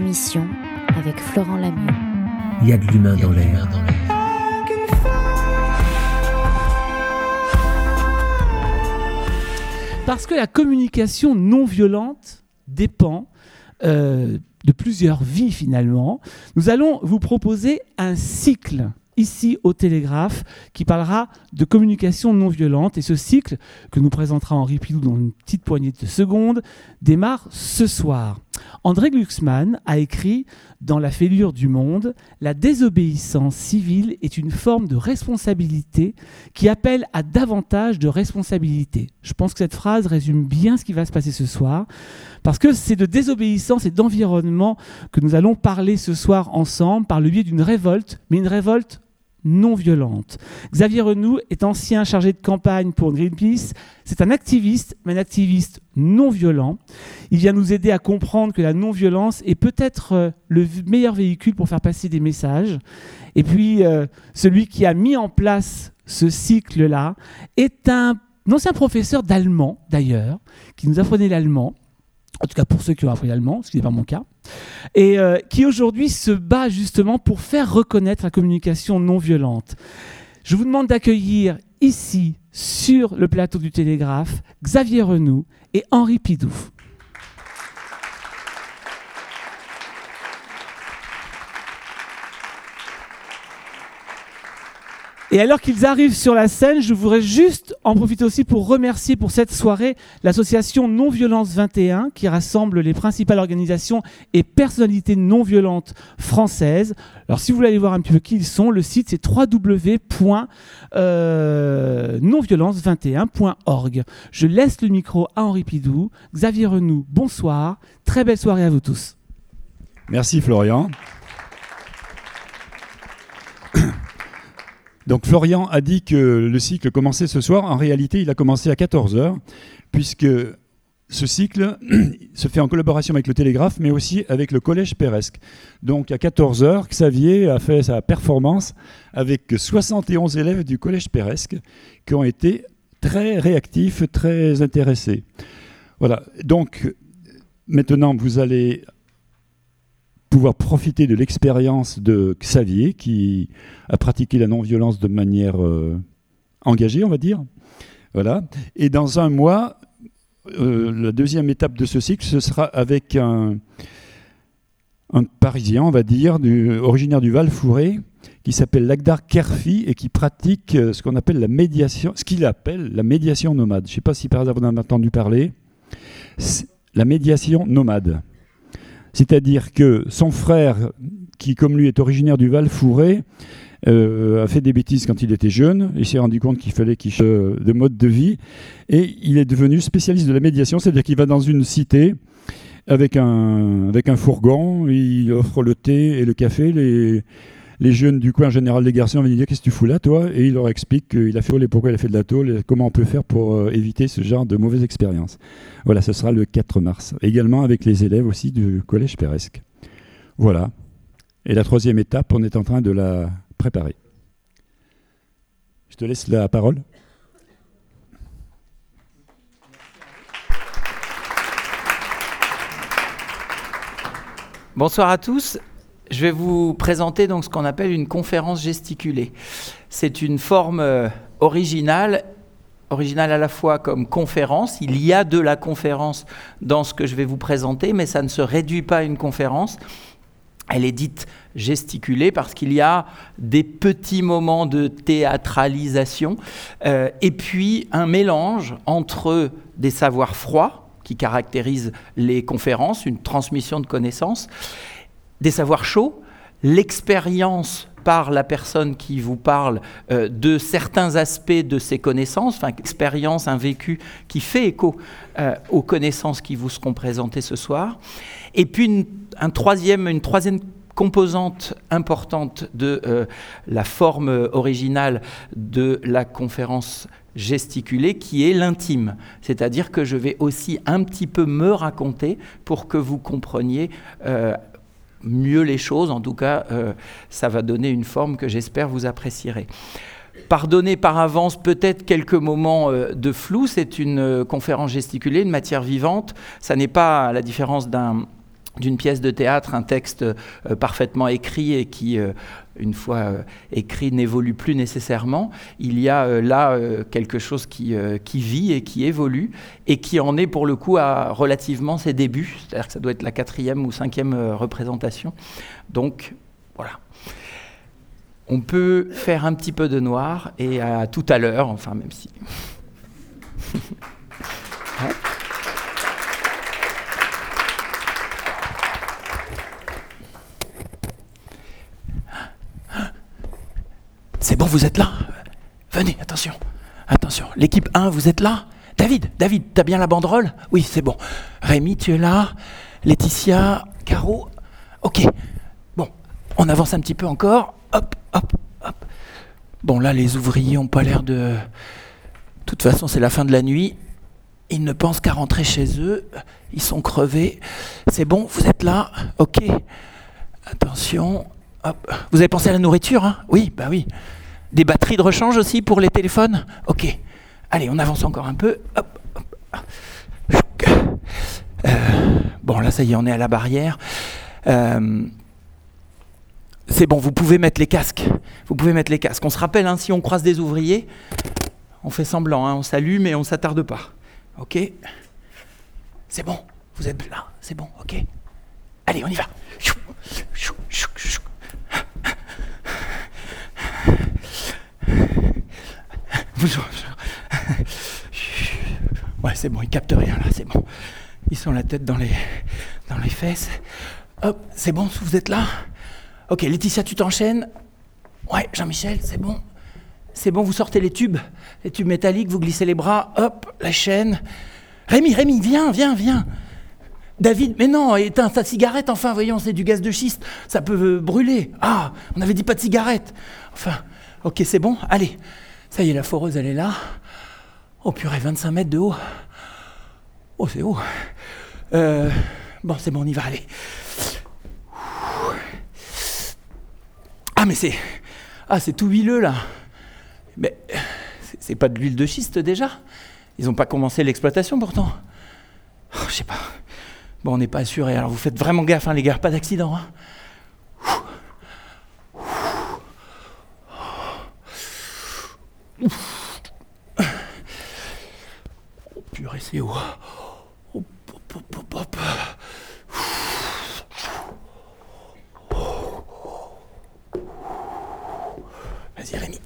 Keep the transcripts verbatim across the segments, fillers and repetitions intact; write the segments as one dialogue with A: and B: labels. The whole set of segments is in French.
A: émission avec Florent Lamieux.
B: Il y a de l'humain dans l'air.
C: Parce que la communication non violente dépend euh, de plusieurs vies finalement. Nous allons vous proposer un cycle ici au Télégraphe qui parlera de communication non violente. Et ce cycle, que nous présentera Henri Pidou dans une petite poignée de secondes, démarre ce soir. André Glucksmann a écrit dans La fêlure du monde, « La désobéissance civile est une forme de responsabilité qui appelle à davantage de responsabilité. » Je pense que cette phrase résume bien ce qui va se passer ce soir, parce que c'est de désobéissance et d'environnement que nous allons parler ce soir ensemble par le biais d'une révolte, mais une révolte non violente. Xavier Renoux est ancien chargé de campagne pour Greenpeace. C'est un activiste, mais un activiste non violent. Il vient nous aider à comprendre que la non-violence est peut-être le meilleur véhicule pour faire passer des messages. Et puis, euh, celui qui a mis en place ce cycle-là est un, un ancien professeur d'allemand, d'ailleurs, qui nous apprenait l'allemand. En tout cas pour ceux qui ont appris l'allemand, ce qui n'est pas mon cas, et euh, qui aujourd'hui se bat justement pour faire reconnaître la communication non violente. Je vous demande d'accueillir ici, sur le plateau du Télégraphe, Xavier Renoux et Henri Pidou. Et alors qu'ils arrivent sur la scène, je voudrais juste en profiter aussi pour remercier pour cette soirée l'association Non-Violence vingt et un qui rassemble les principales organisations et personnalités non-violentes françaises. Alors si vous voulez aller voir un petit peu qui ils sont, le site c'est w w w point non violence vingt et un point org. Je laisse le micro à Henri Pidou. Xavier Renoux, bonsoir. Très belle soirée à vous tous.
D: Merci Florian. Donc Florian a dit que le cycle commençait ce soir. En réalité, il a commencé à quatorze heures, puisque ce cycle se fait en collaboration avec le Télégraphe, mais aussi avec le Collège Peiresc. Donc à quatorze heures, Xavier a fait sa performance avec soixante et onze élèves du Collège Peiresc qui ont été très réactifs, très intéressés. Voilà. Donc maintenant, vous allez pouvoir profiter de l'expérience de Xavier qui a pratiqué la non-violence de manière euh, engagée, on va dire. Voilà. Et dans un mois, euh, la deuxième étape de ce cycle, ce sera avec un, un Parisien, on va dire, du, originaire du Val-Fouré, qui s'appelle Lagdar Kerfi et qui pratique euh, ce qu'on appelle la médiation, ce qu'il appelle la médiation nomade. Je ne sais pas si par hasard vous en avez entendu parler. C'est la médiation nomade. C'est-à-dire que son frère, qui comme lui est originaire du Val-Fouré, euh, a fait des bêtises quand il était jeune. Il s'est rendu compte qu'il fallait qu'il change de mode de vie. Et il est devenu spécialiste de la médiation, c'est-à-dire qu'il va dans une cité avec un, avec un fourgon, il offre le thé et le café. Les, les jeunes du coin, en général les garçons, viennent lui dire « Qu'est-ce que tu fous là, toi ?» Et il leur explique qu'il a fait et pourquoi il a fait de la tôle et comment on peut faire pour euh, éviter ce genre de mauvaise expérience. Voilà, ce sera le quatre mars. Également avec les élèves aussi du Collège Peiresc. Voilà. Et la troisième étape, on est en train de la préparer. Je te laisse la parole.
E: Bonsoir à tous. Je vais vous présenter donc ce qu'on appelle une conférence gesticulée. C'est une forme euh, originale, originale à la fois comme conférence. Il y a de la conférence dans ce que je vais vous présenter, mais ça ne se réduit pas à une conférence. Elle est dite gesticulée parce qu'il y a des petits moments de théâtralisation euh, et puis un mélange entre des savoirs froids qui caractérisent les conférences, une transmission de connaissances, des savoirs chauds, l'expérience par la personne qui vous parle euh, de certains aspects de ses connaissances, enfin, expérience, un vécu qui fait écho euh, aux connaissances qui vous seront présentées ce soir. Et puis une, un troisième, une troisième composante importante de euh, la forme originale de la conférence gesticulée qui est l'intime. C'est-à-dire que je vais aussi un petit peu me raconter pour que vous compreniez euh, mieux les choses. En tout cas, euh, ça va donner une forme que j'espère vous apprécierez. Pardonnez par avance peut-être quelques moments euh, de flou. C'est une euh, conférence gesticulée, une matière vivante. Ça n'est pas, à la différence d'un d'une pièce de théâtre, un texte euh, parfaitement écrit et qui, euh, une fois euh, écrit, n'évolue plus nécessairement. Il y a euh, là euh, quelque chose qui, euh, qui vit et qui évolue et qui en est pour le coup à relativement ses débuts. C'est-à-dire que ça doit être la quatrième ou cinquième euh, représentation. Donc, voilà. On peut faire un petit peu de noir et à tout à l'heure, enfin même si... ouais. C'est bon, vous êtes là? Venez, attention, attention. L'équipe un, vous êtes là? David, David, t'as bien la banderole? Oui, c'est bon. Rémi, tu es là? Laetitia, Caro? Ok. Bon, on avance un petit peu encore. Hop, hop, hop. Bon, là, les ouvriers n'ont pas l'air de... De toute façon, c'est la fin de la nuit. Ils ne pensent qu'à rentrer chez eux. Ils sont crevés. C'est bon, vous êtes là? Ok. Attention. Hop. Vous avez pensé à la nourriture, hein? Oui, bah oui. Des batteries de rechange aussi pour les téléphones? Ok. Allez, on avance encore un peu. Hop, hop. Euh, bon, là, ça y est, on est à la barrière. Euh, c'est bon, vous pouvez mettre les casques. Vous pouvez mettre les casques. On se rappelle, hein, si on croise des ouvriers, on fait semblant, hein, on s'allume et on ne s'attarde pas. Ok? C'est bon, vous êtes là, c'est bon, ok? Allez, on y va. Bonjour. Ouais, c'est bon, ils captent rien là, c'est bon. Ils sont la tête dans les, dans les fesses. Hop, c'est bon, vous êtes là? Ok, Laetitia, tu t'enchaînes? Ouais, Jean-Michel, c'est bon. C'est bon, vous sortez les tubes, les tubes métalliques, vous glissez les bras, hop, la chaîne. Rémi, Rémi, viens, viens, viens. David, mais non, éteins ta cigarette, enfin, voyons, c'est du gaz de schiste, ça peut brûler. Ah, on avait dit pas de cigarette. Enfin, ok, c'est bon, allez. Ça y est, la foreuse, elle est là. Oh purée, vingt-cinq mètres de haut. Oh, c'est haut. Euh, bon, c'est bon, on y va, allez. Ah, mais c'est... Ah, c'est tout huileux, là. Mais c'est, c'est pas de l'huile de schiste, déjà? Ils n'ont pas commencé l'exploitation, pourtant. Oh, je sais pas. Bon, on n'est pas assuré, alors vous faites vraiment gaffe, hein, les gars, pas d'accident, hein. Oh purée, c'est haut. Hop, hop, hop, hop. Vas-y, Rémi.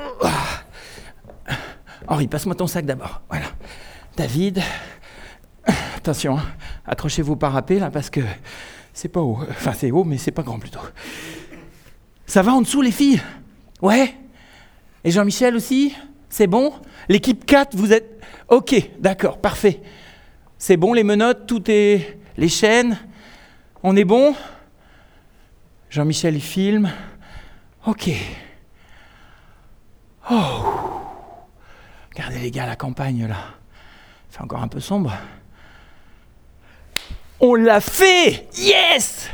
E: Henri, passe-moi ton sac d'abord. Voilà. David. Attention, hein. Accrochez-vous au parapet là parce que c'est pas haut. Enfin, c'est haut, mais c'est pas grand plutôt. Ça va en dessous, les filles? Ouais. Et Jean-Michel aussi? C'est bon? L'équipe quatre, vous êtes... Ok, d'accord, parfait. C'est bon, les menottes, tout est... Les chaînes? On est bon? Jean-Michel, il filme. Ok. Oh. Regardez les gars, la campagne, là. Il fait encore un peu sombre. On l'a fait! Yes!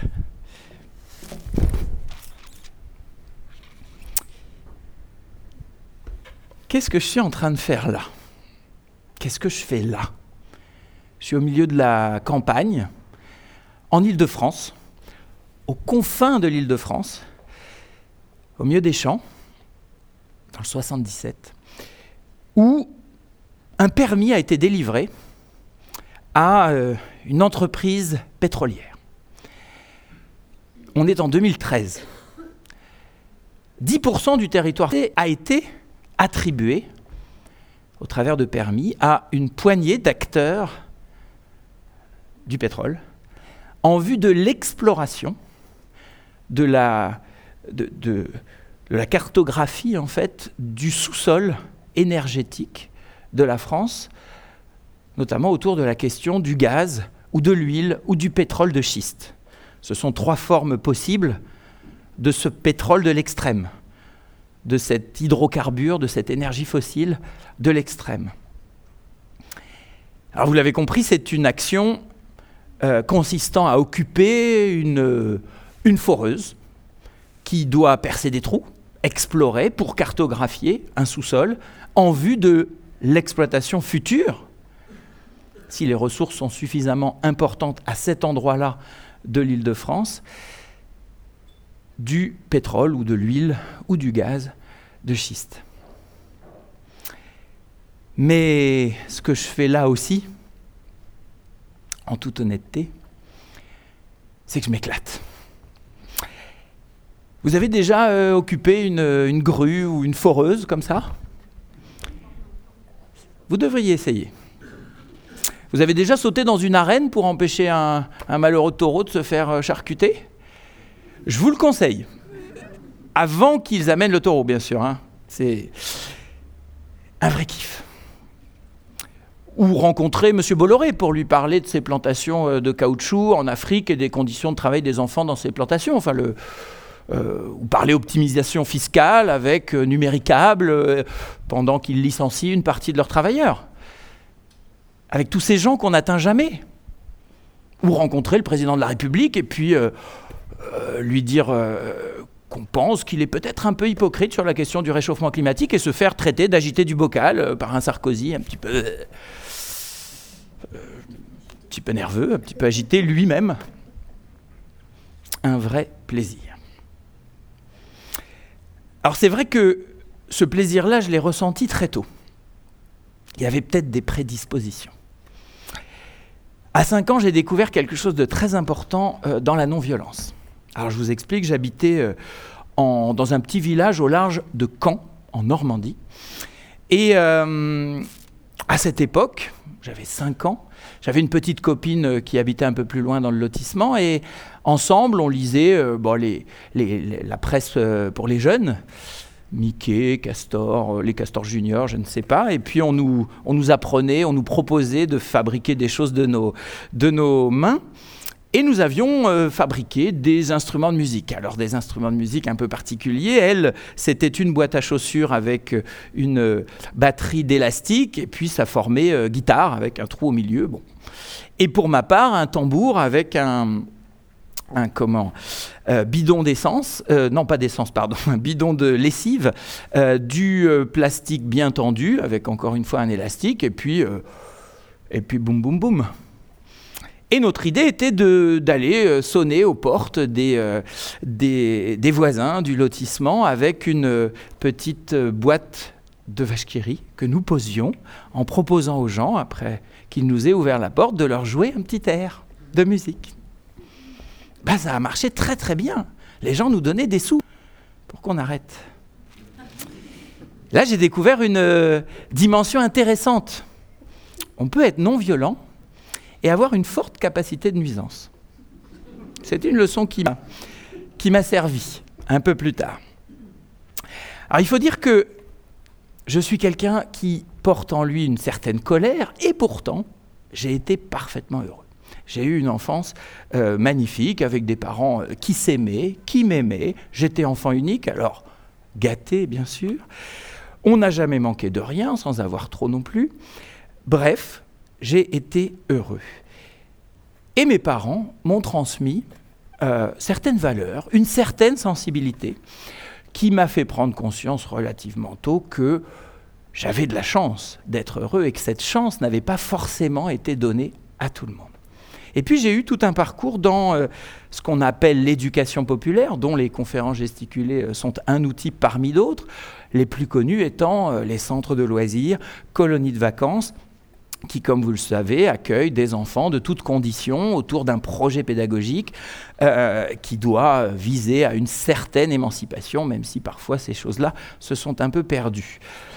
E: Qu'est-ce que je suis en train de faire là? Qu'est-ce que je fais là? Je suis au milieu de la campagne, en Île-de-France, aux confins de l'Île-de-France, au milieu des champs, dans le soixante-dix-sept, où un permis a été délivré à euh, une entreprise pétrolière. On est en deux mille treize. dix pour cent du territoire a été attribué, au travers de permis, à une poignée d'acteurs du pétrole, en vue de l'exploration, de la, de, de, de la cartographie, en fait, du sous-sol énergétique de la France, notamment autour de la question du gaz, ou de l'huile, ou du pétrole de schiste. Ce sont trois formes possibles de ce pétrole de l'extrême, de cet hydrocarbure, de cette énergie fossile de l'extrême. Alors vous l'avez compris, c'est une action euh, consistant à occuper une, une foreuse qui doit percer des trous, explorer pour cartographier un sous-sol en vue de l'exploitation future, si les ressources sont suffisamment importantes à cet endroit-là de l'Île-de-France, du pétrole ou de l'huile ou du gaz de schiste. Mais ce que je fais là aussi, en toute honnêteté, c'est que je m'éclate. Vous avez déjà euh, occupé une, une grue ou une foreuse comme ça ? Vous devriez essayer. Vous avez déjà sauté dans une arène pour empêcher un, un malheureux taureau de se faire charcuter ? Je vous le conseille. Avant qu'ils amènent le taureau, bien sûr. Hein. C'est un vrai kiff. Ou rencontrer M. Bolloré pour lui parler de ses plantations de caoutchouc en Afrique et des conditions de travail des enfants dans ces plantations. Enfin, le, euh, ou parler optimisation fiscale avec euh, Numéricable euh, pendant qu'ils licencient une partie de leurs travailleurs. Avec tous ces gens qu'on n'atteint jamais. Ou rencontrer le président de la République et puis euh, euh, lui dire euh, qu'on pense qu'il est peut-être un peu hypocrite sur la question du réchauffement climatique et se faire traiter d'agiter du bocal euh, par un Sarkozy un petit peu... Euh, un petit peu nerveux, un petit peu agité lui-même. Un vrai plaisir. Alors c'est vrai que ce plaisir-là, je l'ai ressenti très tôt. Il y avait peut-être des prédispositions. À cinq ans, j'ai découvert quelque chose de très important euh, dans la non-violence. Alors je vous explique, j'habitais euh, en, dans un petit village au large de Caen, en Normandie. Et euh, à cette époque, j'avais cinq ans, j'avais une petite copine qui habitait un peu plus loin dans le lotissement et ensemble, on lisait euh, bon, les, les, les, la presse euh, pour les jeunes, Mickey, Castor, euh, les Castors Juniors, je ne sais pas. Et puis on nous, on nous apprenait, on nous proposait de fabriquer des choses de nos, de nos mains. Et nous avions euh, fabriqué des instruments de musique. Alors des instruments de musique un peu particuliers. Elle, c'était une boîte à chaussures avec une euh, batterie d'élastique et puis ça formait euh, guitare avec un trou au milieu. Bon. Et pour ma part, un tambour avec un, un comment, euh, bidon d'essence, euh, non pas d'essence, pardon, un bidon de lessive, euh, du euh, plastique bien tendu avec encore une fois un élastique et puis, euh, et puis boum boum boum. Et notre idée était de, d'aller sonner aux portes des, euh, des, des voisins du lotissement avec une petite boîte de vache qui rit que nous posions en proposant aux gens, après qu'ils nous aient ouvert la porte, de leur jouer un petit air de musique. Ben, ça a marché très très bien. Les gens nous donnaient des sous pour qu'on arrête. Là, j'ai découvert une euh, dimension intéressante. On peut être non violent et avoir une forte capacité de nuisance. C'est une leçon qui m'a, qui m'a servi un peu plus tard. Alors il faut dire que je suis quelqu'un qui porte en lui une certaine colère et pourtant j'ai été parfaitement heureux. J'ai eu une enfance euh, magnifique avec des parents euh, qui s'aimaient, qui m'aimaient. J'étais enfant unique, alors gâté bien sûr. On n'a jamais manqué de rien sans avoir trop non plus. Bref, j'ai été heureux. Et mes parents m'ont transmis euh, certaines valeurs, une certaine sensibilité qui m'a fait prendre conscience relativement tôt que j'avais de la chance d'être heureux et que cette chance n'avait pas forcément été donnée à tout le monde. Et puis j'ai eu tout un parcours dans euh, ce qu'on appelle l'éducation populaire, dont les conférences gesticulées euh, sont un outil parmi d'autres, les plus connus étant euh, les centres de loisirs, colonies de vacances, qui, comme vous le savez, accueille des enfants de toutes conditions autour d'un projet pédagogique euh, qui doit viser à une certaine émancipation, même si parfois ces choses-là se sont un peu perdues.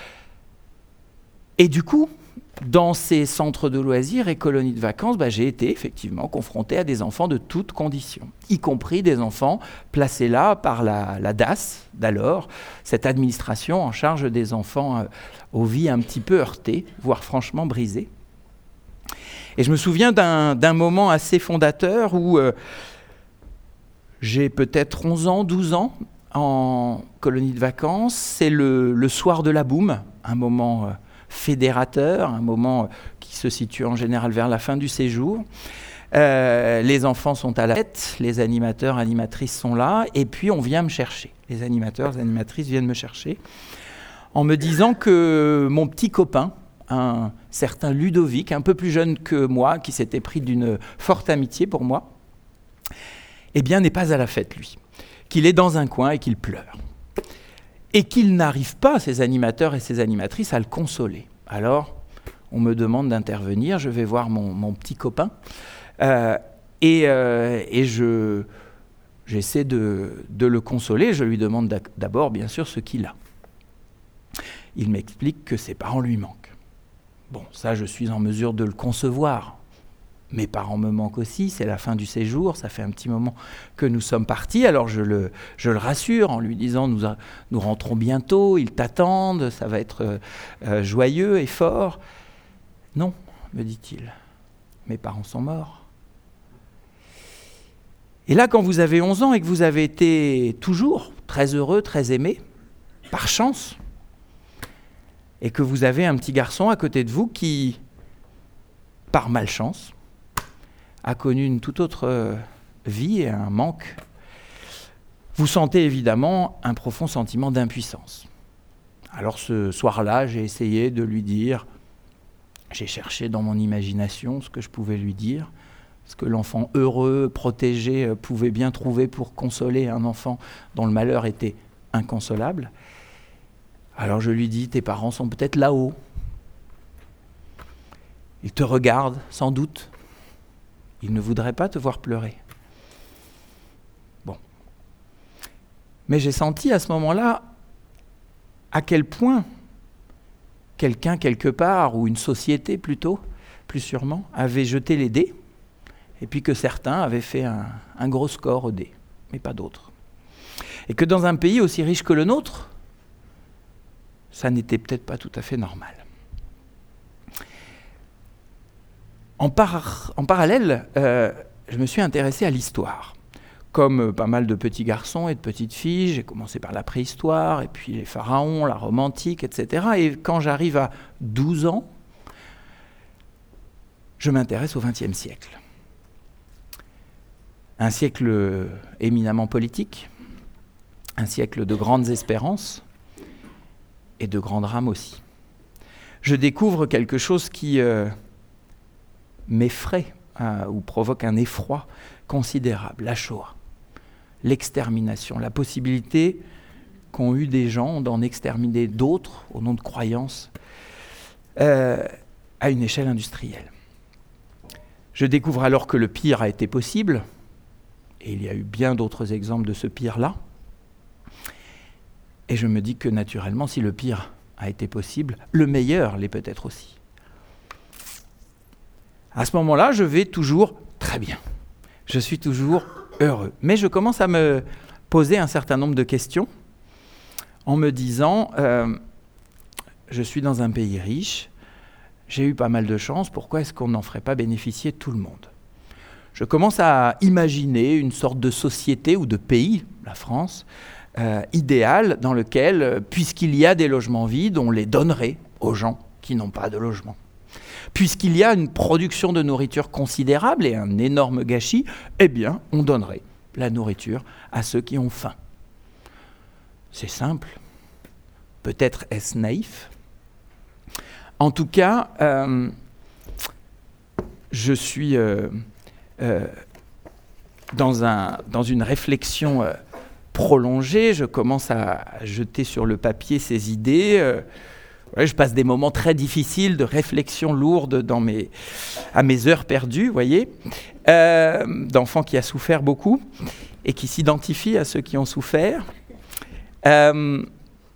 E: Et du coup, dans ces centres de loisirs et colonies de vacances, bah, j'ai été effectivement confronté à des enfants de toutes conditions, y compris des enfants placés là par la, la D A S d'alors, cette administration en charge des enfants euh, aux vies un petit peu heurtées, voire franchement brisées. Et je me souviens d'un, d'un moment assez fondateur où euh, j'ai peut-être onze ans, douze ans en colonie de vacances. C'est le, le soir de la boum, un moment euh, fédérateur, un moment qui se situe en général vers la fin du séjour. Euh, les enfants sont à la tête, les animateurs, animatrices sont là, et puis on vient me chercher. Les animateurs, les animatrices viennent me chercher en me disant que mon petit copain, un certain Ludovic, un peu plus jeune que moi, qui s'était pris d'une forte amitié pour moi, eh bien, n'est pas à la fête, lui. Qu'il est dans un coin et qu'il pleure. Et qu'il n'arrive pas, ces animateurs et ces animatrices, à le consoler. Alors, on me demande d'intervenir, je vais voir mon, mon petit copain, euh, et, euh, et je, j'essaie de, de le consoler. Je lui demande d'abord, bien sûr, ce qu'il a. Il m'explique que ses parents lui manquent. Bon, ça, je suis en mesure de le concevoir. Mes parents me manquent aussi, c'est la fin du séjour, ça fait un petit moment que nous sommes partis, alors je le, je le rassure en lui disant nous, a, nous rentrons bientôt, ils t'attendent, ça va être euh, euh, joyeux et fort. Non, me dit-il, mes parents sont morts. Et là, quand vous avez onze ans et que vous avez été toujours très heureux, très aimé, par chance, et que vous avez un petit garçon à côté de vous qui, par malchance, a connu une toute autre vie et un manque, vous sentez évidemment un profond sentiment d'impuissance. Alors ce soir-là, j'ai essayé de lui dire, j'ai cherché dans mon imagination ce que je pouvais lui dire, ce que l'enfant heureux, protégé, pouvait bien trouver pour consoler un enfant dont le malheur était inconsolable. Alors je lui dis, tes parents sont peut-être là-haut. Ils te regardent, sans doute. Ils ne voudraient pas te voir pleurer. Bon. Mais j'ai senti à ce moment-là à quel point quelqu'un quelque part, ou une société plutôt, plus sûrement, avait jeté les dés, et puis que certains avaient fait un, un gros score aux dés, mais pas d'autres. Et que dans un pays aussi riche que le nôtre, ça n'était peut-être pas tout à fait normal. En, par, en parallèle, euh, je me suis intéressé à l'histoire. Comme pas mal de petits garçons et de petites filles, j'ai commencé par la préhistoire, et puis les pharaons, la Rome antique, et cetera. Et quand j'arrive à douze ans, je m'intéresse au vingtième siècle. Un siècle éminemment politique, un siècle de grandes espérances et de grands drames aussi. Je découvre quelque chose qui euh, m'effraie euh, ou provoque un effroi considérable, la Shoah, l'extermination, la possibilité qu'ont eu des gens d'en exterminer d'autres au nom de croyances euh, à une échelle industrielle. Je découvre alors que le pire a été possible, et il y a eu bien d'autres exemples de ce pire-là, et je me dis que naturellement, si le pire a été possible, le meilleur l'est peut-être aussi. À ce moment-là, je vais toujours très bien. Je suis toujours heureux. Mais je commence à me poser un certain nombre de questions en me disant, euh, je suis dans un pays riche, j'ai eu pas mal de chance, pourquoi est-ce qu'on n'en ferait pas bénéficier tout le monde ? Je commence à imaginer une sorte de société ou de pays, la France, euh, idéal dans lequel, euh, puisqu'il y a des logements vides, on les donnerait aux gens qui n'ont pas de logement. Puisqu'il y a une production de nourriture considérable et un énorme gâchis, eh bien, on donnerait la nourriture à ceux qui ont faim. C'est simple. Peut-être est-ce naïf. En tout cas, euh, je suis euh, euh, dans, un, dans une réflexion euh, prolongée. Je commence à jeter sur le papier ces idées. Euh, Ouais, je passe des moments très difficiles de réflexion lourde dans mes, à mes heures perdues, vous voyez, euh, d'enfants qui a souffert beaucoup et qui s'identifient à ceux qui ont souffert. Euh,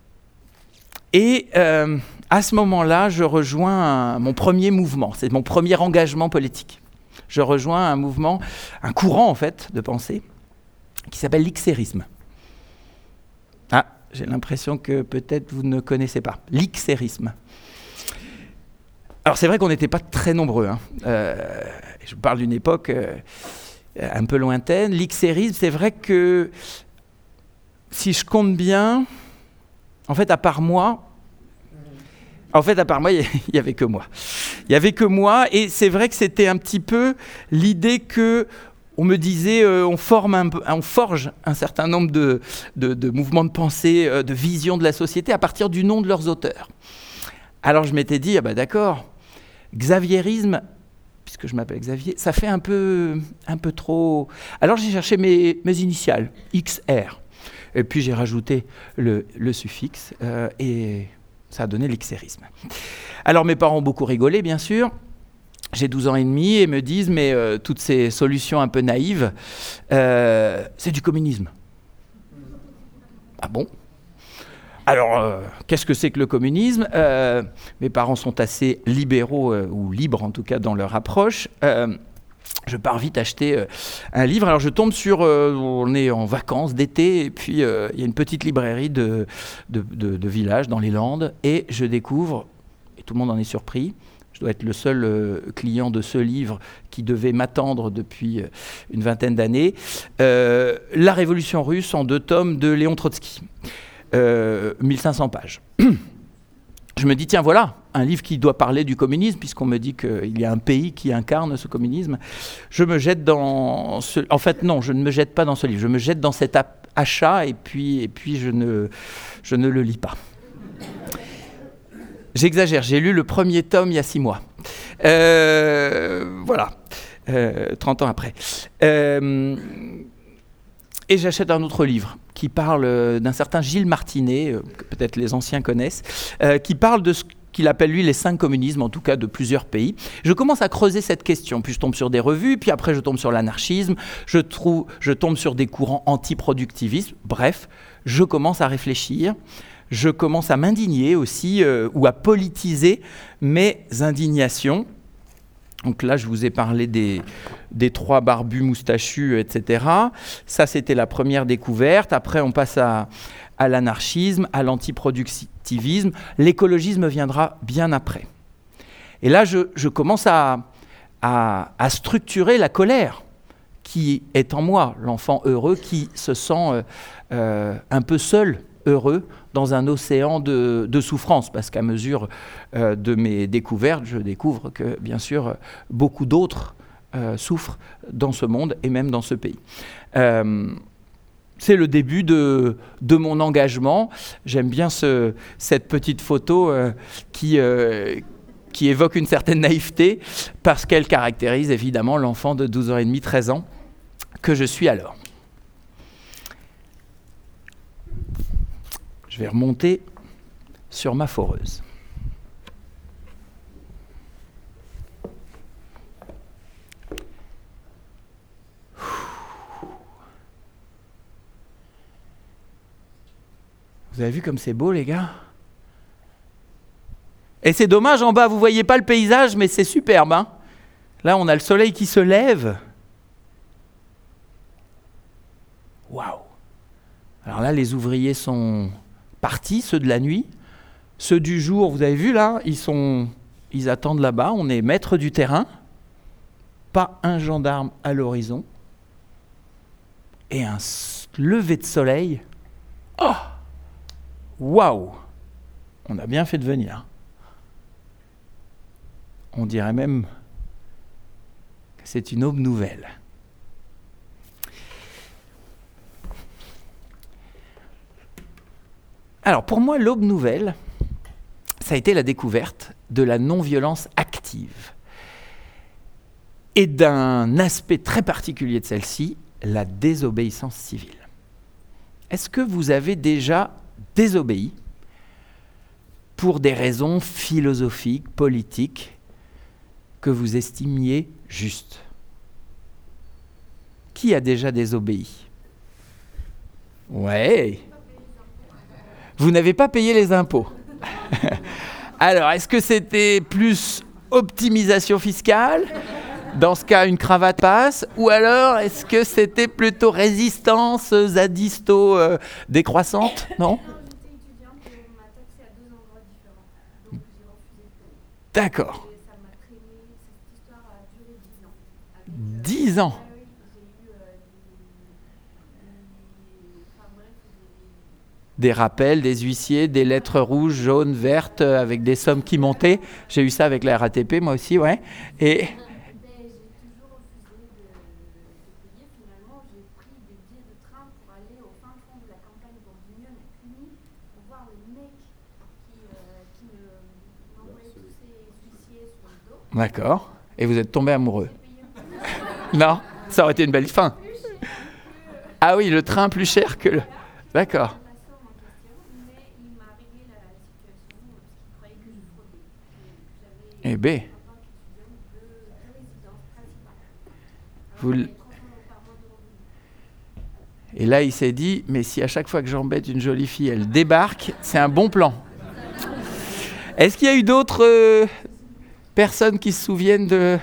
E: et euh, à ce moment-là, je rejoins un, mon premier mouvement, c'est mon premier engagement politique. Je rejoins un mouvement, un courant en fait de pensée qui s'appelle l'ixérisme. Ah, j'ai l'impression que peut-être vous ne connaissez pas. L'ixérisme. Alors c'est vrai qu'on n'était pas très nombreux. Hein. Euh, je parle d'une époque euh, un peu lointaine. L'ixérisme, c'est vrai que si je compte bien, en fait à part moi, en fait à part moi, il n'y avait que moi. Il n'y avait que moi et c'est vrai que c'était un petit peu l'idée que on me disait, euh, on, forme un, on forge un certain nombre de, de, de mouvements de pensée, euh, de visions de la société à partir du nom de leurs auteurs. Alors je m'étais dit, ah bah d'accord, xavierisme, puisque je m'appelle Xavier, ça fait un peu, un peu trop... Alors j'ai cherché mes, mes initiales, X R. Et puis j'ai rajouté le, le suffixe euh, et ça a donné l'xérisme. Alors mes parents ont beaucoup rigolé, bien sûr. J'ai douze ans et demi et me disent, mais euh, toutes ces solutions un peu naïves, euh, c'est du communisme. Ah bon ? Alors, euh, qu'est-ce que c'est que le communisme ? euh, Mes parents sont assez libéraux, euh, ou libres en tout cas dans leur approche. Euh, je pars vite acheter euh, un livre. Alors je tombe sur, euh, on est en vacances d'été, et puis euh, il y a une petite librairie de, de, de, de village dans les Landes, et je découvre, et tout le monde en est surpris, je dois être le seul euh, client de ce livre qui devait m'attendre depuis euh, une vingtaine d'années, euh, La Révolution russe en deux tomes de Léon Trotsky. Euh, mille cinq cents pages. Je me dis, tiens, voilà, un livre qui doit parler du communisme, puisqu'on me dit qu'il y a un pays qui incarne ce communisme. Je me jette dans ce... En fait, non, je ne me jette pas dans ce livre. Je me jette dans cet achat, et puis, et puis je, ne, je ne le lis pas. J'exagère, j'ai lu le premier tome il y a six mois. Euh, voilà, euh, trente ans après. Euh, Et j'achète un autre livre qui parle euh, d'un certain Gilles Martinet, euh, que peut-être les anciens connaissent, euh, qui parle de ce qu'il appelle, lui, les cinq communismes, en tout cas de plusieurs pays. Je commence à creuser cette question, puis je tombe sur des revues, puis après je tombe sur l'anarchisme, je, trouve, je tombe sur des courants anti-productivisme. Bref, je commence à réfléchir, je commence à m'indigner aussi, euh, ou à politiser mes indignations. Donc là, je vous ai parlé des, des trois barbus moustachus, et cetera. Ça, c'était la première découverte. Après, on passe à, à l'anarchisme, à l'antiproductivisme. L'écologisme viendra bien après. Et là, je, je commence à, à, à structurer la colère qui est en moi, l'enfant heureux qui se sent euh, euh, un peu seul, heureux, dans un océan de, de souffrance, parce qu'à mesure euh, de mes découvertes, je découvre que, bien sûr, beaucoup d'autres euh, souffrent dans ce monde et même dans ce pays. Euh, c'est le début de, de mon engagement. J'aime bien ce, cette petite photo euh, qui, euh, qui évoque une certaine naïveté, parce qu'elle caractérise évidemment l'enfant de douze ans et demi, treize ans, que je suis alors. Je vais remonter sur ma foreuse. Vous avez vu comme c'est beau, les gars ? Et c'est dommage, en bas, vous ne voyez pas le paysage, mais c'est superbe. Hein ? Là, on a le soleil qui se lève. Waouh ! Alors là, les ouvriers sont partis, ceux de la nuit. Ceux du jour, vous avez vu là, ils, sont, ils attendent là-bas. On est maître du terrain. Pas un gendarme à l'horizon. Et un lever de soleil. Oh ! Waouh ! On a bien fait de venir. On dirait même que c'est une aube nouvelle. Alors, pour moi, l'aube nouvelle, ça a été la découverte de la non-violence active et d'un aspect très particulier de celle-ci, la désobéissance civile. Est-ce que vous avez déjà désobéi pour des raisons philosophiques, politiques, que vous estimiez justes ? Qui a déjà désobéi ? Ouais. Vous n'avez pas payé les impôts. Alors, est-ce que c'était plus optimisation fiscale ? Dans ce cas, une cravate passe. Ou alors, est-ce que c'était plutôt résistance zadisto euh, décroissante ? Non ? D'accord. Dix ans. Des rappels, des huissiers, des lettres rouges, jaunes, vertes, avec des sommes qui montaient. J'ai eu ça avec la R A T P, moi aussi, ouais. Et... j'ai toujours refusé de, de payer. Finalement, j'ai pris des billets de train pour aller au fin fond de la campagne bourguignonne à Cluny, pour voir le mec qui, euh, qui me, m'envoyait tous ces huissiers sur le dos. D'accord. Et vous êtes tombé amoureux. Non, ça aurait été une belle fin. Ah oui, le train plus cher que le... D'accord. Eh bien, vous... Et là, il s'est dit, mais si à chaque fois que j'embête une jolie fille, elle débarque, c'est un bon plan. Est-ce qu'il y a eu d'autres euh, personnes qui se souviennent de,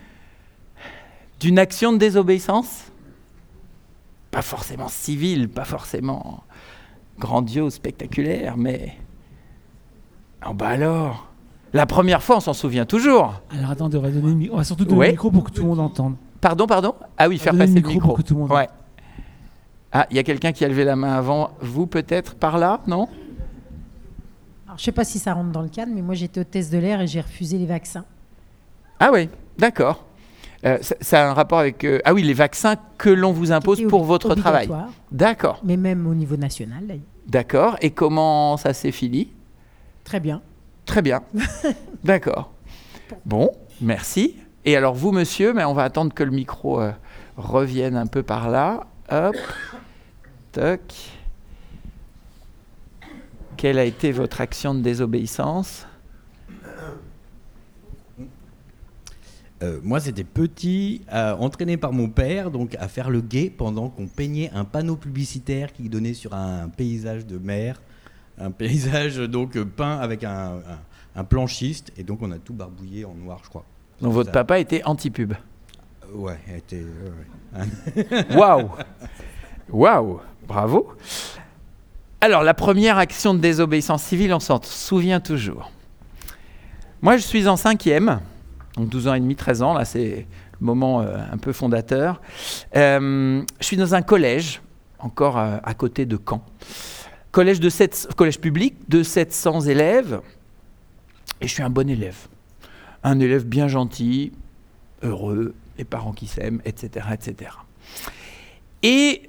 E: d'une action de désobéissance ? Pas forcément civile, pas forcément grandiose, spectaculaire, mais... Oh bah alors, la première fois, on s'en souvient toujours.
C: Alors attendez, on va, donner le mi- on va surtout donner
E: Ouais.
C: le micro pour que tout le monde entende.
E: Pardon, pardon ? Ah oui, faire
C: donner
E: passer
C: le
E: le
C: micro
E: micro.
C: pour que tout le monde
E: Ouais. Ah, il y a quelqu'un qui a levé la main avant. Vous, peut-être, par là, non ?
F: Alors, je ne sais pas si ça rentre dans le cadre, mais moi, j'étais hôtesse de l'air et j'ai refusé les vaccins.
E: Ah oui, d'accord. Euh, ça, ça a un rapport avec... euh, Ah oui, les vaccins que l'on vous impose
F: C'était
E: pour
F: obli-
E: votre travail.
F: obligatoire,
E: D'accord,
F: Mais même au niveau national, d'ailleurs.
E: d'accord. Et comment ça s'est fini ?
F: Très bien.
E: Très bien. D'accord. Bon, merci. Et alors vous, monsieur, mais on va attendre que le micro euh, revienne un peu par là. Hop. Toc. Quelle a été votre action de désobéissance ?
G: Euh, moi, c'était petit, euh, entraîné par mon père, donc à faire le guet pendant qu'on peignait un panneau publicitaire qui donnait sur un paysage de mer, un paysage donc euh, peint avec un, un, un planchiste, et donc on a tout barbouillé en noir, je crois.
E: Donc votre
G: Ça-
E: papa était anti-pub.
G: Euh, Ouais, elle était. ouais, ouais.
E: Waouh. Waouh. Bravo. Alors, la première action de désobéissance civile, on s'en souvient toujours. Moi, je suis en cinquième, donc douze ans et demi, treize ans, là, c'est le moment euh, un peu fondateur. Euh, je suis dans un collège, encore euh, à côté de Caen. Collège, de sept, collège public de sept cents élèves, et je suis un bon élève. Un élève bien gentil, heureux, les parents qui s'aiment, et cetera, et cetera. Et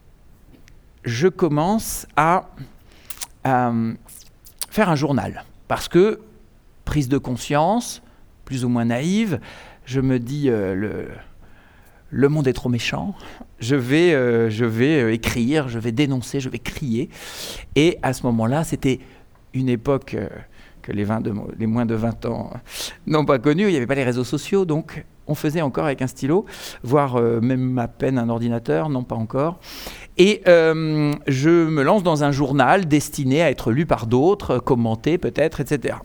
E: je commence à, à faire un journal, parce que, prise de conscience, plus ou moins naïve, je me dis, euh, le, le monde est trop méchant, je vais, euh, je vais euh, écrire, je vais dénoncer, je vais crier. Et à ce moment-là, c'était une époque euh, que les, vingt de, les moins de vingt ans n'ont pas connue, il n'y avait pas les réseaux sociaux, donc on faisait encore avec un stylo, voire euh, même à peine un ordinateur, non pas encore. Et euh, je me lance dans un journal destiné à être lu par d'autres, commenté peut-être, et cetera.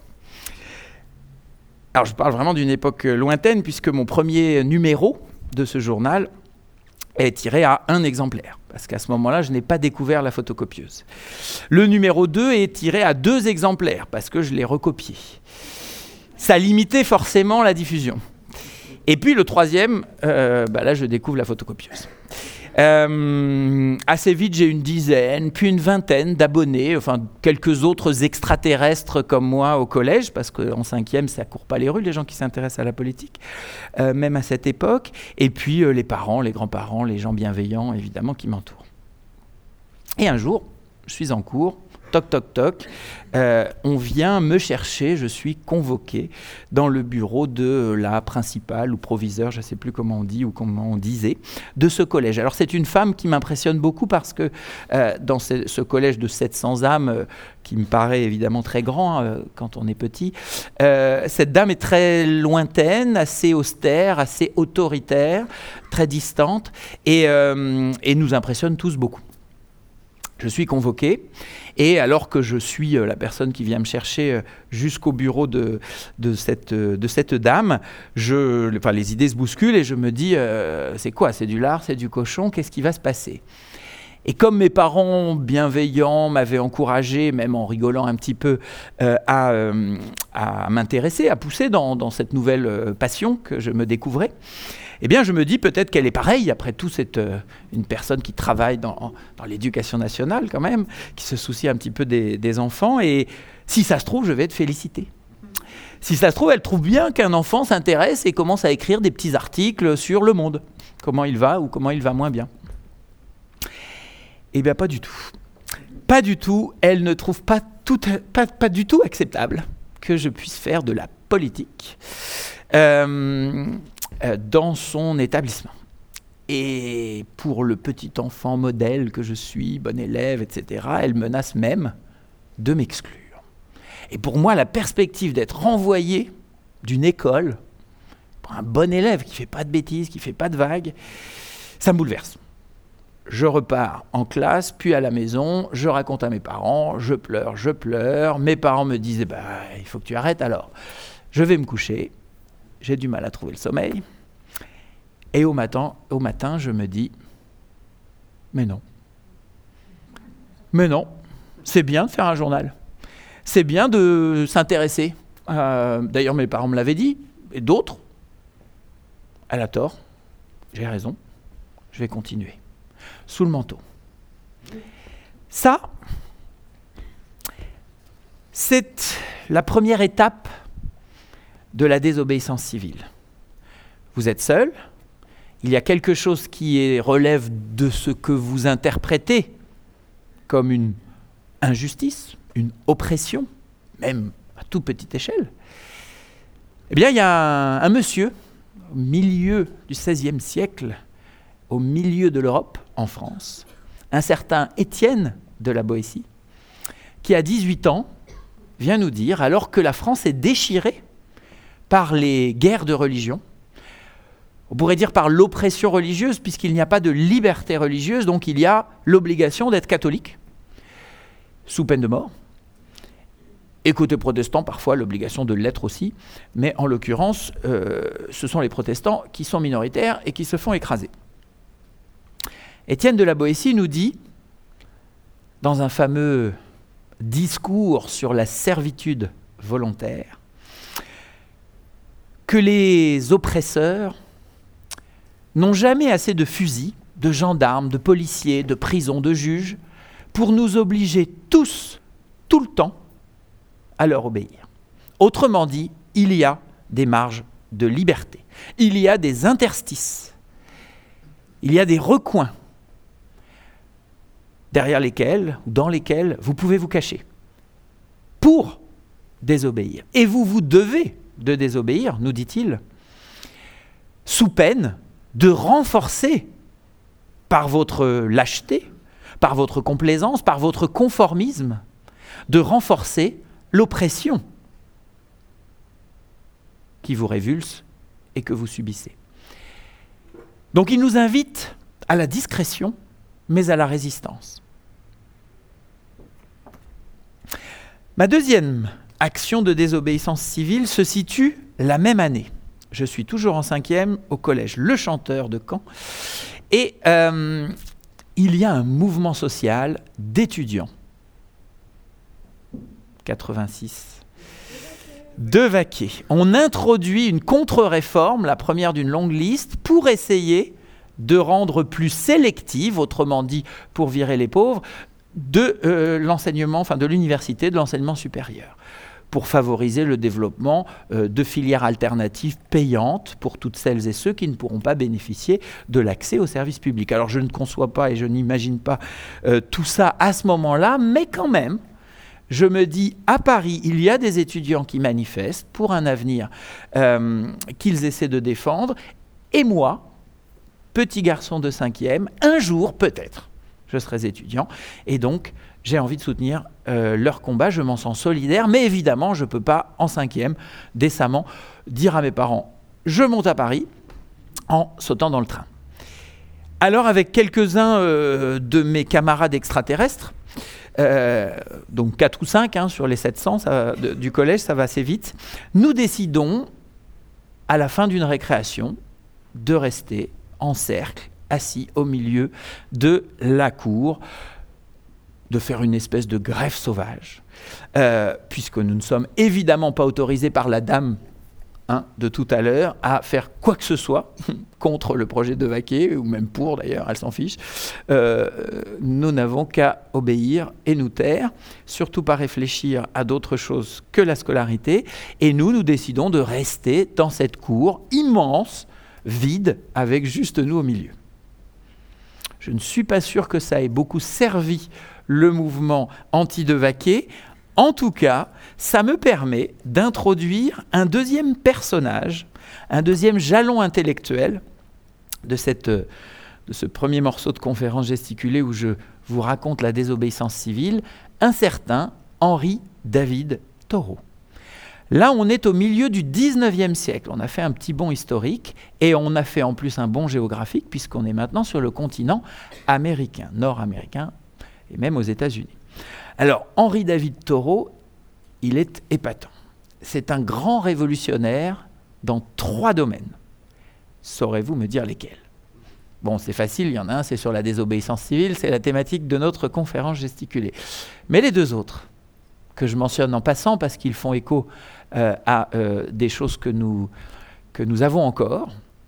E: Alors je parle vraiment d'une époque lointaine, puisque mon premier numéro de ce journal est tiré à un exemplaire, parce qu'à ce moment-là, je n'ai pas découvert la photocopieuse. Le numéro deux est tiré à deux exemplaires, parce que je l'ai recopié. Ça limitait forcément la diffusion. Et puis le troisième, euh, bah là je découvre la photocopieuse. Euh, assez vite j'ai une dizaine, puis une vingtaine d'abonnés, enfin quelques autres extraterrestres comme moi au collège, parce qu'en cinquième ça court pas les rues, les gens qui s'intéressent à la politique, euh, même à cette époque, et puis euh, les parents, les grands-parents, les gens bienveillants évidemment qui m'entourent. Et un jour, je suis en cours, toc toc toc, euh, on vient me chercher, je suis convoqué dans le bureau de la principale ou proviseur, je ne sais plus comment on dit ou comment on disait, de ce collège. Alors c'est une femme qui m'impressionne beaucoup parce que euh, dans ce, ce collège de sept cents âmes, euh, qui me paraît évidemment très grand euh, quand on est petit, euh, cette dame est très lointaine, assez austère, assez autoritaire, très distante et, euh, et nous impressionne tous beaucoup. Je suis convoqué et alors que je suis euh, la personne qui vient me chercher euh, jusqu'au bureau de, de, cette, euh, de cette dame, je, enfin, les idées se bousculent et je me dis euh, c'est quoi, c'est du lard, c'est du cochon, qu'est-ce qui va se passer ? Et comme mes parents bienveillants m'avaient encouragé, même en rigolant un petit peu, euh, à, euh, à m'intéresser, à pousser dans, dans cette nouvelle euh, passion que je me découvrais, eh bien, je me dis peut-être qu'elle est pareille. Après tout, c'est euh, une personne qui travaille dans, dans l'éducation nationale quand même, qui se soucie un petit peu des, des enfants. Et si ça se trouve, je vais être félicité. Si ça se trouve, elle trouve bien qu'un enfant s'intéresse et commence à écrire des petits articles sur le monde. Comment il va ou comment il va moins bien. Eh bien, pas du tout. Pas du tout. Elle ne trouve pas, tout, pas, pas du tout acceptable que je puisse faire de la politique. euh, euh, dans son établissement. Et pour le petit enfant modèle que je suis, bon élève, et cetera, elle menace même de m'exclure. Et pour moi, la perspective d'être renvoyé d'une école, pour un bon élève qui ne fait pas de bêtises, qui ne fait pas de vagues, ça me bouleverse. Je repars en classe, puis à la maison, je raconte à mes parents, je pleure, je pleure. Mes parents me disent, bah, il faut que tu arrêtes alors. Je vais me coucher, j'ai du mal à trouver le sommeil. Et au matin, au matin, je me dis, mais non. Mais non, c'est bien de faire un journal. C'est bien de s'intéresser. Euh, d'ailleurs, mes parents me l'avaient dit, et d'autres. Elle a tort, j'ai raison, je vais continuer. Sous le manteau. Ça, c'est la première étape de la désobéissance civile. Vous êtes seul. Il y a quelque chose qui est, relève de ce que vous interprétez comme une injustice, une oppression, même à toute petite échelle. Eh bien, il y a un, un monsieur, au milieu du seizième siècle, au milieu de l'Europe, en France, un certain Étienne de la Boétie, qui à dix-huit ans vient nous dire, alors que la France est déchirée par les guerres de religion, on pourrait dire par l'oppression religieuse, puisqu'il n'y a pas de liberté religieuse, donc il y a l'obligation d'être catholique, sous peine de mort. Et côté protestant, parfois l'obligation de l'être aussi, mais en l'occurrence, euh, ce sont les protestants qui sont minoritaires et qui se font écraser. Étienne de la Boétie nous dit, dans un fameux discours sur la servitude volontaire, que les oppresseurs n'ont jamais assez de fusils, de gendarmes, de policiers, de prisons, de juges, pour nous obliger tous, tout le temps, à leur obéir. Autrement dit, il y a des marges de liberté, il y a des interstices, il y a des recoins derrière lesquels, ou dans lesquels, vous pouvez vous cacher pour désobéir. Et vous vous devez de désobéir, nous dit-il, sous peine de renforcer par votre lâcheté, par votre complaisance, par votre conformisme, de renforcer l'oppression qui vous révulse et que vous subissez. Donc il nous invite à la discrétion, mais à la résistance. Ma deuxième action de désobéissance civile se situe la même année. Je suis toujours en cinquième au collège Le Chanteur de Caen. Et euh, il y a un mouvement social d'étudiants. quatre-vingt-six. De Vaquet. On introduit une contre-réforme, la première d'une longue liste, pour essayer de rendre plus sélective, autrement dit pour virer les pauvres, de euh, l'enseignement, enfin de l'université, de l'enseignement supérieur, pour favoriser le développement euh, de filières alternatives payantes pour toutes celles et ceux qui ne pourront pas bénéficier de l'accès aux services publics. Alors je ne conçois pas et je n'imagine pas euh, tout ça à ce moment-là, mais quand même, je me dis, à Paris, il y a des étudiants qui manifestent pour un avenir euh, qu'ils essaient de défendre, et moi, petit garçon de cinquième, un jour, peut-être, je serai étudiant, et donc j'ai envie de soutenir euh, leur combat, je m'en sens solidaire, mais évidemment, je ne peux pas, en cinquième, décemment, dire à mes parents, je monte à Paris en sautant dans le train. Alors, avec quelques-uns euh, de mes camarades extraterrestres, euh, donc quatre ou cinq hein, sur les sept cents ça, de, du collège, ça va assez vite, nous décidons, à la fin d'une récréation, de rester en cercle, assis au milieu de la cour, de faire une espèce de grève sauvage, euh, puisque nous ne sommes évidemment pas autorisés par la dame hein, de tout à l'heure à faire quoi que ce soit contre le projet de Vaquet, ou même pour d'ailleurs, elle s'en fiche. Euh, nous n'avons qu'à obéir et nous taire, surtout pas réfléchir à d'autres choses que la scolarité, et nous, nous décidons de rester dans cette cour immense, vide, avec juste nous au milieu. Je ne suis pas sûr que ça ait beaucoup servi le mouvement anti-de Vaquet. En tout cas, ça me permet d'introduire un deuxième personnage, un deuxième jalon intellectuel de, cette, de ce premier morceau de conférence gesticulée où je vous raconte la désobéissance civile, un certain Henri David Thoreau. Là, on est au milieu du dix-neuvième siècle. On a fait un petit bond historique et on a fait en plus un bond géographique puisqu'on est maintenant sur le continent américain, nord-américain et même aux États-Unis. Alors, Henri David Thoreau, il est épatant. C'est un grand révolutionnaire dans trois domaines. Saurez-vous me dire lesquels ? Bon, c'est facile, il y en a un, c'est sur la désobéissance civile, c'est la thématique de notre conférence gesticulée. Mais les deux autres, que je mentionne en passant parce qu'ils font écho euh, à euh, des choses que nous, que nous avons encore.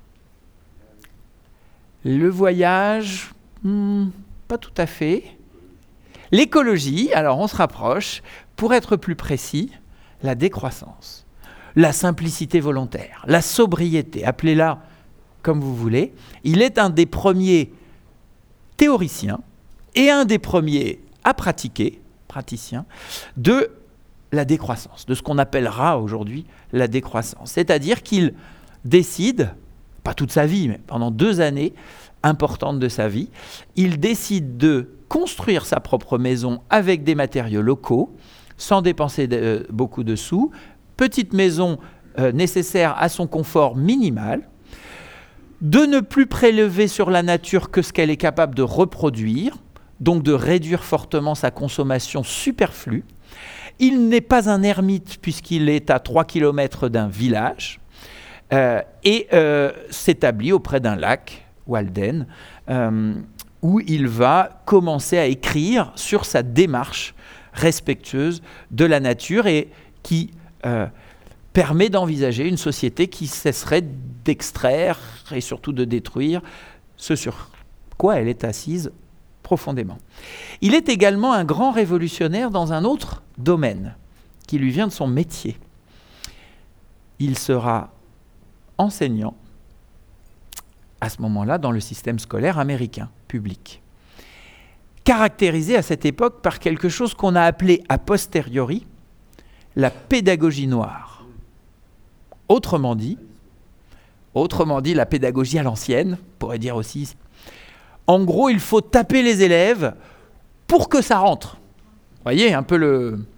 E: Le voyage, hmm, pas tout à fait. L'écologie, alors on se rapproche, pour être plus précis, la décroissance, la simplicité volontaire, la sobriété, appelez-la comme vous voulez. Il est un des premiers théoriciens et un des premiers à pratiquer, praticiens, de la décroissance, de ce qu'on appellera aujourd'hui la décroissance. C'est-à-dire qu'il décide, pas toute sa vie, mais pendant deux années importantes de sa vie, il décide de construire sa propre maison avec des matériaux locaux, sans dépenser de, euh, beaucoup de sous, petite maison euh, nécessaire à son confort minimal, de ne plus prélever sur la nature que ce qu'elle est capable de reproduire, donc de réduire fortement sa consommation superflue. Il n'est pas un ermite puisqu'il est à trois kilomètres d'un village euh, et euh, s'établit auprès d'un lac, Walden, euh, où il va commencer à écrire sur sa démarche respectueuse de la nature et qui euh, permet d'envisager une société qui cesserait d'extraire et surtout de détruire ce sur quoi elle est assise profondément. Il est également un grand révolutionnaire dans un autre domaine qui lui vient de son métier. Il sera enseignant à ce moment-là dans le système scolaire américain, public. Caractérisé à cette époque par quelque chose qu'on a appelé a posteriori la pédagogie noire. Autrement dit, autrement dit, la pédagogie à l'ancienne, on pourrait dire aussi, en gros, il faut taper les élèves pour que ça rentre. Vous voyez, un peu le...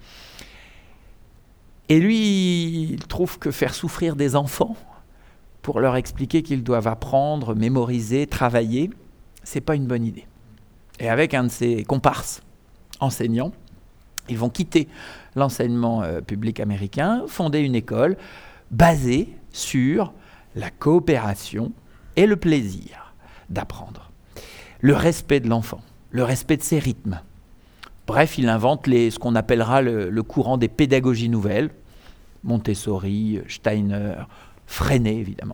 E: Et lui, il trouve que faire souffrir des enfants pour leur expliquer qu'ils doivent apprendre, mémoriser, travailler, c'est pas une bonne idée. Et avec un de ses comparses enseignants, ils vont quitter l'enseignement euh, public américain, fonder une école basée sur la coopération et le plaisir d'apprendre. Le respect de l'enfant, le respect de ses rythmes. Bref, il invente les, ce qu'on appellera le, le courant des pédagogies nouvelles, Montessori, Steiner, Freinet évidemment.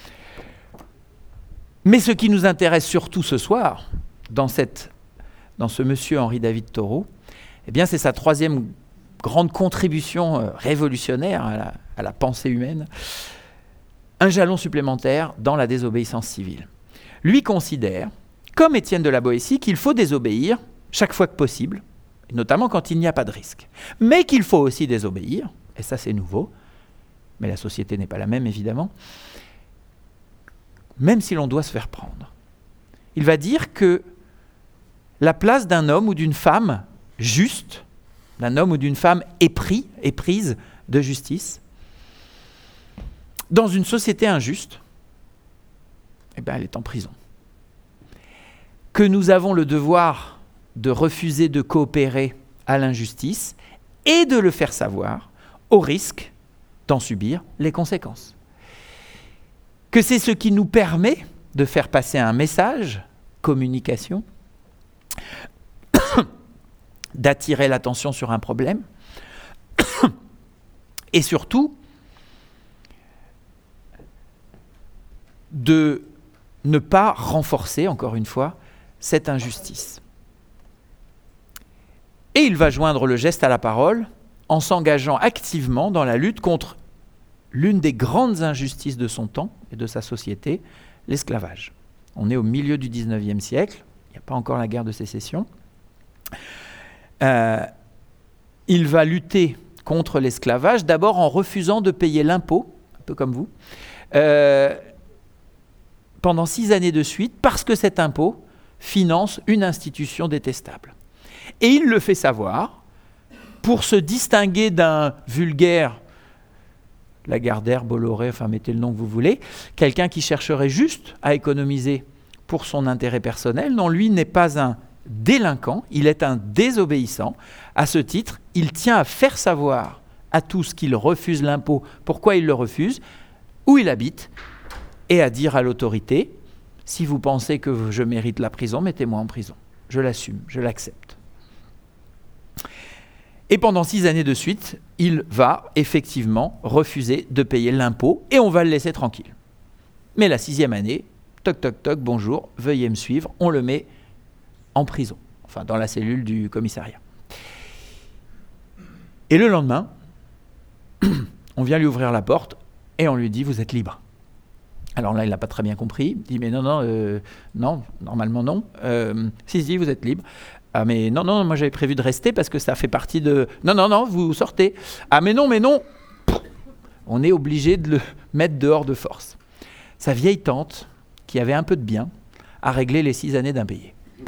E: Mais ce qui nous intéresse surtout ce soir, dans, cette, dans ce monsieur Henri David Thoreau, eh bien c'est sa troisième grande contribution euh, révolutionnaire à la, à la pensée humaine, un jalon supplémentaire dans la désobéissance civile. Lui considère, comme Étienne de la Boétie, qu'il faut désobéir chaque fois que possible, notamment quand il n'y a pas de risque. Mais qu'il faut aussi désobéir, et ça c'est nouveau, mais la société n'est pas la même évidemment, même si l'on doit se faire prendre. Il va dire que la place d'un homme ou d'une femme juste, d'un homme ou d'une femme épris, éprise de justice, dans une société injuste, eh bien, elle est en prison. Que nous avons le devoir de refuser de coopérer à l'injustice et de le faire savoir au risque d'en subir les conséquences. Que c'est ce qui nous permet de faire passer un message, communication, d'attirer l'attention sur un problème et surtout de ne pas renforcer, encore une fois, cette injustice. Et il va joindre le geste à la parole en s'engageant activement dans la lutte contre l'une des grandes injustices de son temps et de sa société, l'esclavage. On est au milieu du dix-neuvième siècle, il n'y a pas encore la guerre de sécession. Euh, il va lutter contre l'esclavage, d'abord en refusant de payer l'impôt, un peu comme vous, euh, pendant six années de suite, parce que cet impôt finance une institution détestable. Et il le fait savoir pour se distinguer d'un vulgaire Lagardère, Bolloré, enfin mettez le nom que vous voulez, quelqu'un qui chercherait juste à économiser pour son intérêt personnel. Non, lui n'est pas un délinquant, il est un désobéissant. À ce titre, il tient à faire savoir à tous qu'il refuse l'impôt, pourquoi il le refuse, où il habite, et à dire à l'autorité, si vous pensez que je mérite la prison, mettez-moi en prison. Je l'assume, je l'accepte. Et pendant six années de suite, il va effectivement refuser de payer l'impôt et on va le laisser tranquille. Mais la sixième année, toc toc toc, bonjour, veuillez me suivre, on le met en prison, enfin dans la cellule du commissariat. Et le lendemain, on vient lui ouvrir la porte et on lui dit « vous êtes libre ». Alors là, il n'a pas très bien compris, il dit « mais non, non, euh, non, normalement non, euh, si, si, vous êtes libre ». Ah mais non, non, moi j'avais prévu de rester parce que ça fait partie de... Non, non, non, vous sortez. Ah mais non, mais non. On est obligé de le mettre dehors de force. Sa vieille tante, qui avait un peu de bien, a réglé les six années d'impayés. Bon.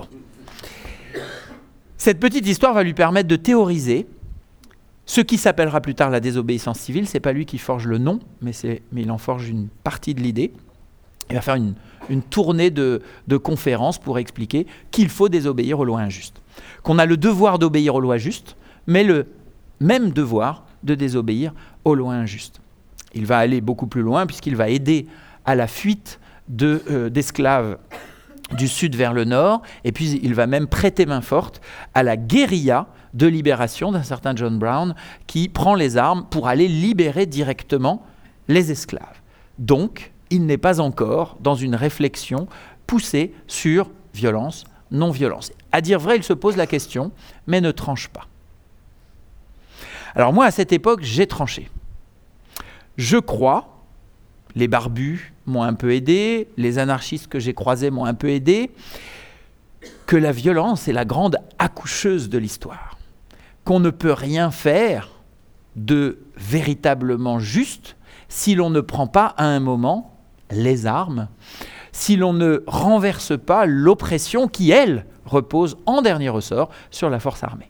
E: Cette petite histoire va lui permettre de théoriser ce qui s'appellera plus tard la désobéissance civile. C'est pas lui qui forge le nom, mais, c'est, mais il en forge une partie de l'idée. Il va faire une, une tournée de, de conférences pour expliquer qu'il faut désobéir aux lois injustes. Qu'on a le devoir d'obéir aux lois justes, mais le même devoir de désobéir aux lois injustes. Il va aller beaucoup plus loin puisqu'il va aider à la fuite de, euh, d'esclaves du sud vers le nord, et puis il va même prêter main forte à la guérilla de libération d'un certain John Brown qui prend les armes pour aller libérer directement les esclaves. Donc, il n'est pas encore dans une réflexion poussée sur violence, non-violence. À dire vrai, il se pose la question, mais ne tranche pas. Alors moi, à cette époque, j'ai tranché. Je crois, les barbus m'ont un peu aidé, les anarchistes que j'ai croisés m'ont un peu aidé, que la violence est la grande accoucheuse de l'histoire, qu'on ne peut rien faire de véritablement juste si l'on ne prend pas à un moment les armes, si l'on ne renverse pas l'oppression qui, elle, repose en dernier ressort sur la force armée.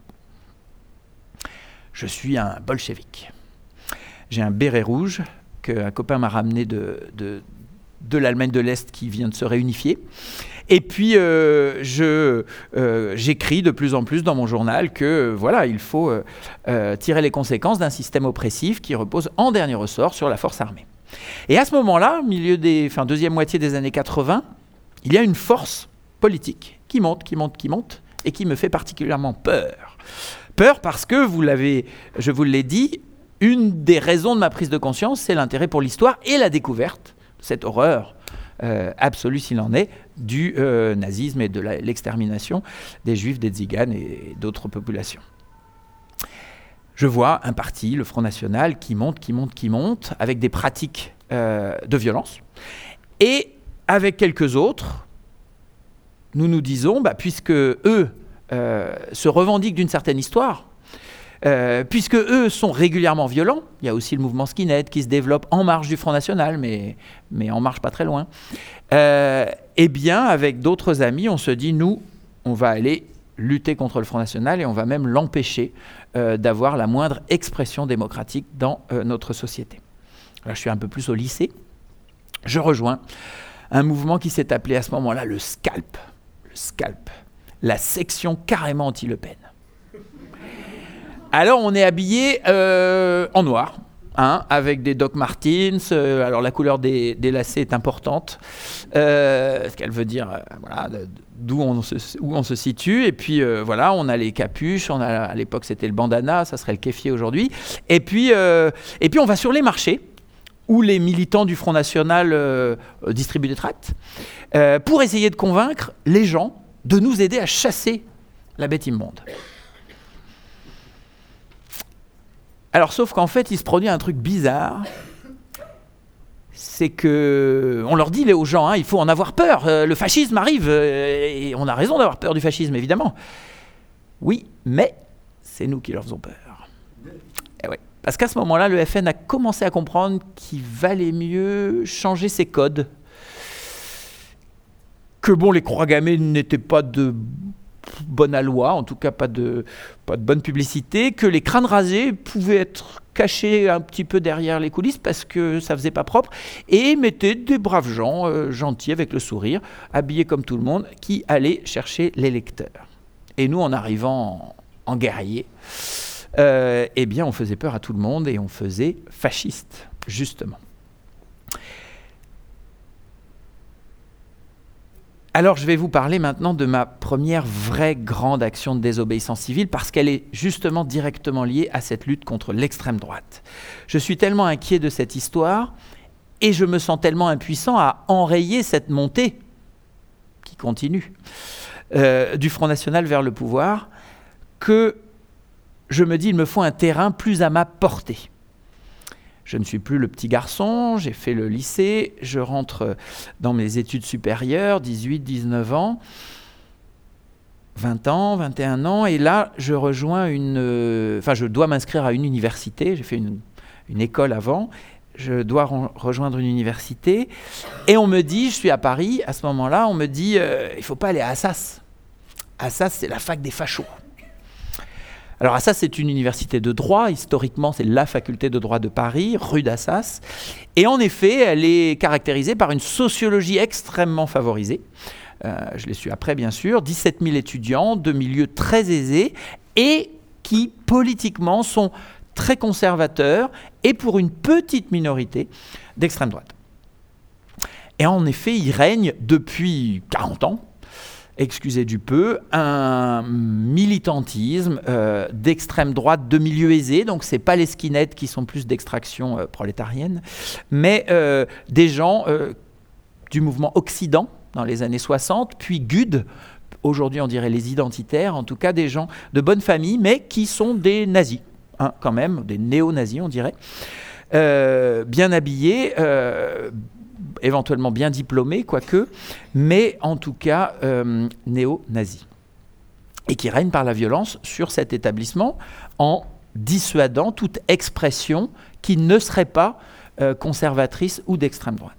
E: Je suis un bolchevique. J'ai un béret rouge qu'un copain m'a ramené de, de, de l'Allemagne de l'Est qui vient de se réunifier. Et puis, euh, je, euh, j'écris de plus en plus dans mon journal que, voilà, il faut euh, euh, tirer les conséquences d'un système oppressif qui repose en dernier ressort sur la force armée. Et à ce moment-là, au milieu des, enfin, deuxième moitié des années quatre-vingts, il y a une force politique qui monte, qui monte, qui monte, et qui me fait particulièrement peur. Peur parce que, vous l'avez, je vous l'ai dit, une des raisons de ma prise de conscience, c'est l'intérêt pour l'histoire et la découverte de cette horreur euh, absolue, s'il en est, du euh, nazisme et de la, l'extermination des Juifs, des Tziganes et d'autres populations. Je vois un parti, le Front National, qui monte, qui monte, qui monte, avec des pratiques euh, de violence. Et avec quelques autres, nous nous disons, bah, puisque eux euh, se revendiquent d'une certaine histoire, euh, puisque eux sont régulièrement violents, il y a aussi le mouvement skinhead qui se développe en marge du Front National, mais, mais en marche pas très loin, euh, eh bien, avec d'autres amis, on se dit, nous, on va aller lutter contre le Front National et on va même l'empêcher euh, d'avoir la moindre expression démocratique dans euh, notre société. Alors, je suis un peu plus au lycée. Je rejoins un mouvement qui s'est appelé à ce moment-là le SCALP. Le SCALP, la section carrément anti-Le Pen. Alors, on est habillé euh, en noir, hein, avec des Doc Martens. Euh, alors, la couleur des, des lacets est importante, euh, ce qu'elle veut dire, euh, voilà, d'où on se, où on se situe. Et puis, euh, voilà, on a les capuches. On a, à l'époque, c'était le bandana, ça serait le kéfier aujourd'hui. Et puis, euh, et puis, on va sur les marchés où les militants du Front National euh, distribuent des tracts, euh, pour essayer de convaincre les gens de nous aider à chasser la bête immonde. Alors, sauf qu'en fait, il se produit un truc bizarre, c'est que on leur dit aux gens, hein, il faut en avoir peur, euh, le fascisme arrive, euh, et on a raison d'avoir peur du fascisme, évidemment. Oui, mais c'est nous qui leur faisons peur. Eh ouais. Parce qu'à ce moment-là, le F N a commencé à comprendre qu'il valait mieux changer ses codes. Que bon, les croix gammées n'étaient pas de bonne aloi, en tout cas pas de, pas de bonne publicité, que les crânes rasés pouvaient être cachés un petit peu derrière les coulisses parce que ça faisait pas propre, et mettaient des braves gens euh, gentils avec le sourire, habillés comme tout le monde, qui allaient chercher les lecteurs. Et nous, en arrivant en, en guerrier, euh, eh bien, on faisait peur à tout le monde et on faisait fasciste, justement. Alors, je vais vous parler maintenant de ma première vraie grande action de désobéissance civile parce qu'elle est justement directement liée à cette lutte contre l'extrême droite. Je suis tellement inquiet de cette histoire et je me sens tellement impuissant à enrayer cette montée qui continue euh, du Front National vers le pouvoir que je me dis il me faut un terrain plus à ma portée. Je ne suis plus le petit garçon, j'ai fait le lycée, je rentre dans mes études supérieures, dix-huit, dix-neuf ans, vingt ans, vingt et un ans, et là, je rejoins une... Enfin, je dois m'inscrire à une université, j'ai fait une, une école avant, je dois re- rejoindre une université, et on me dit, je suis à Paris, à ce moment-là, on me dit, euh, il ne faut pas aller à Assas. Assas, c'est la fac des fachos. Alors Assas, c'est une université de droit, historiquement c'est la faculté de droit de Paris, rue d'Assas, et en effet elle est caractérisée par une sociologie extrêmement favorisée, euh, je l'ai su après bien sûr, dix-sept mille étudiants de milieux très aisés et qui politiquement sont très conservateurs et pour une petite minorité d'extrême droite. Et en effet il règne depuis quarante ans, excusez du peu, un militantisme euh, d'extrême droite de milieu aisé, donc ce n'est pas les skinheads qui sont plus d'extraction euh, prolétarienne, mais euh, des gens euh, du mouvement Occident dans les années soixante, puis G U D, aujourd'hui on dirait les identitaires, en tout cas des gens de bonne famille, mais qui sont des nazis, hein, quand même, des néo-nazis on dirait, euh, bien habillés, euh, éventuellement bien diplômés, quoique, mais en tout cas euh, néo-nazis. Et qui règnent par la violence sur cet établissement en dissuadant toute expression qui ne serait pas euh, conservatrice ou d'extrême droite.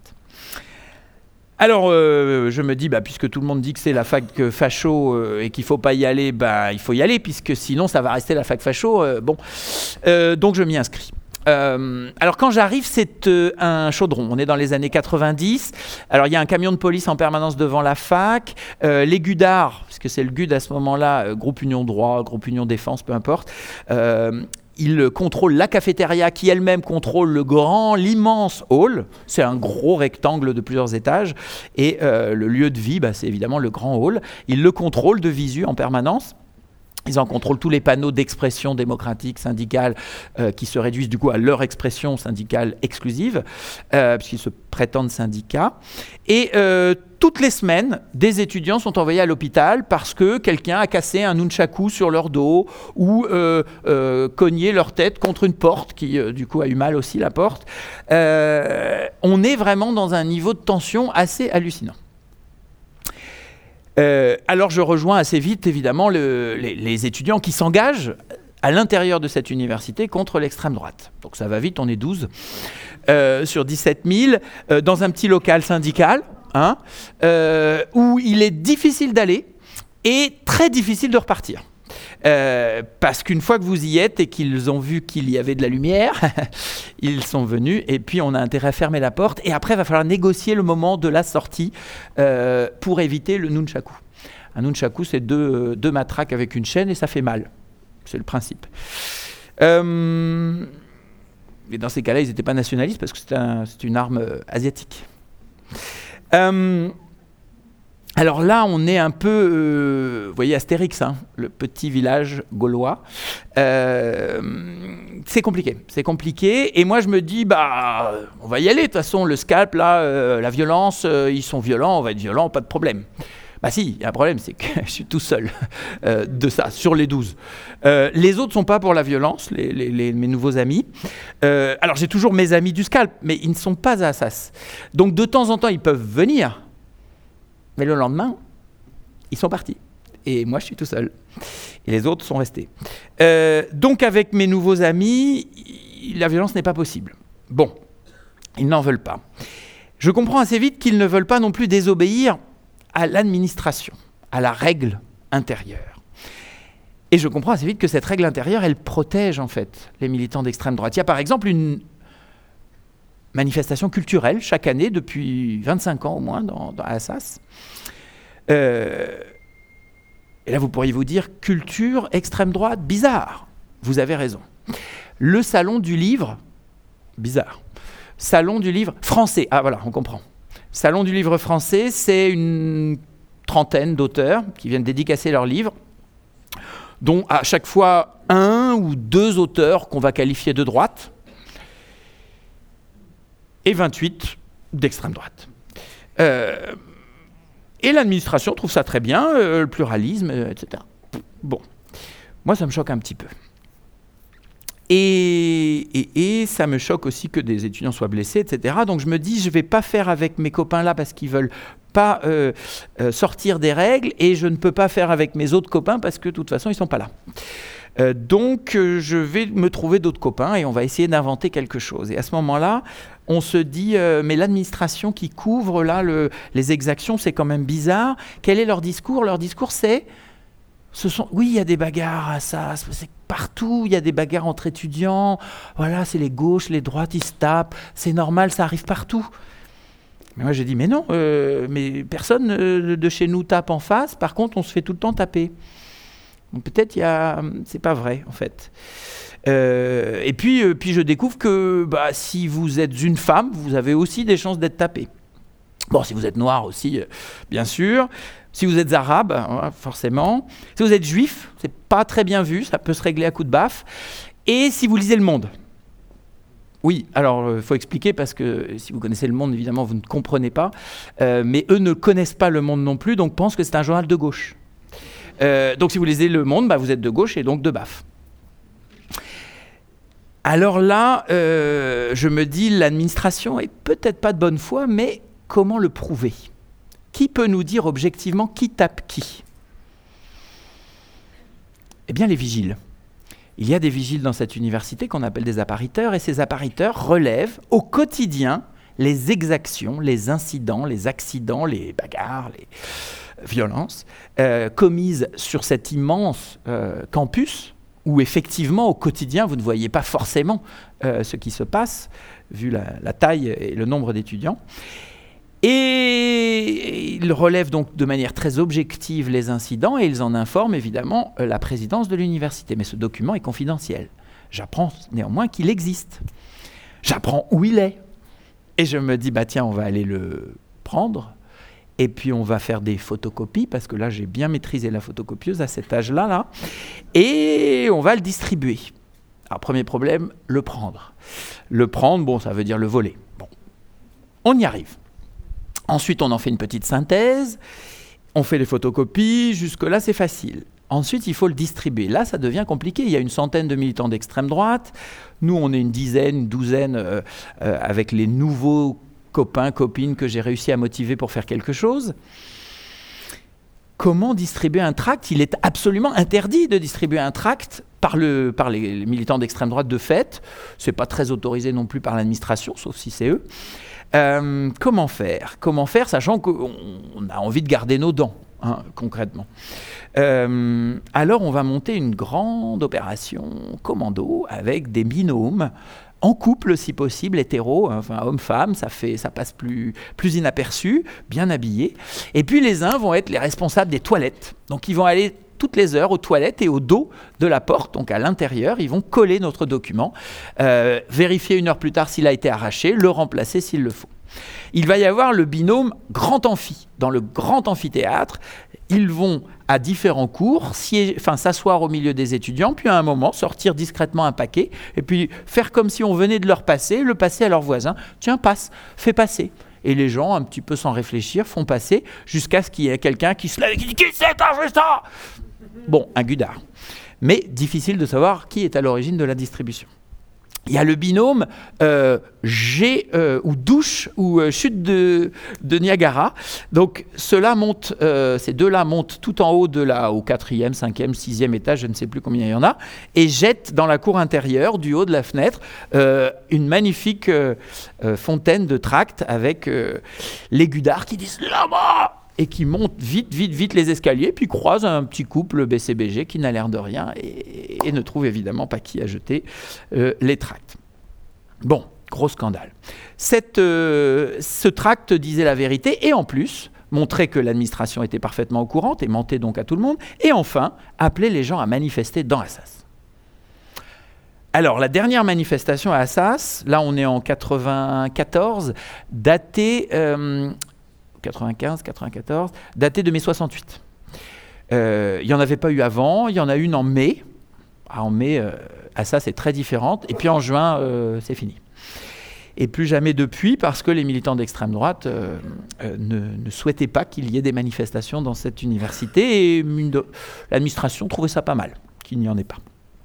E: Alors, euh, je me dis, bah, puisque tout le monde dit que c'est la fac facho euh, et qu'il ne faut pas y aller, bah, il faut y aller, puisque sinon ça va rester la fac facho. Euh, bon. euh, donc je m'y inscris. Euh, alors quand j'arrive, c'est euh, un chaudron. On est dans les années quatre-vingt-dix. Alors il y a un camion de police en permanence devant la fac. Euh, les Gudards, parce que c'est le G U D à ce moment-là, euh, groupe Union Droit, groupe Union Défense, peu importe. Euh, ils contrôlent la cafétéria qui elle-même contrôle le grand, l'immense hall. C'est un gros rectangle de plusieurs étages. Et euh, le lieu de vie, bah, c'est évidemment le grand hall. Ils le contrôlent de visu en permanence. Ils en contrôlent tous les panneaux d'expression démocratique, syndicale, euh, qui se réduisent du coup à leur expression syndicale exclusive, euh, puisqu'ils se prétendent syndicats. Et euh, toutes les semaines, des étudiants sont envoyés à l'hôpital parce que quelqu'un a cassé un nunchaku sur leur dos ou euh, euh, cogné leur tête contre une porte, qui euh, du coup a eu mal aussi la porte. Euh, on est vraiment dans un niveau de tension assez hallucinant. Euh, alors je rejoins assez vite évidemment le, les, les étudiants qui s'engagent à l'intérieur de cette université contre l'extrême droite. Donc ça va vite, on est douze euh, sur dix-sept mille, euh, dans un petit local syndical, hein, euh, où il est difficile d'aller et très difficile de repartir. Euh, parce qu'une fois que vous y êtes et qu'ils ont vu qu'il y avait de la lumière, ils sont venus et puis on a intérêt à fermer la porte et après il va falloir négocier le moment de la sortie euh, pour éviter le nunchaku. Un nunchaku, c'est deux, deux matraques avec une chaîne et ça fait mal. C'est le principe. Euh, et dans ces cas-là, ils n'étaient pas nationalistes parce que c'est, un, c'est une arme euh, asiatique. Euh, Alors là, on est un peu, euh, vous voyez Astérix, hein, le petit village gaulois. Euh, c'est compliqué, c'est compliqué. Et moi, je me dis, bah, on va y aller. De toute façon, le scalp, là, euh, la violence, euh, ils sont violents, on va être violents, pas de problème. Bah si, il y a un problème, c'est que je suis tout seul euh, de ça, sur les douze. Euh, les autres ne sont pas pour la violence, les, les, les, mes nouveaux amis. Euh, alors, j'ai toujours mes amis du scalp, mais ils ne sont pas à Assas. Donc, de temps en temps, ils peuvent venir. Mais le lendemain, ils sont partis. et moi je suis tout seul. Et les autres sont restés. Euh, donc avec mes nouveaux amis, la violence n'est pas possible. Bon, ils n'en veulent pas. Je comprends assez vite qu'ils ne veulent pas non plus désobéir à l'administration, à la règle intérieure. Et je comprends assez vite que cette règle intérieure, elle protège en fait les militants d'extrême droite. Il y a par exemple une manifestation culturelle chaque année depuis vingt-cinq ans au moins dans, dans Assas. Euh, et là vous pourriez vous dire culture extrême droite, bizarre. Vous avez raison. Le salon du livre, bizarre. Salon du livre français, ah voilà, on comprend. Salon du livre français, c'est une trentaine d'auteurs qui viennent dédicacer leurs livres, dont à chaque fois un ou deux auteurs qu'on va qualifier de droite, et vingt-huit d'extrême droite. Euh, et l'administration trouve ça très bien, euh, le pluralisme, euh, et cetera. Bon, moi ça me choque un petit peu. Et, et, et ça me choque aussi que des étudiants soient blessés, et cetera. Donc je me dis, je ne vais pas faire avec mes copains là parce qu'ils ne veulent pas euh, euh, sortir des règles, et je ne peux pas faire avec mes autres copains parce que de toute façon, ils ne sont pas là. Euh, donc euh, je vais me trouver d'autres copains et on va essayer d'inventer quelque chose. Et à ce moment-là, on se dit, euh, mais l'administration qui couvre là le, les exactions, c'est quand même bizarre. Quel est leur discours ? Leur discours, c'est... Ce sont, oui, il y a des bagarres à ça, c'est partout, il y a des bagarres entre étudiants, voilà, c'est les gauches, les droites, ils se tapent, c'est normal, ça arrive partout. Mais moi j'ai dit, mais non, euh, mais personne euh, de chez nous tape en face, par contre on se fait tout le temps taper. Donc peut-être il y a, c'est pas vrai en fait. Euh, et puis, euh, puis je découvre que bah, si vous êtes une femme, vous avez aussi des chances d'être tapé. Bon, si vous êtes noir aussi, euh, bien sûr. Si vous êtes arabe, hein, forcément. Si vous êtes juif, c'est pas très bien vu, ça peut se régler à coups de baffe. Et si vous lisez Le Monde. Oui, alors il euh, faut expliquer parce que si vous connaissez Le Monde, évidemment, vous ne comprenez pas. Euh, mais eux ne connaissent pas Le Monde non plus, donc pensent que c'est un journal de gauche. Euh, donc si vous lisez Le Monde, bah, vous êtes de gauche et donc de baffe. Alors là, euh, je me dis, l'administration est peut-être pas de bonne foi, mais comment le prouver ? Qui peut nous dire objectivement qui tape qui ? Eh bien, les vigiles. Il y a des vigiles dans cette université qu'on appelle des appariteurs, et ces appariteurs relèvent au quotidien les exactions, les incidents, les accidents, les bagarres, les violences euh, commises sur cet immense euh, campus où effectivement au quotidien vous ne voyez pas forcément euh, ce qui se passe vu la, la taille et le nombre d'étudiants. Et ils relèvent donc de manière très objective les incidents et ils en informent évidemment la présidence de l'université. Mais ce document est confidentiel. J'apprends néanmoins qu'il existe. J'apprends où il est. Et je me dis, bah tiens, on va aller le prendre et puis on va faire des photocopies parce que là, j'ai bien maîtrisé la photocopieuse à cet âge-là. Là, et on va le distribuer. Alors, premier problème, le prendre. Le prendre, bon, ça veut dire le voler. Bon, on y arrive. Ensuite, on en fait une petite synthèse, on fait les photocopies, jusque-là, c'est facile. Ensuite, il faut le distribuer. Là, ça devient compliqué. Il y a une centaine de militants d'extrême droite. Nous, on est une dizaine, une douzaine euh, euh, avec les nouveaux copains, copines que j'ai réussi à motiver pour faire quelque chose. Comment distribuer un tract ? Il est absolument interdit de distribuer un tract par, le, par les, les militants d'extrême droite de fait. Ce n'est pas très autorisé non plus par l'administration, sauf si c'est eux. Euh, comment faire ? Comment faire, sachant qu'on a envie de garder nos dents, hein, concrètement. Euh, alors, on va monter une grande opération commando avec des binômes, en couple si possible, hétéro, enfin homme-femme, ça, fait, ça passe plus, plus inaperçu, bien habillé. Et puis, les uns vont être les responsables des toilettes. Donc, ils vont aller toutes les heures aux toilettes et au dos de la porte, donc à l'intérieur, ils vont coller notre document, euh, vérifier une heure plus tard s'il a été arraché, le remplacer s'il le faut. Il va y avoir le binôme grand amphi. Dans le grand amphithéâtre, ils vont à différents cours siège, enfin, s'asseoir au milieu des étudiants, puis à un moment sortir discrètement un paquet, et puis faire comme si on venait de leur passer, le passer à leurs voisins. Tiens, passe, fais passer. Et les gens, un petit peu sans réfléchir, font passer jusqu'à ce qu'il y ait quelqu'un qui se lève et qui dit « Qui c'est qui a fait ça ?» Bon, un gudard. Mais difficile de savoir qui est à l'origine de la distribution. il y a le binôme euh, jet euh, ou douche ou euh, chute de, de Niagara. Donc ceux-là montent, euh, ces deux-là montent tout en haut de la, au quatrième, cinquième, sixième étage, je ne sais plus combien il y en a, et jettent dans la cour intérieure, du haut de la fenêtre, euh, une magnifique euh, euh, fontaine de tracts avec euh, les gudards qui disent « là-bas !» et qui montent vite, vite, vite les escaliers, puis croisent un petit couple B C B G qui n'a l'air de rien et, et ne trouve évidemment pas qui a jeté euh, les tracts. Bon, gros scandale. Cette, euh, ce tract disait la vérité et en plus montrait que l'administration était parfaitement au courant et mentait donc à tout le monde, et enfin appelait les gens à manifester dans Assas. Alors, la dernière manifestation à Assas, là on est en quatre-vingt-quatorze, datée... Euh, quatre-vingt-quinze, quatre-vingt-quatorze, daté de mai soixante-huit. Euh, il n'y en avait pas eu avant, il y en a une en mai. Ah, en mai, euh, Assas c'est très différente. Et puis en juin, euh, c'est fini. Et plus jamais depuis, parce que les militants d'extrême droite euh, euh, ne, ne souhaitaient pas qu'il y ait des manifestations dans cette université. Et l'administration trouvait ça pas mal, qu'il n'y en ait pas.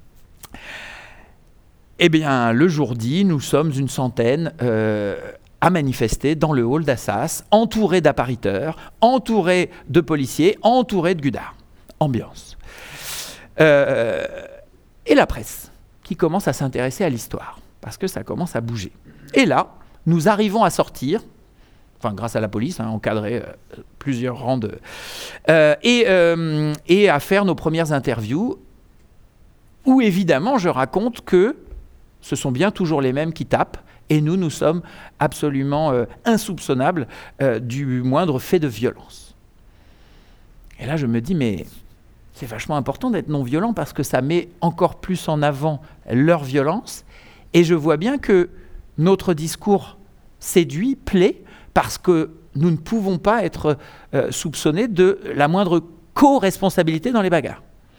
E: Eh bien, le jour dit, nous sommes une centaine... Euh, à manifester dans le hall d'Assas, entouré d'appariteurs, entouré de policiers, entouré de gudards. Ambiance. Euh, et la presse, qui commence à s'intéresser à l'histoire, parce que ça commence à bouger. Et là, nous arrivons à sortir, enfin grâce à la police, hein, encadrer euh, plusieurs rangs de... Euh, et, euh, et à faire nos premières interviews, où évidemment je raconte que ce sont bien toujours les mêmes qui tapent, et nous, nous sommes absolument euh, insoupçonnables euh, du moindre fait de violence. Et là, je me dis, mais c'est vachement important d'être non-violent parce que ça met encore plus en avant leur violence. Et je vois bien que notre discours séduit, plaît, parce que nous ne pouvons pas être euh, soupçonnés de la moindre co-responsabilité dans les bagarres.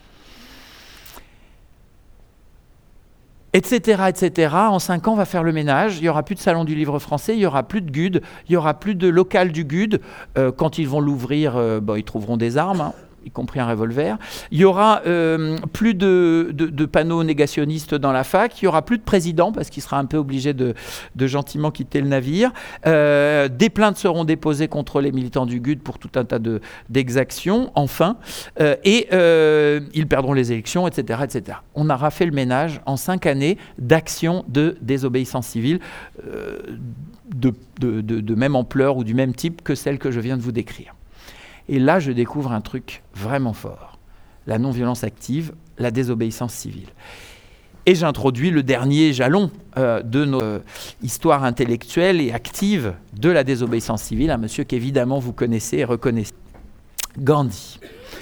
E: Etc, et cetera. En cinq ans, on va faire le ménage. Il n'y aura plus de salon du livre français, il n'y aura plus de G U D, il n'y aura plus de local du G U D. Euh, quand ils vont l'ouvrir, euh, bon, ils trouveront des armes, hein, y compris un revolver. Il n'y aura euh, plus de, de, de panneaux négationnistes dans la fac. Il n'y aura plus de président, parce qu'il sera un peu obligé de, de gentiment quitter le navire. Euh, des plaintes seront déposées contre les militants du G U D pour tout un tas de, d'exactions, enfin. Euh, et euh, ils perdront les élections, et cetera, et cetera. On aura fait le ménage en cinq années d'actions de désobéissance civile euh, de, de, de, de même ampleur ou du même type que celle que je viens de vous décrire. Et là, je découvre un truc vraiment fort. La non-violence active, la désobéissance civile. Et j'introduis le dernier jalon euh, de notre euh, histoire intellectuelle et active de la désobéissance civile, un monsieur qu'évidemment vous connaissez et reconnaissez. Gandhi.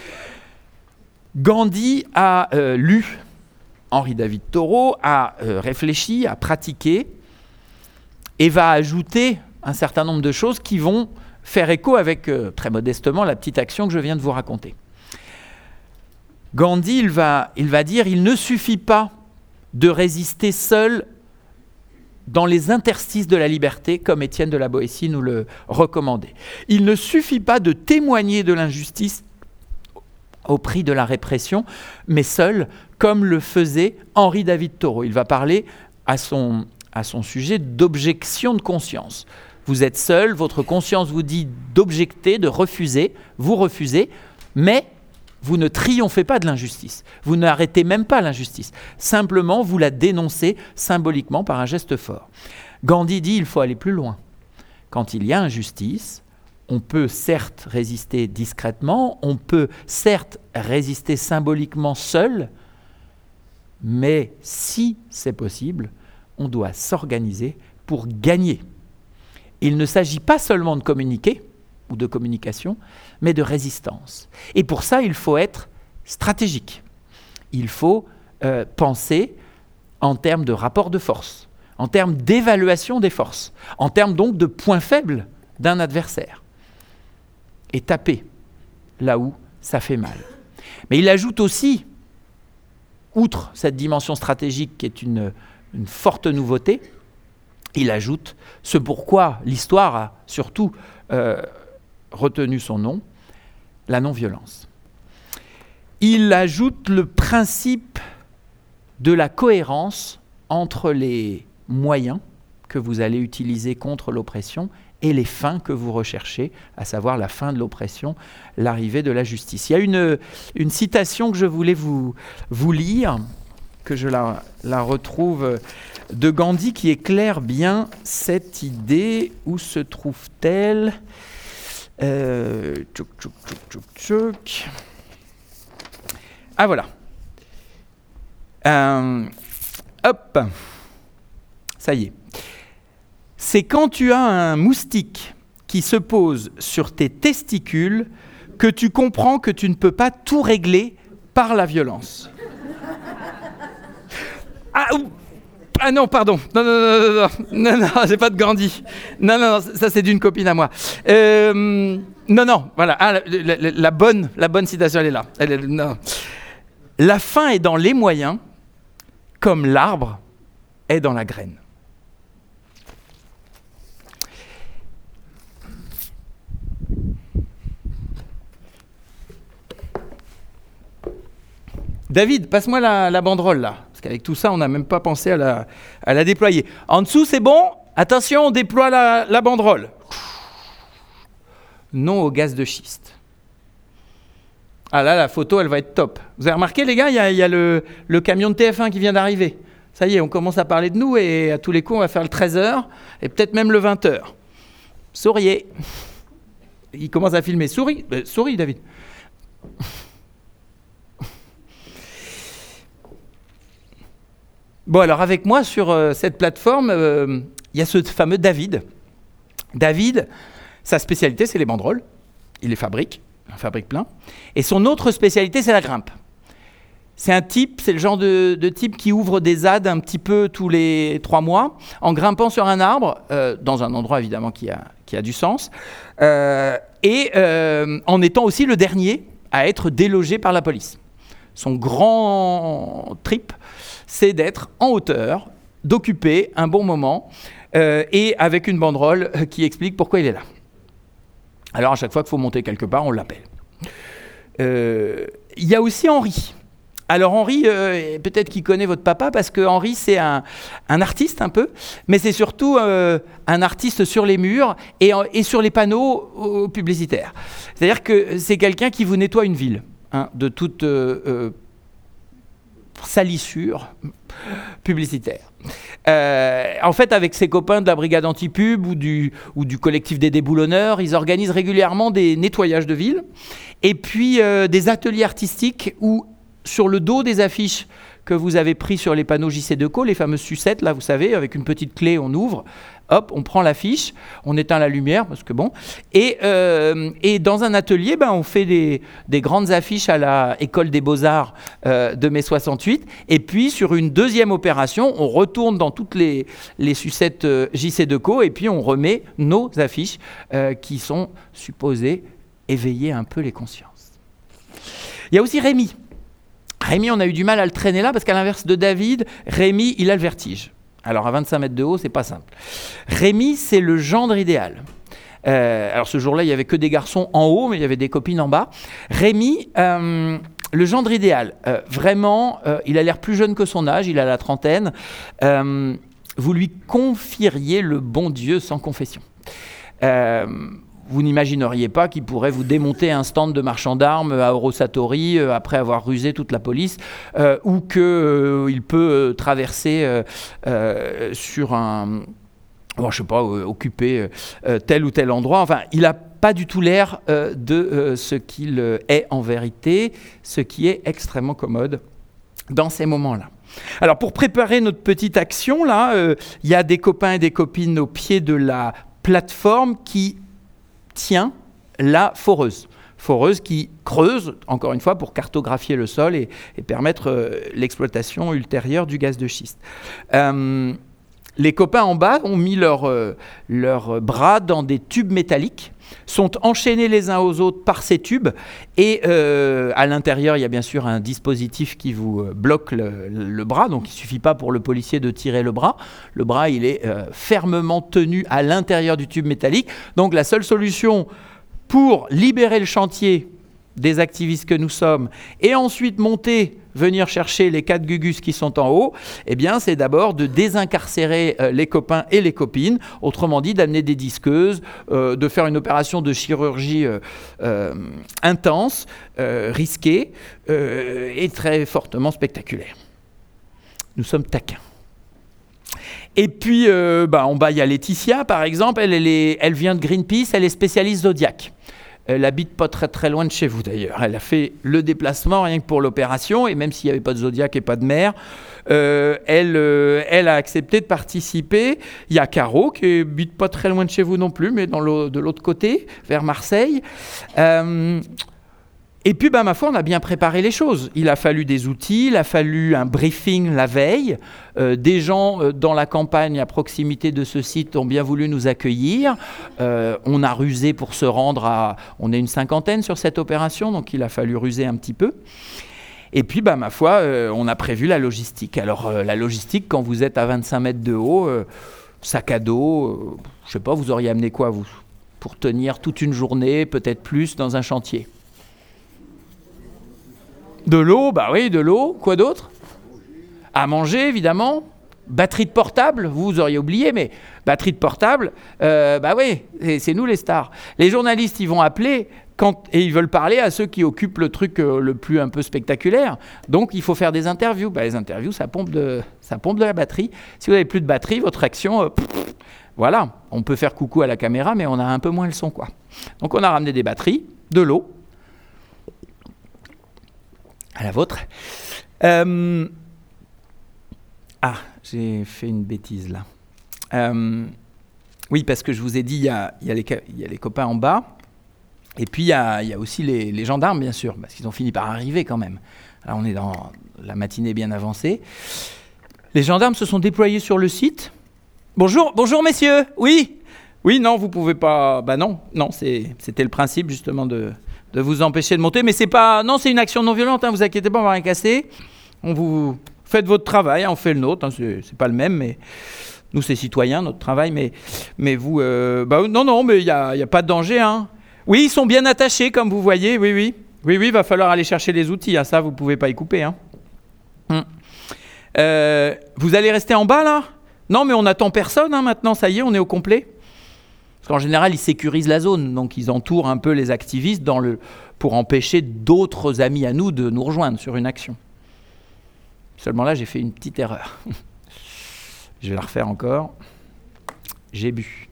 E: Gandhi a euh, lu Henri David Thoreau, a euh, réfléchi, a pratiqué et va ajouter un certain nombre de choses qui vont faire écho avec, euh, très modestement, la petite action que je viens de vous raconter. Gandhi, il va, il va dire, il ne suffit pas de résister seul dans les interstices de la liberté, comme Étienne de la Boétie nous le recommandait. Il ne suffit pas de témoigner de l'injustice au prix de la répression, mais seul, comme le faisait Henri David Thoreau. Il va parler à son, à son sujet d'objection de conscience. Vous êtes seul, votre conscience vous dit d'objecter, de refuser, vous refusez, mais vous ne triomphez pas de l'injustice. Vous n'arrêtez même pas l'injustice. Simplement, vous la dénoncez symboliquement par un geste fort. Gandhi dit qu'il faut aller plus loin. Quand il y a injustice, on peut certes résister discrètement, on peut certes résister symboliquement seul, mais si c'est possible, on doit s'organiser pour gagner. Il ne s'agit pas seulement de communiquer ou de communication, mais de résistance. Et pour ça, il faut être stratégique. Il faut euh, penser en termes de rapport de force, en termes d'évaluation des forces, en termes donc de points faibles d'un adversaire. Et taper là où ça fait mal. Mais il ajoute aussi, outre cette dimension stratégique qui est une, une forte nouveauté, il ajoute ce pourquoi l'histoire a surtout euh, retenu son nom, la non-violence. Il ajoute le principe de la cohérence entre les moyens que vous allez utiliser contre l'oppression et les fins que vous recherchez, à savoir la fin de l'oppression, l'arrivée de la justice. Il y a une, une citation que je voulais vous, vous lire, que je la, la retrouve de Gandhi, qui éclaire bien cette idée. Où se trouve-t-elle ? euh, tchouk, tchouk, tchouk, tchouk, tchouk. Ah voilà. Euh, hop. Ça y est. C'est quand tu as un moustique qui se pose sur tes testicules que tu comprends que tu ne peux pas tout régler par la violence. Ah, ah non, pardon. Non, non, non, non, non, non, non, c'est pas de Gandhi. Non, non, non, ça c'est d'une copine à moi. Euh, non, non, voilà. Ah, la, la, la, bonne, la bonne citation, elle est là. Elle est, non. La fin est dans les moyens, comme l'arbre est dans la graine. David, passe-moi la, la banderole là, parce qu'avec tout ça, on n'a même pas pensé à la, à la déployer. En dessous, c'est bon ? Attention, on déploie la, la banderole. Non au gaz de schiste. Ah là, la photo, elle va être top. Vous avez remarqué, les gars, il y a, y a le, le camion de T F un qui vient d'arriver. Ça y est, on commence à parler de nous et à tous les coups, on va faire le treize heures et peut-être même le vingt heures. Souriez. Il commence à filmer. Souris, euh, souris, David. Bon, alors avec moi sur euh, cette plateforme, il euh, y a ce fameux David. David, sa spécialité, c'est les banderoles. Il les fabrique, il en fabrique plein. Et son autre spécialité, c'est la grimpe. C'est un type, c'est le genre de, de type qui ouvre des Z A D un petit peu tous les trois mois, en grimpant sur un arbre, euh, dans un endroit évidemment qui a, qui a du sens, euh, et euh, en étant aussi le dernier à être délogé par la police. Son grand trip, c'est d'être en hauteur, d'occuper un bon moment, euh, et avec une banderole qui explique pourquoi il est là. Alors à chaque fois qu'il faut monter quelque part, on l'appelle. Euh, il y a aussi Henri. Alors Henri, euh, peut-être qu'il connaît votre papa, parce que Henri, c'est un, un artiste un peu, mais c'est surtout euh, un artiste sur les murs et, et sur les panneaux euh, publicitaires. C'est-à-dire que c'est quelqu'un qui vous nettoie une ville, hein, de toute euh, euh, salissure publicitaire. Euh, en fait, avec ses copains de la brigade anti-pub ou du, ou du collectif des déboulonneurs, ils organisent régulièrement des nettoyages de villes et puis euh, des ateliers artistiques où, sur le dos des affiches que vous avez pris sur les panneaux J C Decaux, les fameuses sucettes, là, vous savez, avec une petite clé, on ouvre, hop, on prend l'affiche, on éteint la lumière, parce que bon, et, euh, et dans un atelier, ben, on fait des, des grandes affiches à la École des Beaux-Arts euh, de mai soixante-huit, et puis sur une deuxième opération, on retourne dans toutes les, les sucettes euh, J C Decaux, et puis on remet nos affiches euh, qui sont supposées éveiller un peu les consciences. Il y a aussi Rémi. Rémi, on a eu du mal à le traîner là parce qu'à l'inverse de David, Rémi, il a le vertige. Alors à vingt-cinq mètres de haut, c'est pas simple. Rémi, c'est le gendre idéal. Euh, alors ce jour-là, il n'y avait que des garçons en haut, mais il y avait des copines en bas. Rémi, euh, le gendre idéal, euh, vraiment, euh, il a l'air plus jeune que son âge, il a la trentaine. Euh, vous lui confieriez le bon Dieu sans confession. Euh, Vous n'imagineriez pas qu'il pourrait vous démonter un stand de marchand d'armes à Eurosatori euh, après avoir rusé toute la police, euh, ou qu'il euh, peut euh, traverser euh, euh, sur un... Bon, je sais pas, euh, occuper euh, tel ou tel endroit. Enfin, il n'a pas du tout l'air euh, de euh, ce qu'il euh, est en vérité, ce qui est extrêmement commode dans ces moments-là. Alors, pour préparer notre petite action, là, euh, il y a des copains et des copines au pied de la plateforme qui tient la foreuse. Foreuse qui creuse, encore une fois, pour cartographier le sol et, et permettre euh, l'exploitation ultérieure du gaz de schiste. Euh, les copains en bas ont mis leurs euh, leur bras dans des tubes métalliques, sont enchaînés les uns aux autres par ces tubes, et euh, à l'intérieur, il y a bien sûr un dispositif qui vous euh, bloque le, le bras, donc il ne suffit pas pour le policier de tirer le bras. Le bras, il est euh, fermement tenu à l'intérieur du tube métallique. Donc la seule solution pour libérer le chantier des activistes que nous sommes, et ensuite monter venir chercher les quatre gugus qui sont en haut, eh bien, c'est d'abord de désincarcérer euh, les copains et les copines, autrement dit, d'amener des disqueuses, euh, de faire une opération de chirurgie euh, euh, intense, euh, risquée euh, et très fortement spectaculaire. Nous sommes taquins. Et puis, euh, bah, en bas, il y a Laetitia, par exemple. Elle, elle, est, elle vient de Greenpeace, elle est spécialiste Zodiac. Elle habite pas très très loin de chez vous d'ailleurs. Elle a fait le déplacement rien que pour l'opération, et même s'il n'y avait pas de Zodiac et pas de mer, euh, elle, euh, elle a accepté de participer. Il y a Caro qui habite pas très loin de chez vous non plus, mais dans le, de l'autre côté, vers Marseille. Euh, Et puis, bah, ma foi, on a bien préparé les choses. Il a fallu des outils, il a fallu un briefing la veille. Euh, des gens euh, dans la campagne à proximité de ce site ont bien voulu nous accueillir. Euh, on a rusé pour se rendre à... On est une cinquantaine sur cette opération, donc il a fallu ruser un petit peu. Et puis, bah, ma foi, euh, on a prévu la logistique. Alors, euh, la logistique, quand vous êtes à vingt-cinq mètres de haut, euh, sac à dos, euh, je sais pas, vous auriez amené quoi, vous, pour tenir toute une journée, peut-être plus, dans un chantier? De l'eau, bah oui, de l'eau. Quoi d'autre? À manger, évidemment. Batterie de portable, vous, vous auriez oublié, mais batterie de portable, euh, bah oui, c'est, c'est nous les stars. Les journalistes, ils vont appeler quand, et ils veulent parler à ceux qui occupent le truc euh, le plus un peu spectaculaire. Donc, il faut faire des interviews. Bah, les interviews, ça pompe, de, ça pompe de la batterie. Si vous n'avez plus de batterie, votre action, euh, pff, pff, voilà, on peut faire coucou à la caméra, mais on a un peu moins le son, quoi. Donc, on a ramené des batteries, de l'eau, à la vôtre. Euh... Ah, j'ai fait une bêtise là. Euh... Oui, parce que je vous ai dit, il y a, y a les, y a les copains en bas, et puis il y a, y a aussi les, les gendarmes, bien sûr, parce qu'ils ont fini par arriver quand même. Là, on est dans la matinée bien avancée. Les gendarmes se sont déployés sur le site. Bonjour, bonjour messieurs. Oui, oui, non, vous pouvez pas. Bah non, non, c'est, c'était le principe justement de. de vous empêcher de monter, mais c'est pas... Non, c'est une action non violente, hein, vous inquiétez pas, on va rien casser. On vous... Faites votre travail, hein, on fait le nôtre, hein, c'est, c'est pas le même, mais... Nous, c'est citoyen, notre travail, mais, mais vous... Euh... Bah, non, non, mais il n'y a, y a pas de danger. Hein. Oui, ils sont bien attachés, comme vous voyez, oui, oui. Oui, oui, il va falloir aller chercher les outils, hein, ça, vous pouvez pas y couper. Hein. Hum. Euh, vous allez rester en bas, là? Non, mais on n'attend personne, hein, maintenant, ça y est, on est au complet. Parce qu'en général, ils sécurisent la zone, donc ils entourent un peu les activistes dans le, pour empêcher d'autres amis à nous de nous rejoindre sur une action. Seulement là, j'ai fait une petite erreur. Je vais la refaire encore. J'ai bu.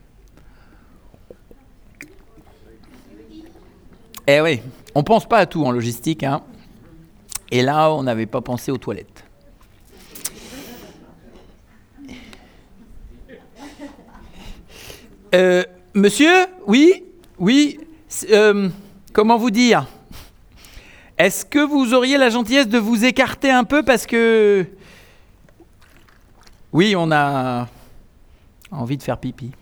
E: Eh oui, on ne pense pas à tout en logistique, hein. Et là, on n'avait pas pensé aux toilettes. Euh... Monsieur, oui, oui, euh, comment vous dire? Est-ce que vous auriez la gentillesse de vous écarter un peu parce que... Oui, on a envie de faire pipi.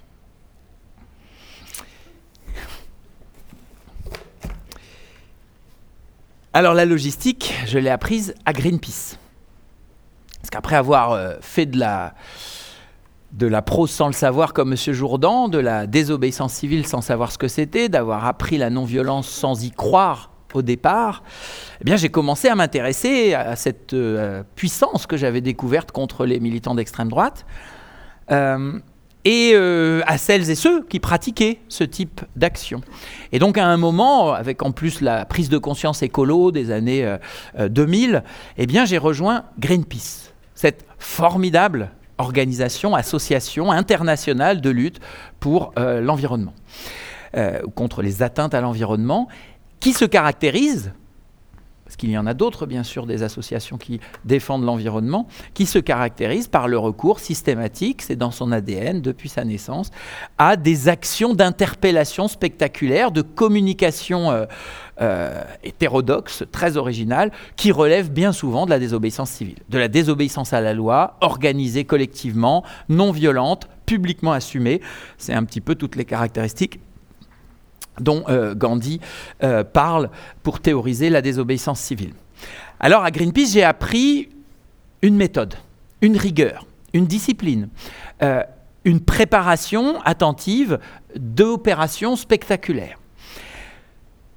E: Alors la logistique, je l'ai apprise à Greenpeace. Parce qu'après avoir euh, fait de la... de la prose sans le savoir comme M. Jourdan, de la désobéissance civile sans savoir ce que c'était, d'avoir appris la non-violence sans y croire au départ, eh bien, j'ai commencé à m'intéresser à cette euh, puissance que j'avais découverte contre les militants d'extrême droite euh, et euh, à celles et ceux qui pratiquaient ce type d'action. Et donc à un moment, avec en plus la prise de conscience écolo des années euh, deux mille, eh bien, j'ai rejoint Greenpeace, cette formidable organisation, association internationale de lutte pour euh, l'environnement, euh, contre les atteintes à l'environnement, qui se caractérise, parce qu'il y en a d'autres bien sûr, des associations qui défendent l'environnement, qui se caractérise par le recours systématique, c'est dans son A D N depuis sa naissance, à des actions d'interpellation spectaculaires, de communication euh, euh, hétérodoxe, très originale, qui relèvent bien souvent de la désobéissance civile, de la désobéissance à la loi, organisée collectivement, non violente, publiquement assumée. C'est un petit peu toutes les caractéristiques dont euh, Gandhi euh, parle pour théoriser la désobéissance civile. Alors à Greenpeace, j'ai appris une méthode, une rigueur, une discipline, euh, une préparation attentive d'opérations spectaculaires.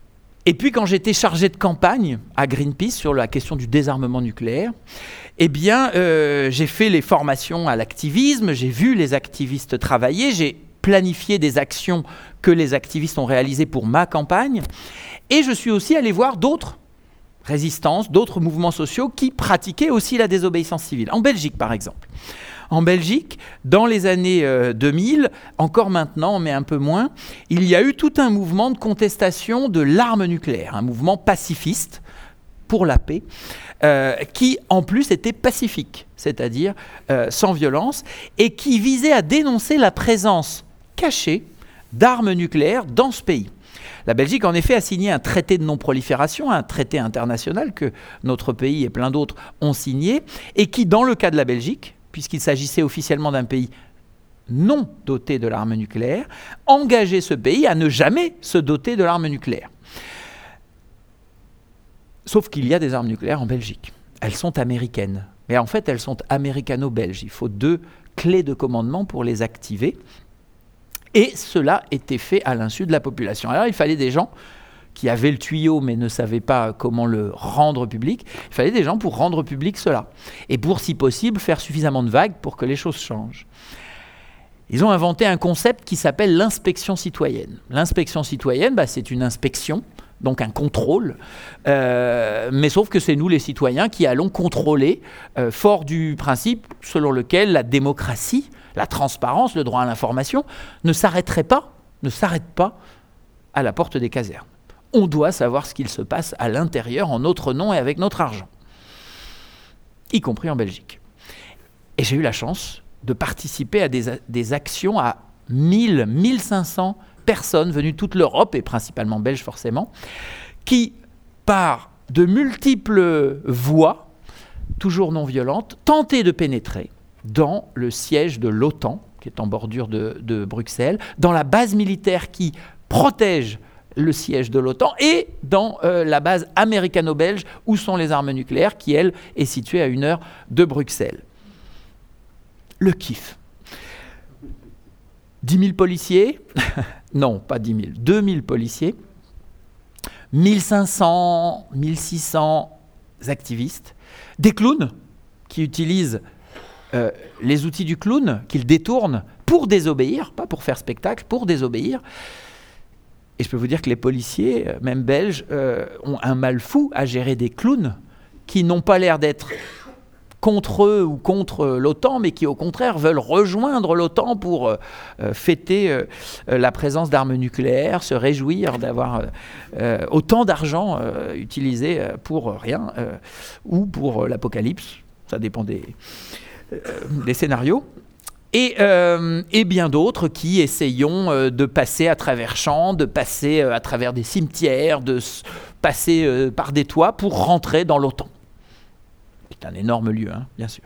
E: Et puis quand j'étais chargé de campagne à Greenpeace sur la question du désarmement nucléaire, eh bien euh, j'ai fait les formations à l'activisme, j'ai vu les activistes travailler, j'ai planifié des actions que les activistes ont réalisées pour ma campagne, et je suis aussi allé voir d'autres résistances, d'autres mouvements sociaux qui pratiquaient aussi la désobéissance civile. En Belgique par exemple. En Belgique, dans les années euh, deux mille, encore maintenant, mais un peu moins, il y a eu tout un mouvement de contestation de l'arme nucléaire, un mouvement pacifiste pour la paix, euh, qui en plus était pacifique, c'est-à-dire euh, sans violence, et qui visait à dénoncer la présence cachée d'armes nucléaires dans ce pays. La Belgique, en effet, a signé un traité de non-prolifération, un traité international que notre pays et plein d'autres ont signé, et qui, dans le cas de la Belgique, puisqu'il s'agissait officiellement d'un pays non doté de l'arme nucléaire, engageait ce pays à ne jamais se doter de l'arme nucléaire. Sauf qu'il y a des armes nucléaires en Belgique. Elles sont américaines. Mais en fait, elles sont américano-belges. Il faut deux clés de commandement pour les activer. Et cela était fait à l'insu de la population. Alors, il fallait des gens qui avaient le tuyau mais ne savaient pas comment le rendre public. Il fallait des gens pour rendre public cela. Et pour, si possible, faire suffisamment de vagues pour que les choses changent. Ils ont inventé un concept qui s'appelle l'inspection citoyenne. L'inspection citoyenne, bah, c'est une inspection, donc un contrôle, euh, mais sauf que c'est nous les citoyens qui allons contrôler, euh, fort du principe selon lequel la démocratie, la transparence, le droit à l'information ne s'arrêterait pas, ne s'arrête pas à la porte des casernes. On doit savoir ce qu'il se passe à l'intérieur en notre nom et avec notre argent, y compris en Belgique. Et j'ai eu la chance de participer à des, des actions à mille, mille cinq cents personnes venues de toute l'Europe, et principalement belges forcément, qui, par de multiples voies, toujours non violentes, tentaient de pénétrer dans le siège de l'OTAN, qui est en bordure de, de Bruxelles, dans la base militaire qui protège le siège de l'OTAN, et dans euh, la base américano-belge où sont les armes nucléaires, qui, elle, est située à une heure de Bruxelles. Le kiff. dix mille policiers, non, pas dix mille, deux mille policiers, mille cinq cents, mille six cents activistes, des clowns qui utilisent euh, les outils du clown, qu'ils détournent pour désobéir, pas pour faire spectacle, pour désobéir. Et je peux vous dire que les policiers, même belges, euh, ont un mal fou à gérer des clowns qui n'ont pas l'air d'être contre eux ou contre l'OTAN, mais qui au contraire veulent rejoindre l'OTAN pour euh, fêter euh, la présence d'armes nucléaires, se réjouir d'avoir euh, autant d'argent euh, utilisé pour rien euh, ou pour l'apocalypse. Ça dépend des, euh, des scénarios. Et, euh, et bien d'autres qui essayons euh, de passer à travers champs, de passer euh, à travers des cimetières, de s- passer euh, par des toits pour rentrer dans l'OTAN. C'est un énorme lieu, hein, bien sûr.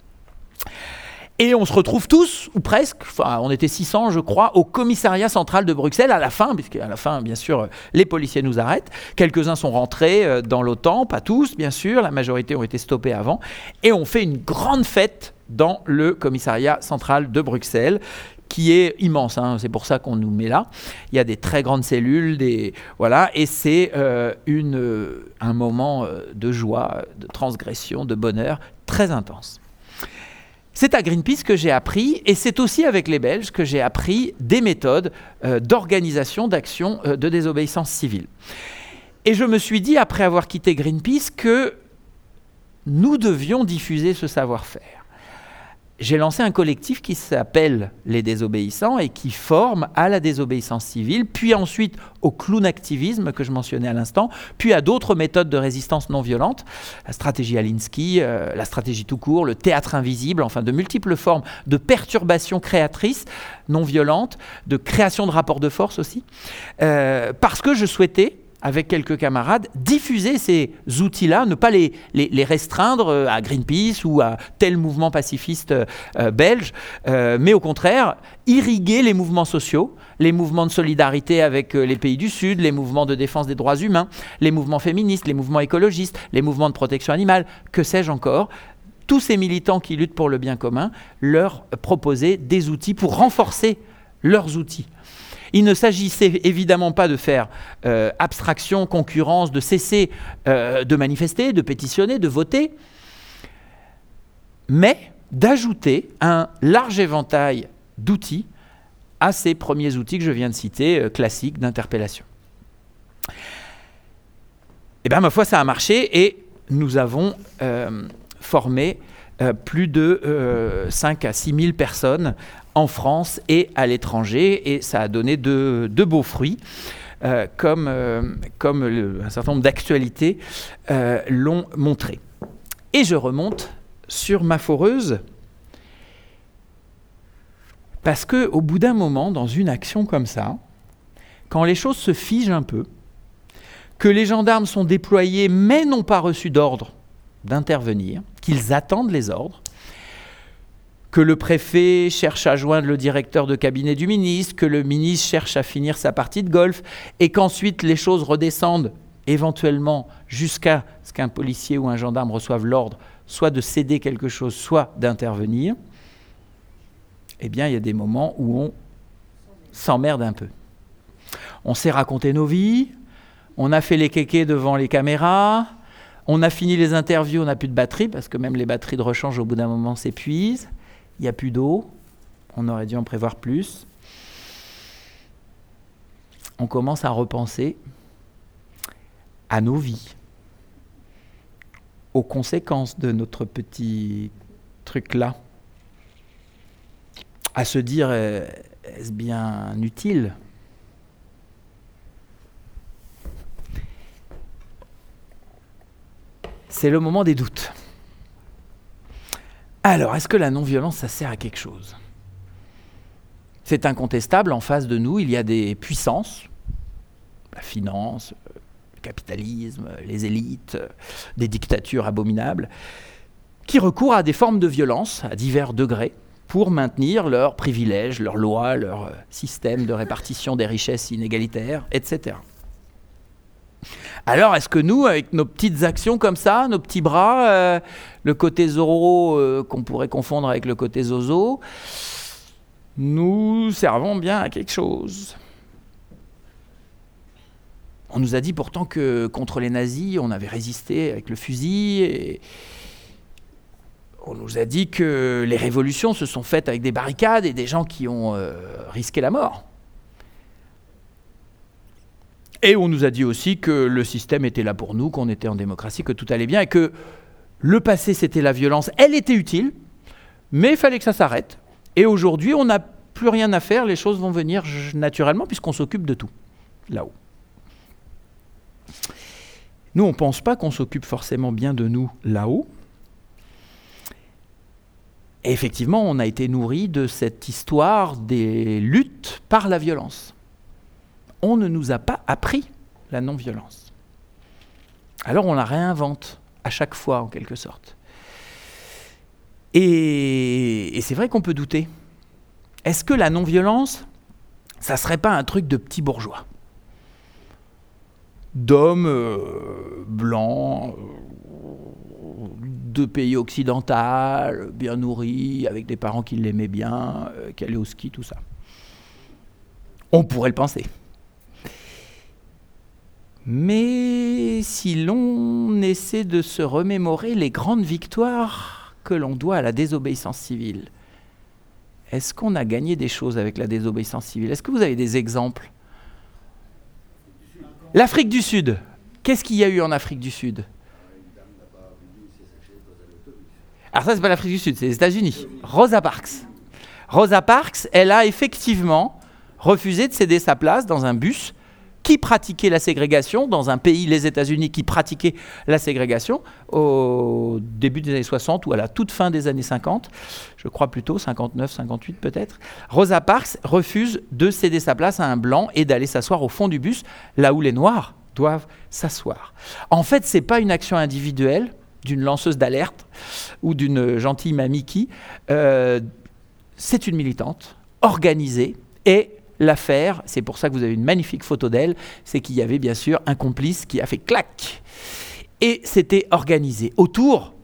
E: Et on se retrouve tous, ou presque, enfin on était six cents je crois, au commissariat central de Bruxelles à la fin, puisqu'à la fin, bien sûr, les policiers nous arrêtent. Quelques-uns sont rentrés euh, dans l'OTAN, pas tous, bien sûr, la majorité ont été stoppés avant. Et on fait une grande fête dans le commissariat central de Bruxelles, qui est immense, hein, c'est pour ça qu'on nous met là. Il y a des très grandes cellules, des, voilà, et c'est euh, une, euh, un moment euh, de joie, de transgression, de bonheur très intense. C'est à Greenpeace que j'ai appris, et c'est aussi avec les Belges que j'ai appris des méthodes euh, d'organisation, d'action, euh, de désobéissance civile. Et je me suis dit, après avoir quitté Greenpeace, que nous devions diffuser ce savoir-faire. J'ai lancé un collectif qui s'appelle Les Désobéissants et qui forme à la désobéissance civile, puis ensuite au clown-activisme que je mentionnais à l'instant, puis à d'autres méthodes de résistance non violente, la stratégie Alinsky, euh, la stratégie tout court, le théâtre invisible, enfin de multiples formes de perturbations créatrices non violentes, de création de rapports de force aussi, euh, parce que je souhaitais, avec quelques camarades, diffuser ces outils-là, ne pas les, les, les restreindre à Greenpeace ou à tel mouvement pacifiste euh, belge, euh, mais au contraire, irriguer les mouvements sociaux, les mouvements de solidarité avec euh, les pays du Sud, les mouvements de défense des droits humains, les mouvements féministes, les mouvements écologistes, les mouvements de protection animale, que sais-je encore. Tous ces militants qui luttent pour le bien commun, leur proposer des outils pour renforcer leurs outils. Il ne s'agissait évidemment pas de faire euh, abstraction, concurrence, de cesser euh, de manifester, de pétitionner, de voter, mais d'ajouter un large éventail d'outils à ces premiers outils que je viens de citer, euh, classiques d'interpellation. Et bien, ma foi, ça a marché et nous avons euh, formé euh, plus de euh, cinq à six mille personnes en France et à l'étranger, et ça a donné de, de beaux fruits, euh, comme, euh, comme le, un certain nombre d'actualités euh, l'ont montré. Et je remonte sur ma foreuse, parce qu'au bout d'un moment, dans une action comme ça, quand les choses se figent un peu, que les gendarmes sont déployés mais n'ont pas reçu d'ordre d'intervenir, qu'ils attendent les ordres, que le préfet cherche à joindre le directeur de cabinet du ministre, que le ministre cherche à finir sa partie de golf, et qu'ensuite les choses redescendent éventuellement jusqu'à ce qu'un policier ou un gendarme reçoive l'ordre, soit de céder quelque chose, soit d'intervenir, eh bien il y a des moments où on s'emmerde un peu. On s'est raconté nos vies, on a fait les kékés devant les caméras, on a fini les interviews, on n'a plus de batterie, parce que même les batteries de rechange au bout d'un moment s'épuisent. Il n'y a plus d'eau, on aurait dû en prévoir plus. On commence à repenser à nos vies, aux conséquences de notre petit truc-là, à se dire, euh, est-ce bien utile ? C'est le moment des doutes. Alors, est-ce que la non-violence, ça sert à quelque chose ? C'est incontestable, en face de nous, il y a des puissances, la finance, le capitalisme, les élites, des dictatures abominables, qui recourent à des formes de violence à divers degrés pour maintenir leurs privilèges, leurs lois, leur système de répartition des richesses inégalitaires, et cetera. Alors, est-ce que nous, avec nos petites actions comme ça, nos petits bras, euh, le côté Zorro euh, qu'on pourrait confondre avec le côté Zozo, nous servons bien à quelque chose ? On nous a dit pourtant que contre les nazis, on avait résisté avec le fusil, et on nous a dit que les révolutions se sont faites avec des barricades et des gens qui ont euh, risqué la mort. Et on nous a dit aussi que le système était là pour nous, qu'on était en démocratie, que tout allait bien, et que le passé, c'était la violence. Elle était utile, mais il fallait que ça s'arrête. Et aujourd'hui, on n'a plus rien à faire, les choses vont venir naturellement, puisqu'on s'occupe de tout, là-haut. Nous, on ne pense pas qu'on s'occupe forcément bien de nous, là-haut. Et effectivement, on a été nourris de cette histoire des luttes par la violence. On ne nous a pas appris la non-violence. Alors on la réinvente à chaque fois, en quelque sorte. Et, et c'est vrai qu'on peut douter. Est-ce que la non-violence, ça ne serait pas un truc de petits bourgeois ? D'hommes euh, blancs, euh, de pays occidental, bien nourris, avec des parents qui l'aimaient bien, euh, qui allaient au ski, tout ça. On pourrait le penser. Mais si l'on essaie de se remémorer les grandes victoires que l'on doit à la désobéissance civile, est-ce qu'on a gagné des choses avec la désobéissance civile ? Est-ce que vous avez des exemples ? L'Afrique du Sud. Qu'est-ce qu'il y a eu en Afrique du Sud ? Alors ça, c'est pas l'Afrique du Sud, c'est les États-Unis. Rosa Parks. Rosa Parks, elle a effectivement refusé de céder sa place dans un bus qui pratiquait la ségrégation, dans un pays, les États-Unis, qui pratiquait la ségrégation au début des années soixante ou à la toute fin des années cinquante, je crois plutôt, cinquante-neuf, cinquante-huit peut-être. Rosa Parks refuse de céder sa place à un blanc et d'aller s'asseoir au fond du bus, là où les Noirs doivent s'asseoir. En fait, ce n'est pas une action individuelle d'une lanceuse d'alerte ou d'une gentille mamie qui, euh, c'est une militante organisée et l'affaire, c'est pour ça que vous avez une magnifique photo d'elle, c'est qu'il y avait bien sûr un complice qui a fait clac. Et c'était organisé autour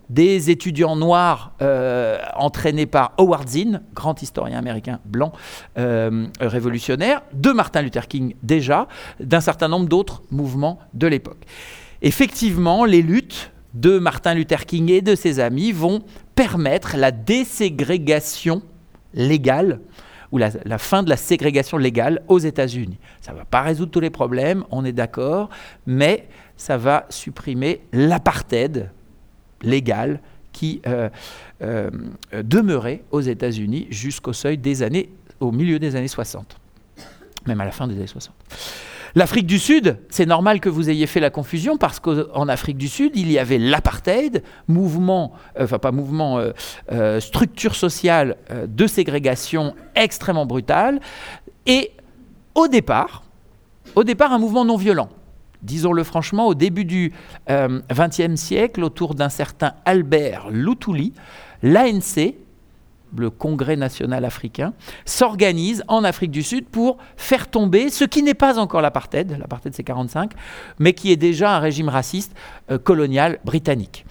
E: des étudiants noirs euh, entraînés par Howard Zinn, grand historien américain blanc euh, révolutionnaire, de Martin Luther King déjà, d'un certain nombre d'autres mouvements de l'époque. Effectivement, les luttes de Martin Luther King et de ses amis vont permettre la déségrégation légale ou la, la fin de la ségrégation légale aux États-Unis. Ça ne va pas résoudre tous les problèmes, on est d'accord, mais ça va supprimer l'apartheid légal qui euh, euh, demeurait aux États-Unis jusqu'au seuil des années, au milieu des années soixante, même à la fin des années soixante. L'Afrique du Sud, c'est normal que vous ayez fait la confusion parce qu'en Afrique du Sud, il y avait l'apartheid, mouvement, euh, enfin pas mouvement, euh, euh, structure sociale euh, de ségrégation extrêmement brutale, et au départ, au départ un mouvement non violent. Disons-le franchement, au début du vingtième euh, siècle, autour d'un certain Albert Luthuli, l'A N C, le Congrès national africain, s'organise en Afrique du Sud pour faire tomber ce qui n'est pas encore l'apartheid, l'apartheid c'est quarante-cinq, mais qui est déjà un régime raciste euh, colonial britannique.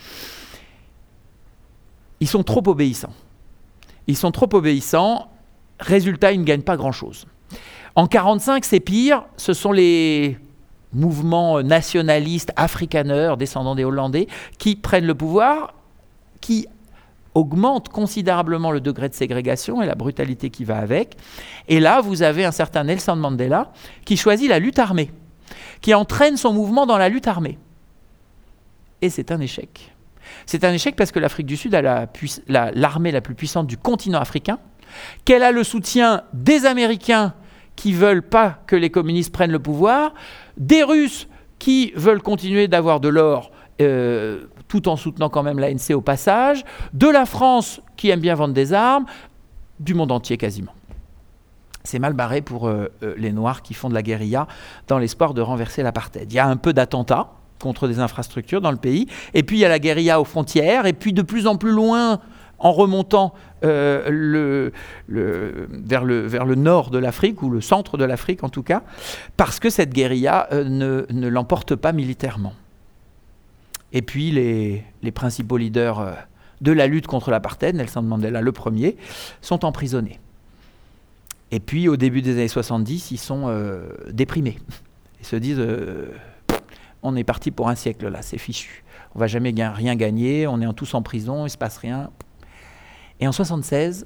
E: Ils sont trop obéissants. Ils sont trop obéissants, résultat, ils ne gagnent pas grand-chose. En quarante-cinq, c'est pire, ce sont les mouvements nationalistes afrikaners, descendants des Hollandais, qui prennent le pouvoir, qui augmente considérablement le degré de ségrégation et la brutalité qui va avec. Et là, vous avez un certain Nelson Mandela qui choisit la lutte armée, qui entraîne son mouvement dans la lutte armée. Et c'est un échec. C'est un échec parce que l'Afrique du Sud a la pui- la, l'armée la plus puissante du continent africain, qu'elle a le soutien des Américains qui ne veulent pas que les communistes prennent le pouvoir, des Russes qui veulent continuer d'avoir de l'or euh, tout en soutenant quand même l'A N C au passage, de la France qui aime bien vendre des armes, du monde entier quasiment. C'est mal barré pour euh, euh, les Noirs qui font de la guérilla dans l'espoir de renverser l'apartheid. Il y a un peu d'attentats contre des infrastructures dans le pays, et puis il y a la guérilla aux frontières, et puis de plus en plus loin, en remontant euh, le, le, vers, le, vers le nord de l'Afrique, ou le centre de l'Afrique en tout cas, parce que cette guérilla euh, ne, ne l'emporte pas militairement. Et puis les, les principaux leaders euh, de la lutte contre l'apartheid, Nelson Mandela le premier, sont emprisonnés. Et puis au début des années soixante-dix, ils sont euh, déprimés. Ils se disent euh, on est parti pour un siècle là, c'est fichu. On ne va jamais ga- rien gagner, on est tous en prison, il ne se passe rien. Et en soixante-seize,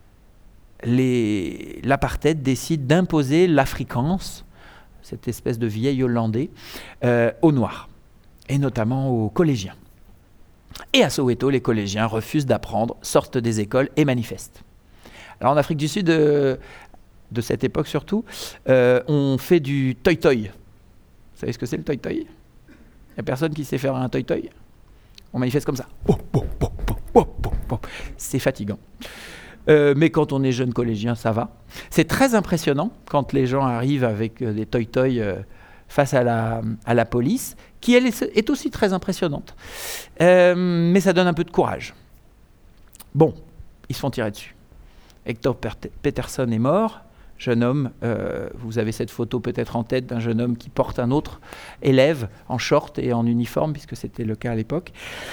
E: les, l'apartheid décide d'imposer l'afrikaans, cette espèce de vieil hollandais, euh, aux Noirs, et notamment aux collégiens. Et à Soweto, les collégiens refusent d'apprendre, sortent des écoles et manifestent. Alors en Afrique du Sud, euh, de cette époque surtout, euh, on fait du toy-toy. Vous savez ce que c'est le toy-toy ? Il n'y a personne qui sait faire un toy-toy ? On manifeste comme ça. Oh, oh, oh, oh, oh, oh, oh. C'est fatigant. Euh, mais quand on est jeune collégien, ça va. C'est très impressionnant quand les gens arrivent avec euh, des toy-toy euh, face à la, à la police, qui elle est, est aussi très impressionnante. Euh, mais ça donne un peu de courage. Bon, ils se font tirer dessus. Hector Peterson est mort, jeune homme. Euh, vous avez cette photo peut-être en tête d'un jeune homme qui porte un autre élève en short et en uniforme, puisque c'était le cas à l'époque.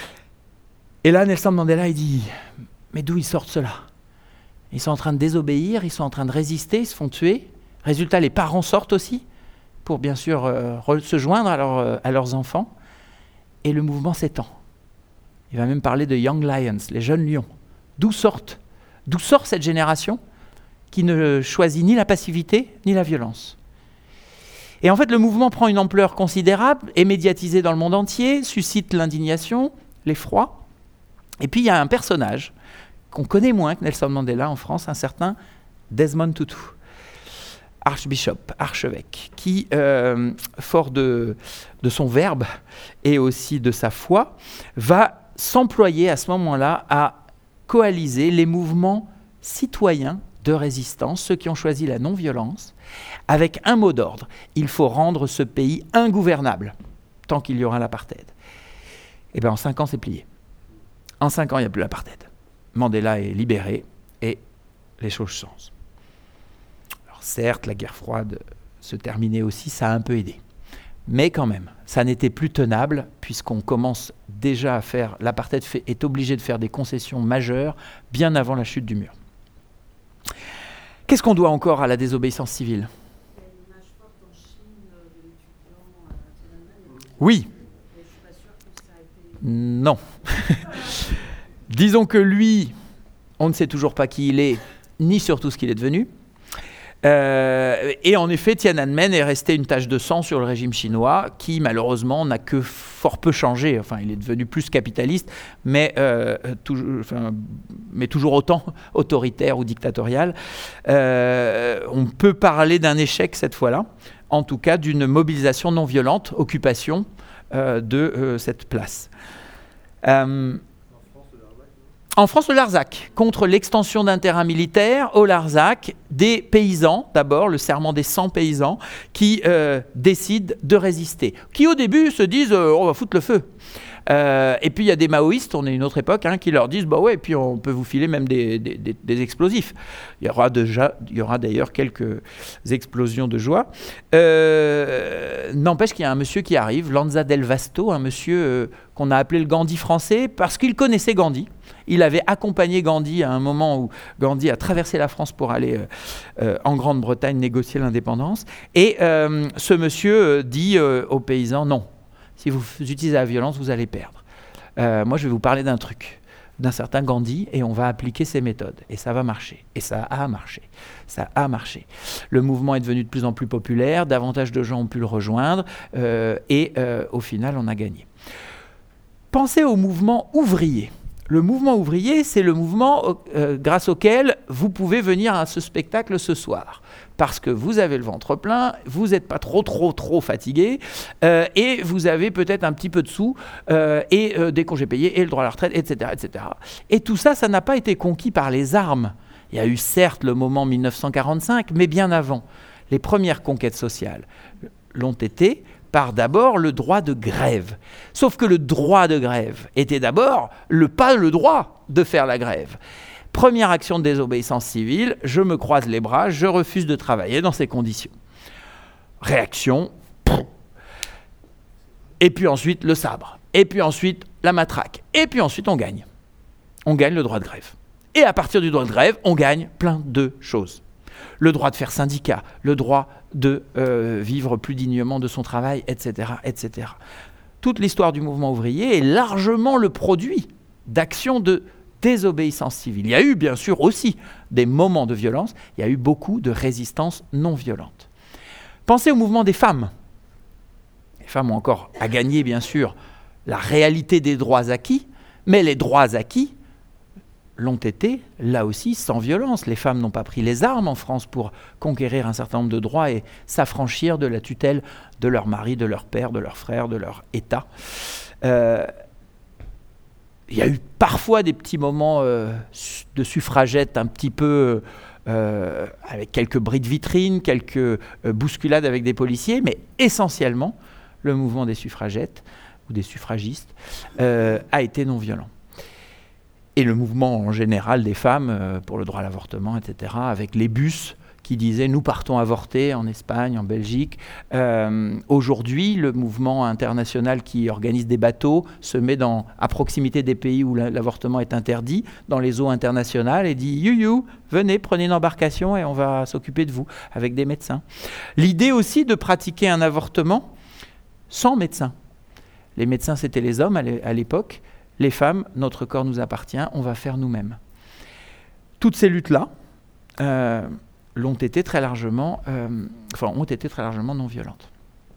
E: Et là, Nelson Mandela, il dit « Mais d'où ils sortent cela ? Ils sont en train de désobéir, ils sont en train de résister, ils se font tuer. Résultat, les parents sortent aussi pour bien sûr euh, re- se joindre à, leur, euh, à leurs enfants. Et le mouvement s'étend. Il va même parler de Young Lions, les jeunes lions. D'où sortent D'où sort cette génération qui ne choisit ni la passivité ni la violence. Et en fait, le mouvement prend une ampleur considérable, est médiatisé dans le monde entier, suscite l'indignation, l'effroi. Et puis, il y a un personnage qu'on connaît moins que Nelson Mandela en France, un certain Desmond Tutu, archbishop, archevêque, qui, euh, fort de, de son verbe et aussi de sa foi, va s'employer à ce moment-là à coaliser les mouvements citoyens de résistance, ceux qui ont choisi la non-violence, avec un mot d'ordre. Il faut rendre ce pays ingouvernable, tant qu'il y aura l'apartheid. Et bien en cinq ans, c'est plié. En cinq ans, il n'y a plus l'apartheid. Mandela est libéré et les choses changent. Alors certes, la guerre froide se terminait aussi, ça a un peu aidé. Mais quand même, ça n'était plus tenable, puisqu'on commence déjà à faire... L'apartheid fait, est obligé de faire des concessions majeures bien avant la chute du mur. Qu'est-ce qu'on doit encore à la désobéissance civile ?
H: Il y a une image forte en Chine de l'étudiant à Tiananmen.
E: Oui.
H: Et je ne suis pas sûre que ça a été...
E: Non. Disons que lui, on ne sait toujours pas qui il est, ni surtout ce qu'il est devenu. Euh, et en effet, Tiananmen est resté une tache de sang sur le régime chinois, qui malheureusement n'a que fort peu changé. Enfin, il est devenu plus capitaliste, mais, euh, toujours, enfin, mais toujours autant autoritaire ou dictatorial. Euh, on peut parler d'un échec cette fois-là, en tout cas d'une mobilisation non violente, occupation euh, de euh, cette place. Euh, En France, le Larzac, contre l'extension d'un terrain militaire au Larzac, des paysans, d'abord le serment des cent paysans, qui euh, décident de résister, qui au début se disent euh, on va foutre le feu. Euh, et puis il y a des maoïstes, on est une autre époque, hein, qui leur disent bah ouais, et puis on peut vous filer même des, des, des, des explosifs. Il y aura déjà, il y aura d'ailleurs quelques explosions de joie. Euh, n'empêche qu'il y a un monsieur qui arrive, Lanza del Vasto, un monsieur euh, qu'on a appelé le Gandhi français parce qu'il connaissait Gandhi. Il avait accompagné Gandhi à un moment où Gandhi a traversé la France pour aller euh, euh, en Grande-Bretagne négocier l'indépendance. Et euh, ce monsieur euh, dit euh, aux paysans non. Si vous utilisez la violence, vous allez perdre. Euh, moi, je vais vous parler d'un truc, d'un certain Gandhi, et on va appliquer ses méthodes. Et ça va marcher. Et ça a marché. Ça a marché. Le mouvement est devenu de plus en plus populaire, davantage de gens ont pu le rejoindre, euh, et euh, au final, on a gagné. Pensez au mouvement ouvrier. Le mouvement ouvrier, c'est le mouvement euh, grâce auquel vous pouvez venir à ce spectacle ce soir. Parce que vous avez le ventre plein, vous n'êtes pas trop, trop, trop fatigué, euh, et vous avez peut-être un petit peu de sous, euh, et euh, des congés payés, et le droit à la retraite, et cetera, et cetera. Et tout ça, ça n'a pas été conquis par les armes. Il y a eu certes le moment mille neuf cent quarante-cinq, mais bien avant. Les premières conquêtes sociales l'ont été par d'abord le droit de grève. Sauf que le droit de grève était d'abord le, pas le droit de faire la grève. Première action de désobéissance civile, je me croise les bras, je refuse de travailler dans ces conditions. Réaction, et puis ensuite le sabre, et puis ensuite la matraque, et puis ensuite on gagne. On gagne le droit de grève. Et à partir du droit de grève, on gagne plein de choses. Le droit de faire syndicat, le droit de euh, vivre plus dignement de son travail, et cetera, et cetera. Toute l'histoire du mouvement ouvrier est largement le produit d'actions de désobéissance civile. Il y a eu bien sûr aussi des moments de violence, il y a eu beaucoup de résistance non violente. Pensez au mouvement des femmes. Les femmes ont encore à gagner bien sûr la réalité des droits acquis, mais les droits acquis l'ont été, là aussi, sans violence. Les femmes n'ont pas pris les armes en France pour conquérir un certain nombre de droits et s'affranchir de la tutelle de leur mari, de leur père, de leur frère, de leur État. Euh, il y a eu parfois des petits moments euh, de suffragettes un petit peu euh, avec quelques bris de vitrine, quelques euh, bousculades avec des policiers, mais essentiellement, le mouvement des suffragettes ou des suffragistes euh, a été non violent. Et le mouvement en général des femmes euh, pour le droit à l'avortement, et cetera, avec les bus qui disaient « nous partons avorter » en Espagne, en Belgique. Euh, aujourd'hui, le mouvement international qui organise des bateaux se met dans, à proximité des pays où l'avortement est interdit, dans les eaux internationales, et dit « you, you, venez, prenez une embarcation et on va s'occuper de vous » avec des médecins. L'idée aussi de pratiquer un avortement sans médecin. Les médecins, c'était les hommes à l'époque. Les femmes, notre corps nous appartient, on va faire nous-mêmes. Toutes ces luttes-là euh, l'ont été très largement, euh, enfin, ont été très largement non violentes.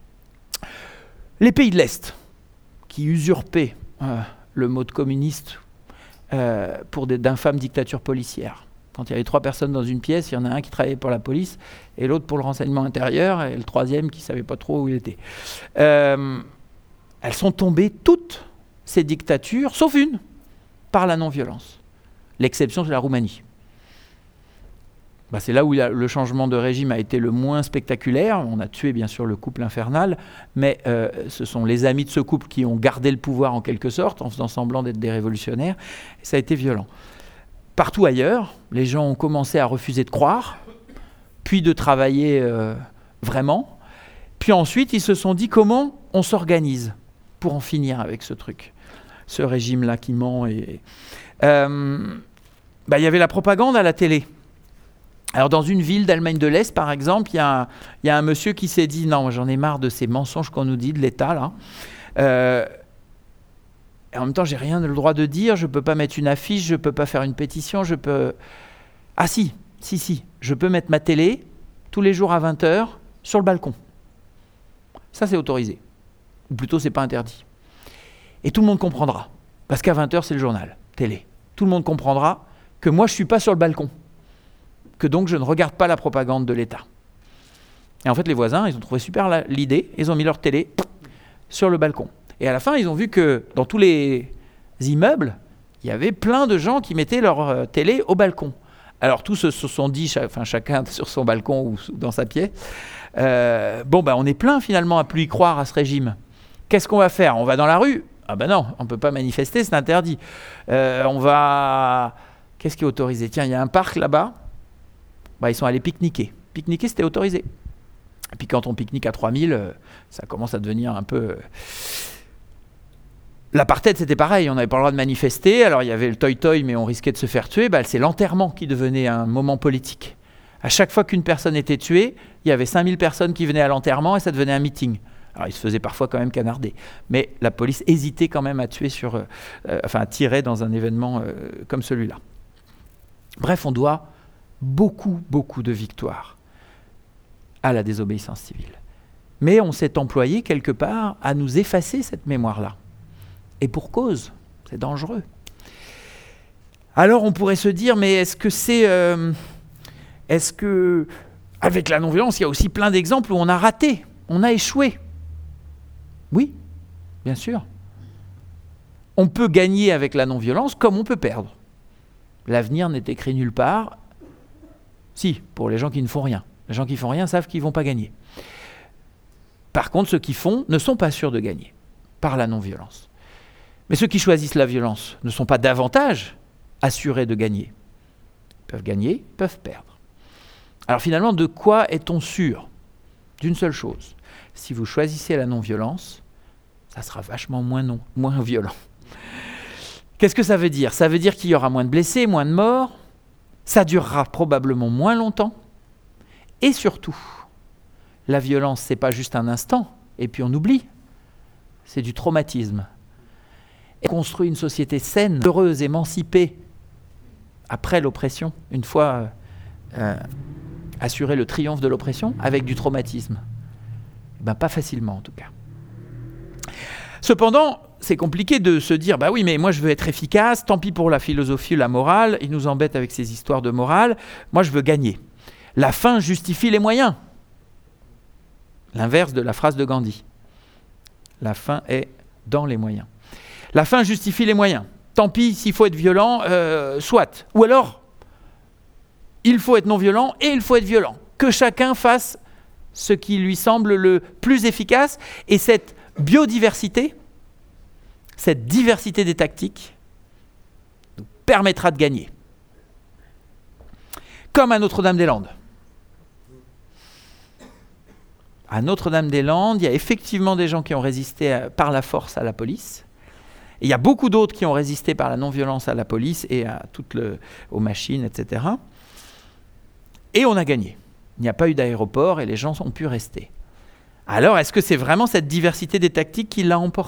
E: Les pays de l'Est, qui usurpaient euh, le mode communiste euh, pour d'infâmes dictatures policières. Quand il y avait trois personnes dans une pièce, il y en a un qui travaillait pour la police, et l'autre pour le renseignement intérieur, et le troisième qui ne savait pas trop où il était. Euh, elles sont tombées toutes, ces dictatures, sauf une, par la non-violence. L'exception, c'est la Roumanie. Bah, c'est là où le changement de régime a été le moins spectaculaire. On a tué, bien sûr, le couple infernal, mais euh, ce sont les amis de ce couple qui ont gardé le pouvoir, en quelque sorte, en faisant semblant d'être des révolutionnaires. Et ça a été violent. Partout ailleurs, les gens ont commencé à refuser de croire, puis de travailler euh, vraiment. Puis ensuite, ils se sont dit comment on s'organise pour en finir avec ce truc, ce régime-là qui ment. Et... Euh, bah, y avait la propagande à la télé. Alors dans une ville d'Allemagne de l'Est, par exemple, il y, y a un monsieur qui s'est dit « Non, j'en ai marre de ces mensonges qu'on nous dit de l'État, là. Euh, et en même temps, j'ai rien le droit de dire, je ne peux pas mettre une affiche, je ne peux pas faire une pétition, je peux... Ah si, si, si, je peux mettre ma télé tous les jours à vingt heures sur le balcon. Ça, c'est autorisé. Ou plutôt, ce n'est pas interdit. Et tout le monde comprendra. Parce qu'à vingt heures, c'est le journal, télé. Tout le monde comprendra que moi, je ne suis pas sur le balcon. Que donc, je ne regarde pas la propagande de l'État. Et en fait, les voisins, ils ont trouvé super la, l'idée. Ils ont mis leur télé sur le balcon. Et à la fin, ils ont vu que dans tous les immeubles, il y avait plein de gens qui mettaient leur euh, télé au balcon. Alors, tous se sont dit, ch- enfin, chacun sur son balcon ou dans sa pièce, euh, bon, ben, on est plein finalement à plus y croire à ce régime. Qu'est-ce qu'on va faire ? On va dans la rue ? Ah ben non, on ne peut pas manifester, c'est interdit. Euh, on va... Qu'est-ce qui est autorisé ? Tiens, il y a un parc là-bas. Bah, ils sont allés pique-niquer. Pique-niquer, c'était autorisé. Et puis quand on pique-nique à trois mille, euh, ça commence à devenir un peu... Euh... L'apartheid, c'était pareil. On n'avait pas le droit de manifester. Alors, il y avait le toy-toy, mais on risquait de se faire tuer. Bah, c'est l'enterrement qui devenait un moment politique. À chaque fois qu'une personne était tuée, il y avait cinq mille personnes qui venaient à l'enterrement et ça devenait un meeting. Alors, il se faisait parfois quand même canarder. Mais la police hésitait quand même à tuer sur... Euh, euh, enfin, à tirer dans un événement euh, comme celui-là. Bref, on doit beaucoup, beaucoup de victoires à la désobéissance civile. Mais on s'est employé quelque part à nous effacer cette mémoire-là. Et pour cause, c'est dangereux. Alors on pourrait se dire, mais est-ce que c'est... Euh, est-ce que... Avec la non-violence, il y a aussi plein d'exemples où on a raté, on a échoué. Oui, bien sûr. On peut gagner avec la non-violence comme on peut perdre. L'avenir n'est écrit nulle part. Si, pour les gens qui ne font rien. Les gens qui ne font rien savent qu'ils ne vont pas gagner. Par contre, ceux qui font ne sont pas sûrs de gagner par la non-violence. Mais ceux qui choisissent la violence ne sont pas davantage assurés de gagner. Ils peuvent gagner, ils peuvent perdre. Alors finalement, de quoi est-on sûr ? D'une seule chose. Si vous choisissez la non-violence, ça sera vachement moins, non, moins violent. Qu'est-ce que ça veut dire ? Ça veut dire qu'il y aura moins de blessés, moins de morts, ça durera probablement moins longtemps, et surtout, la violence, c'est pas juste un instant, et puis on oublie, c'est du traumatisme. Et construire une société saine, heureuse, émancipée, après l'oppression, une fois euh, assuré le triomphe de l'oppression, avec du traumatisme. Ben, pas facilement en tout cas. Cependant, c'est compliqué de se dire, bah oui, mais moi je veux être efficace, tant pis pour la philosophie ou la morale, il nous embête avec ces histoires de morale, moi je veux gagner. La fin justifie les moyens. L'inverse de la phrase de Gandhi. La fin est dans les moyens. La fin justifie les moyens. Tant pis, s'il faut être violent, euh, soit. Ou alors, il faut être non violent et il faut être violent. Que chacun fasse ce qui lui semble le plus efficace. Et cette biodiversité, cette diversité des tactiques, nous permettra de gagner. Comme à Notre-Dame-des-Landes. À Notre-Dame-des-Landes, il y a effectivement des gens qui ont résisté à, par la force à la police. Et il y a beaucoup d'autres qui ont résisté par la non-violence à la police et à toutes le, aux machines, et cetera. Et on a gagné. Il n'y a pas eu d'aéroport et les gens ont pu rester. Alors, est-ce que c'est vraiment cette diversité des tactiques qui l'a emporté ?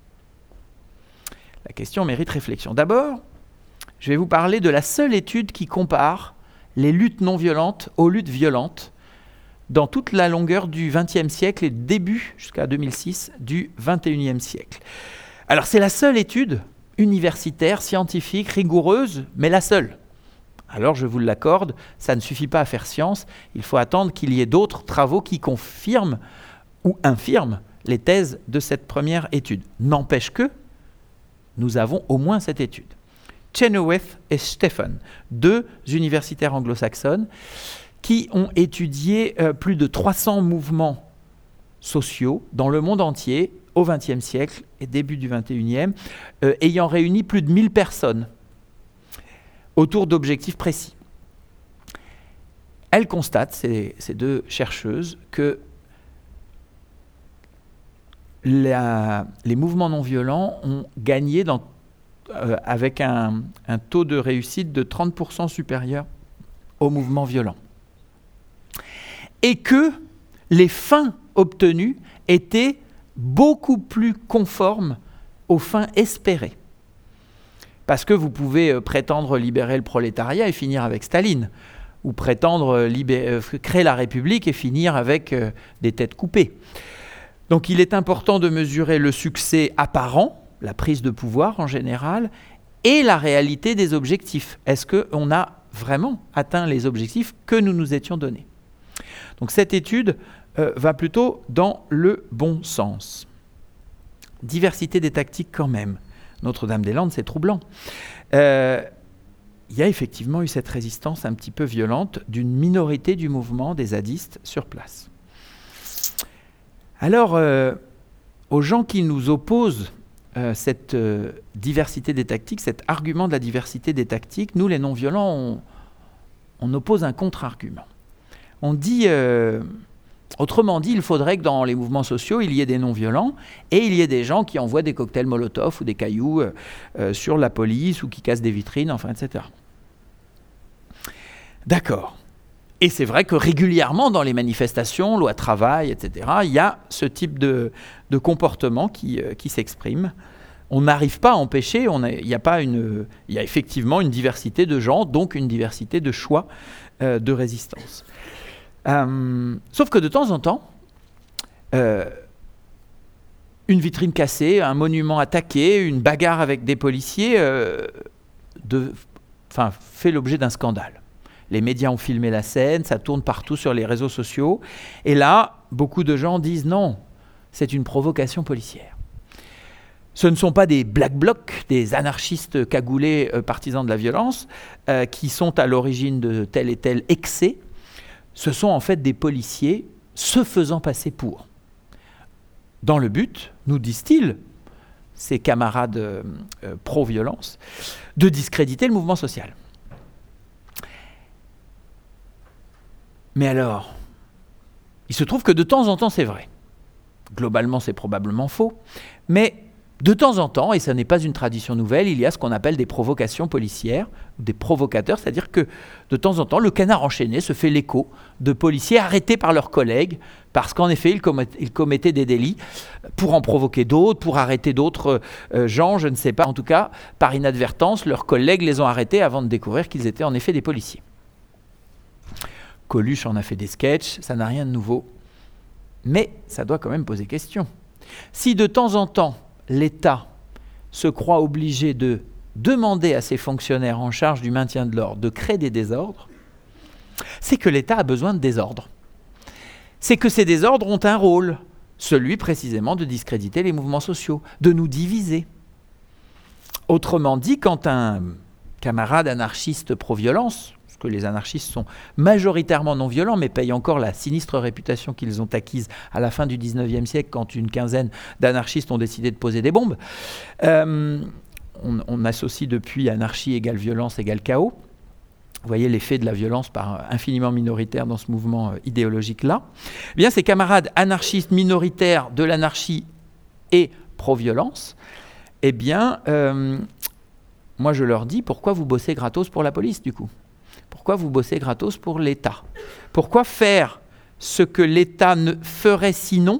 E: La question mérite réflexion. D'abord, je vais vous parler de la seule étude qui compare les luttes non violentes aux luttes violentes dans toute la longueur du vingtième siècle et début, jusqu'à deux mille six, du vingt et unième siècle. Alors c'est la seule étude universitaire, scientifique, rigoureuse, mais la seule. Alors je vous l'accorde, ça ne suffit pas à faire science, il faut attendre qu'il y ait d'autres travaux qui confirment ou infirment les thèses de cette première étude. N'empêche que nous avons au moins cette étude. Chenoweth et Stephan, deux universitaires anglo-saxonnes, qui ont étudié euh, plus de trois cents mouvements sociaux dans le monde entier au vingtième siècle et début du vingt et unième, euh, ayant réuni plus de mille personnes autour d'objectifs précis. Elles constatent, ces, ces deux chercheuses, que la, les mouvements non violents ont gagné dans, euh, avec un, un taux de réussite de trente pour cent supérieur aux mouvements violents. Et que les fins obtenues étaient beaucoup plus conformes aux fins espérées. Parce que vous pouvez prétendre libérer le prolétariat et finir avec Staline, ou prétendre libérer, créer la République et finir avec euh, des têtes coupées. Donc il est important de mesurer le succès apparent, la prise de pouvoir en général, et la réalité des objectifs. Est-ce qu'on a vraiment atteint les objectifs que nous nous étions donnés? Donc cette étude euh, va plutôt dans le bon sens. Diversité des tactiques quand même. Notre-Dame-des-Landes, c'est troublant. Euh, il y a effectivement eu cette résistance un petit peu violente d'une minorité du mouvement des zadistes sur place. Alors, euh, aux gens qui nous opposent euh, cette euh, diversité des tactiques, cet argument de la diversité des tactiques, nous, les non-violents, on, on oppose un contre-argument. On dit... Euh, Autrement dit, il faudrait que dans les mouvements sociaux, il y ait des non-violents et il y ait des gens qui envoient des cocktails Molotov ou des cailloux euh, euh, sur la police ou qui cassent des vitrines, enfin, et cetera. D'accord. Et c'est vrai que régulièrement, dans les manifestations, loi travail, et cetera, il y a ce type de, de comportement qui, euh, qui s'exprime. On n'arrive pas à empêcher, on a, il y a pas une, il y a effectivement une diversité de gens, donc une diversité de choix euh, de résistance. Euh, sauf que de temps en temps, euh, une vitrine cassée, un monument attaqué, une bagarre avec des policiers euh, de, enfin, fait l'objet d'un scandale. Les médias ont filmé la scène, ça tourne partout sur les réseaux sociaux. Et là, beaucoup de gens disent non, c'est une provocation policière. Ce ne sont pas des black blocs, des anarchistes cagoulés euh, partisans de la violence euh, qui sont à l'origine de tel et tel excès. Ce sont en fait des policiers se faisant passer pour. Dans le but, nous disent-ils, ces camarades euh, euh, pro-violence, de discréditer le mouvement social. Mais alors, il se trouve que de temps en temps, c'est vrai. Globalement, c'est probablement faux. Mais de temps en temps, et ce n'est pas une tradition nouvelle, il y a ce qu'on appelle des provocations policières, des provocateurs, c'est-à-dire que de temps en temps, le canard enchaîné se fait l'écho de policiers arrêtés par leurs collègues, parce qu'en effet, ils commettaient, ils commettaient des délits pour en provoquer d'autres, pour arrêter d'autres euh, gens, je ne sais pas. En tout cas, par inadvertance, leurs collègues les ont arrêtés avant de découvrir qu'ils étaient en effet des policiers. Coluche en a fait des sketchs, ça n'a rien de nouveau. Mais ça doit quand même poser question. Si de temps en temps, l'État se croit obligé de demander à ses fonctionnaires en charge du maintien de l'ordre de créer des désordres, c'est que l'État a besoin de désordre. C'est que ces désordres ont un rôle, celui précisément de discréditer les mouvements sociaux, de nous diviser. Autrement dit, quand un camarade anarchiste pro-violence, parce que les anarchistes sont majoritairement non-violents, mais payent encore la sinistre réputation qu'ils ont acquise à la fin du dix-neuvième siècle, quand une quinzaine d'anarchistes ont décidé de poser des bombes. Euh, on, on associe depuis anarchie égale violence égale chaos. Vous voyez l'effet de la violence par infiniment minoritaire dans ce mouvement idéologique-là. Eh bien, ces camarades anarchistes minoritaires de l'anarchie et pro-violence, eh bien, euh, moi je leur dis, pourquoi vous bossez gratos pour la police du coup ? Pourquoi vous bossez gratos pour l'État ? Pourquoi faire ce que l'État ne ferait sinon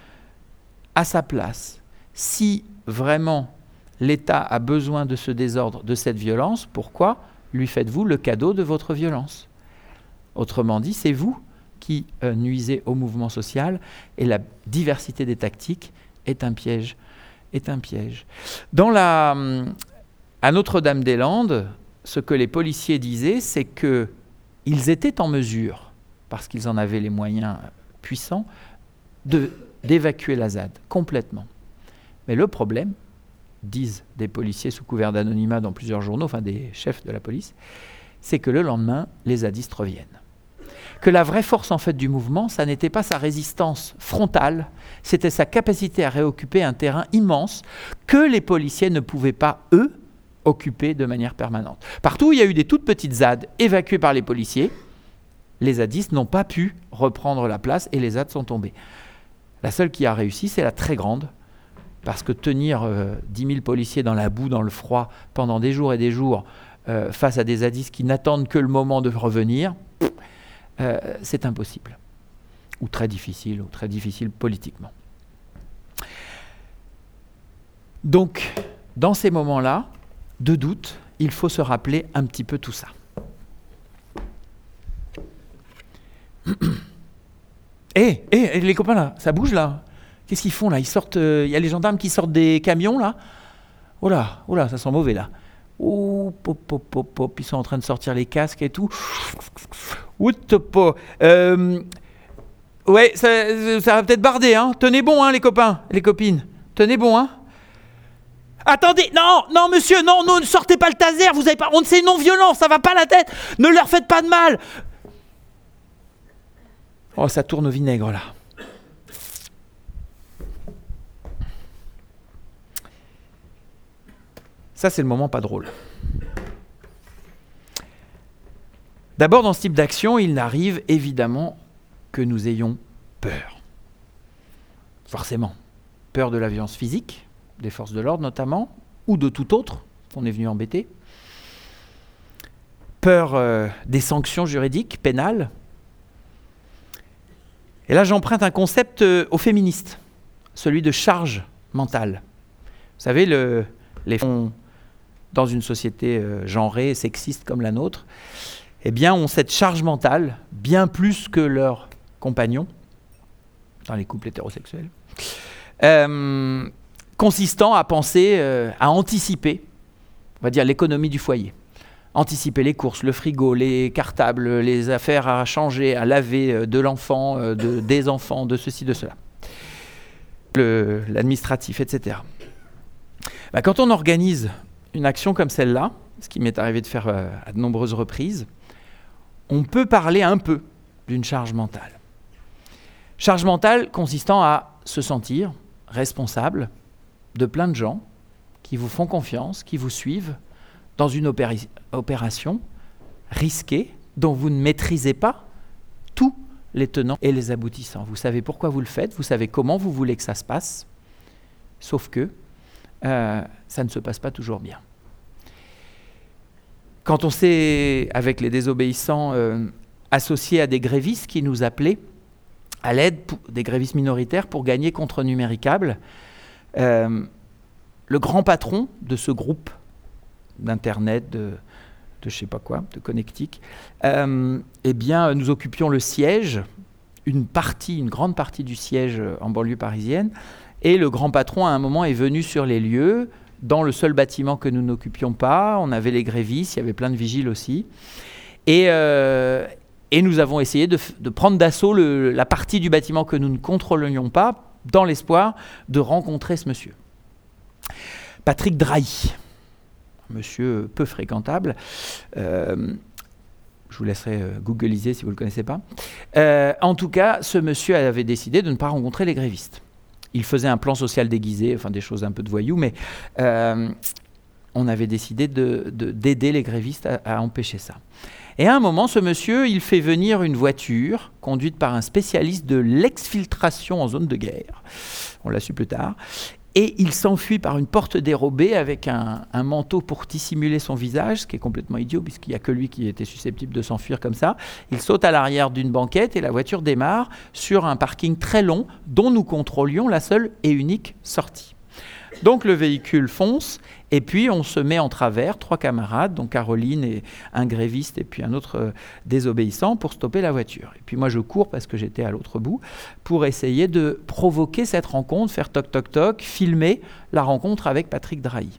E: à sa place ? Si vraiment l'État a besoin de ce désordre, de cette violence, pourquoi lui faites-vous le cadeau de votre violence ? Autrement dit, c'est vous qui euh, nuisez au mouvement social et la diversité des tactiques est un piège. Est un piège. Dans la, à Notre-Dame-des-Landes, ce que les policiers disaient, c'est qu'ils étaient en mesure, parce qu'ils en avaient les moyens puissants, de, d'évacuer la ZAD complètement. Mais le problème, disent des policiers sous couvert d'anonymat dans plusieurs journaux, enfin des chefs de la police, c'est que le lendemain, les zadistes reviennent. Que la vraie force en fait du mouvement, ça n'était pas sa résistance frontale, c'était sa capacité à réoccuper un terrain immense que les policiers ne pouvaient pas, eux, occuper de manière permanente. Partout où il y a eu des toutes petites ZAD évacuées par les policiers, les zadistes n'ont pas pu reprendre la place et les ZAD sont tombées. La seule qui a réussi, c'est la très grande, parce que tenir euh, dix mille policiers dans la boue, dans le froid, pendant des jours et des jours, euh, face à des zadistes qui n'attendent que le moment de revenir, euh, c'est impossible. Ou très difficile, ou très difficile politiquement. Donc, dans ces moments-là, de doute, il faut se rappeler un petit peu tout ça. Hé, hey, hey, les copains là, ça bouge là. Qu'est-ce qu'ils font là? Ils sortent. Il euh, y a les gendarmes qui sortent des camions là. Oh là, oh là, ça sent mauvais là. Oh, pop, pop, pop, pop. Ils sont en train de sortir les casques et tout. Outopo. Euh, ouais, ça, ça va peut-être barder, hein. Tenez bon, hein, les copains, les copines. Tenez bon, hein. Attendez, non, non, monsieur, non, non, ne sortez pas le taser. Vous avez pas, on c'est non violent, ça va pas la tête. Ne leur faites pas de mal. Oh, ça tourne au vinaigre là. Ça, c'est le moment pas drôle. D'abord, dans ce type d'action, il n'arrive évidemment que nous ayons peur. Forcément. Peur de la violence physique, des forces de l'ordre notamment, ou de tout autre qu'on est venu embêter. Peur euh, des sanctions juridiques, pénales. Et là, j'emprunte un concept euh, aux féministes, celui de charge mentale. Vous savez, le, les femmes, dans une société euh, genrée, sexiste comme la nôtre, eh bien, ont cette charge mentale, bien plus que leurs compagnons, dans les couples hétérosexuels, euh, consistant à penser, euh, à anticiper, on va dire, l'économie du foyer. Anticiper les courses, le frigo, les cartables, les affaires à changer, à laver euh, de l'enfant, euh, de, des enfants, de ceci, de cela. Le, l'administratif, et cetera. Bah, quand on organise une action comme celle-là, ce qui m'est arrivé de faire euh, à de nombreuses reprises, on peut parler un peu d'une charge mentale. Charge mentale consistant à se sentir responsable de plein de gens qui vous font confiance, qui vous suivent dans une opéri- opération risquée dont vous ne maîtrisez pas tous les tenants et les aboutissants. Vous savez pourquoi vous le faites, vous savez comment vous voulez que ça se passe, sauf que euh, ça ne se passe pas toujours bien. Quand on s'est, avec les désobéissants, euh, associés à des grévistes qui nous appelaient à l'aide, pour, des grévistes minoritaires, pour gagner contre Numéricable, euh, le grand patron de ce groupe d'Internet, de, de je ne sais pas quoi, de connectique, euh, eh bien, nous occupions le siège, une partie, une grande partie du siège en banlieue parisienne, et le grand patron, à un moment, est venu sur les lieux, dans le seul bâtiment que nous n'occupions pas. On avait les grévistes, il y avait plein de vigiles aussi. Et, euh, et nous avons essayé de, de prendre d'assaut le, la partie du bâtiment que nous ne contrôlions pas, dans l'espoir de rencontrer ce monsieur. Patrick Drahi, monsieur peu fréquentable. Euh, je vous laisserai euh, googliser si vous ne le connaissez pas. Euh, en tout cas, ce monsieur avait décidé de ne pas rencontrer les grévistes. Il faisait un plan social déguisé, enfin des choses un peu de voyous, mais euh, on avait décidé de, de, d'aider les grévistes à, à empêcher ça. Et à un moment, ce monsieur, il fait venir une voiture conduite par un spécialiste de l'exfiltration en zone de guerre. On l'a su plus tard. Et il s'enfuit par une porte dérobée avec un, un manteau pour dissimuler son visage, ce qui est complètement idiot puisqu'il n'y a que lui qui était susceptible de s'enfuir comme ça. Il saute à l'arrière d'une banquette et la voiture démarre sur un parking très long dont nous contrôlions la seule et unique sortie. Donc le véhicule fonce et puis on se met en travers, trois camarades, dont Caroline et un gréviste et puis un autre euh, désobéissant pour stopper la voiture. Et puis moi je cours parce que j'étais à l'autre bout pour essayer de provoquer cette rencontre, faire toc toc toc, filmer la rencontre avec Patrick Drahi.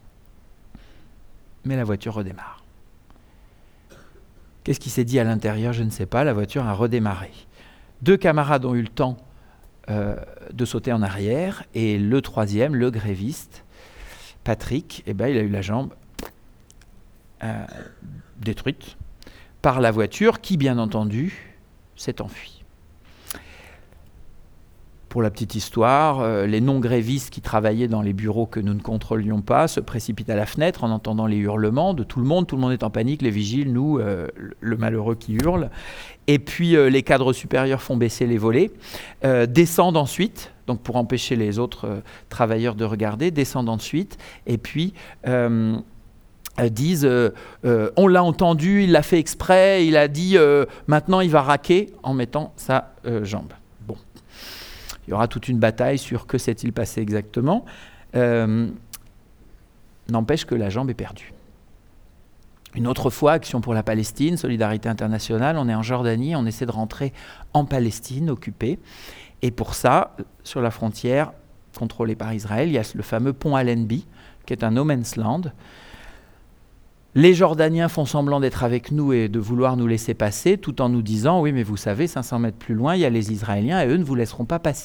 E: Mais la voiture redémarre. Qu'est-ce qui s'est dit à l'intérieur? Je ne sais pas, la voiture a redémarré. Deux camarades ont eu le temps Euh, de sauter en arrière, et le troisième, le gréviste, Patrick, eh ben, il a eu la jambe euh, détruite par la voiture qui, bien entendu, s'est enfuie. Pour la petite histoire, euh, les non-grévistes qui travaillaient dans les bureaux que nous ne contrôlions pas se précipitent à la fenêtre en entendant les hurlements de tout le monde. Tout le monde est en panique, les vigiles, nous, euh, le malheureux qui hurle. Et puis euh, les cadres supérieurs font baisser les volets, euh, descendent ensuite, donc pour empêcher les autres euh, travailleurs de regarder, descendent ensuite, et puis euh, euh, disent euh, euh, on l'a entendu, il l'a fait exprès, il a dit euh, maintenant il va raquer en mettant sa euh, jambe. Bon. Il y aura toute une bataille sur que s'est-il passé exactement. Euh, n'empêche que la jambe est perdue. Une autre fois, Action pour la Palestine, Solidarité internationale, on est en Jordanie, on essaie de rentrer en Palestine occupée. Et pour ça, sur la frontière contrôlée par Israël, il y a le fameux pont Allenby, qui est un no man's land. Les Jordaniens font semblant d'être avec nous et de vouloir nous laisser passer, tout en nous disant « Oui, mais vous savez, cinq cents mètres plus loin, il y a les Israéliens et eux ne vous laisseront pas passer. »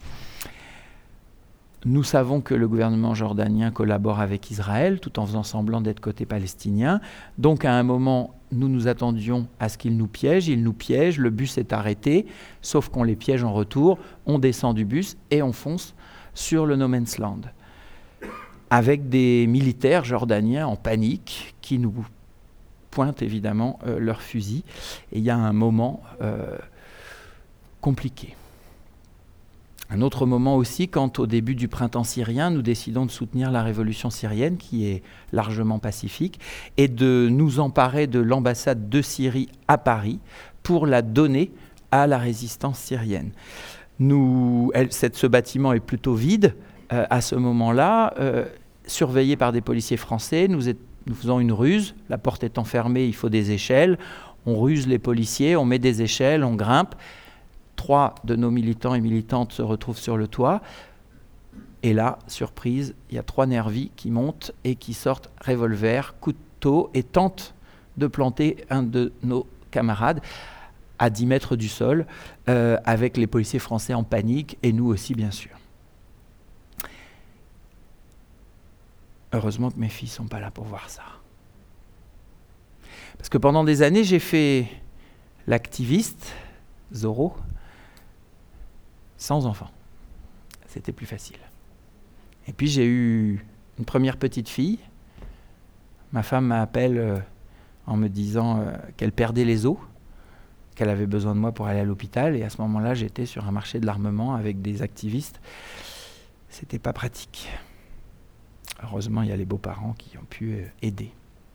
E: Nous savons que le gouvernement jordanien collabore avec Israël, tout en faisant semblant d'être côté palestinien. Donc, à un moment, nous nous attendions à ce qu'ils nous piègent. Ils nous piègent, le bus est arrêté, sauf qu'on les piège en retour. On descend du bus et on fonce sur le no man's land, avec des militaires jordaniens en panique qui nous pointent évidemment euh, leurs fusils. Et il y a un moment euh, compliqué. Un autre moment aussi, quand au début du printemps syrien, nous décidons de soutenir la révolution syrienne, qui est largement pacifique, et de nous emparer de l'ambassade de Syrie à Paris pour la donner à la résistance syrienne. Nous, elle, cette, ce bâtiment est plutôt vide euh, à ce moment-là, euh, surveillé par des policiers français. Nous, est, nous faisons une ruse, la porte étant fermée, il faut des échelles. On ruse les policiers, on met des échelles, on grimpe. Trois de nos militants et militantes se retrouvent sur le toit. Et là, surprise, il y a trois nervis qui montent et qui sortent revolver, couteau et tentent de planter un de nos camarades à dix mètres du sol, euh, avec les policiers français en panique et nous aussi, bien sûr. Heureusement que mes filles ne sont pas là pour voir ça. Parce que pendant des années, j'ai fait l'activiste, Zorro, sans enfant. C'était plus facile. Et puis j'ai eu une première petite fille. Ma femme m'appelle euh, en me disant euh, qu'elle perdait les os, qu'elle avait besoin de moi pour aller à l'hôpital. Et à ce moment-là, j'étais sur un marché de l'armement avec des activistes. C'était pas pratique. Heureusement, il y a les beaux-parents qui ont pu euh, aider.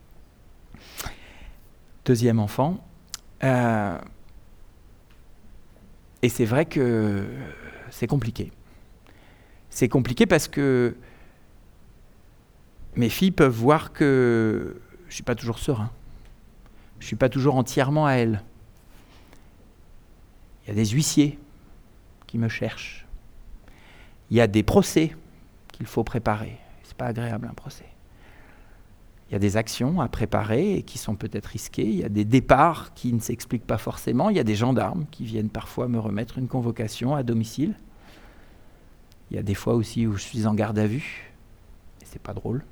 E: Deuxième enfant. Euh, Et c'est vrai que c'est compliqué. C'est compliqué parce que mes filles peuvent voir que je ne suis pas toujours serein. Je ne suis pas toujours entièrement à elles. Il y a des huissiers qui me cherchent. Il y a des procès qu'il faut préparer. Ce n'est pas agréable, un procès. Il y a des actions à préparer et qui sont peut-être risquées. Il y a des départs qui ne s'expliquent pas forcément. Il y a des gendarmes qui viennent parfois me remettre une convocation à domicile. Il y a des fois aussi où je suis en garde à vue. Et c'est pas drôle.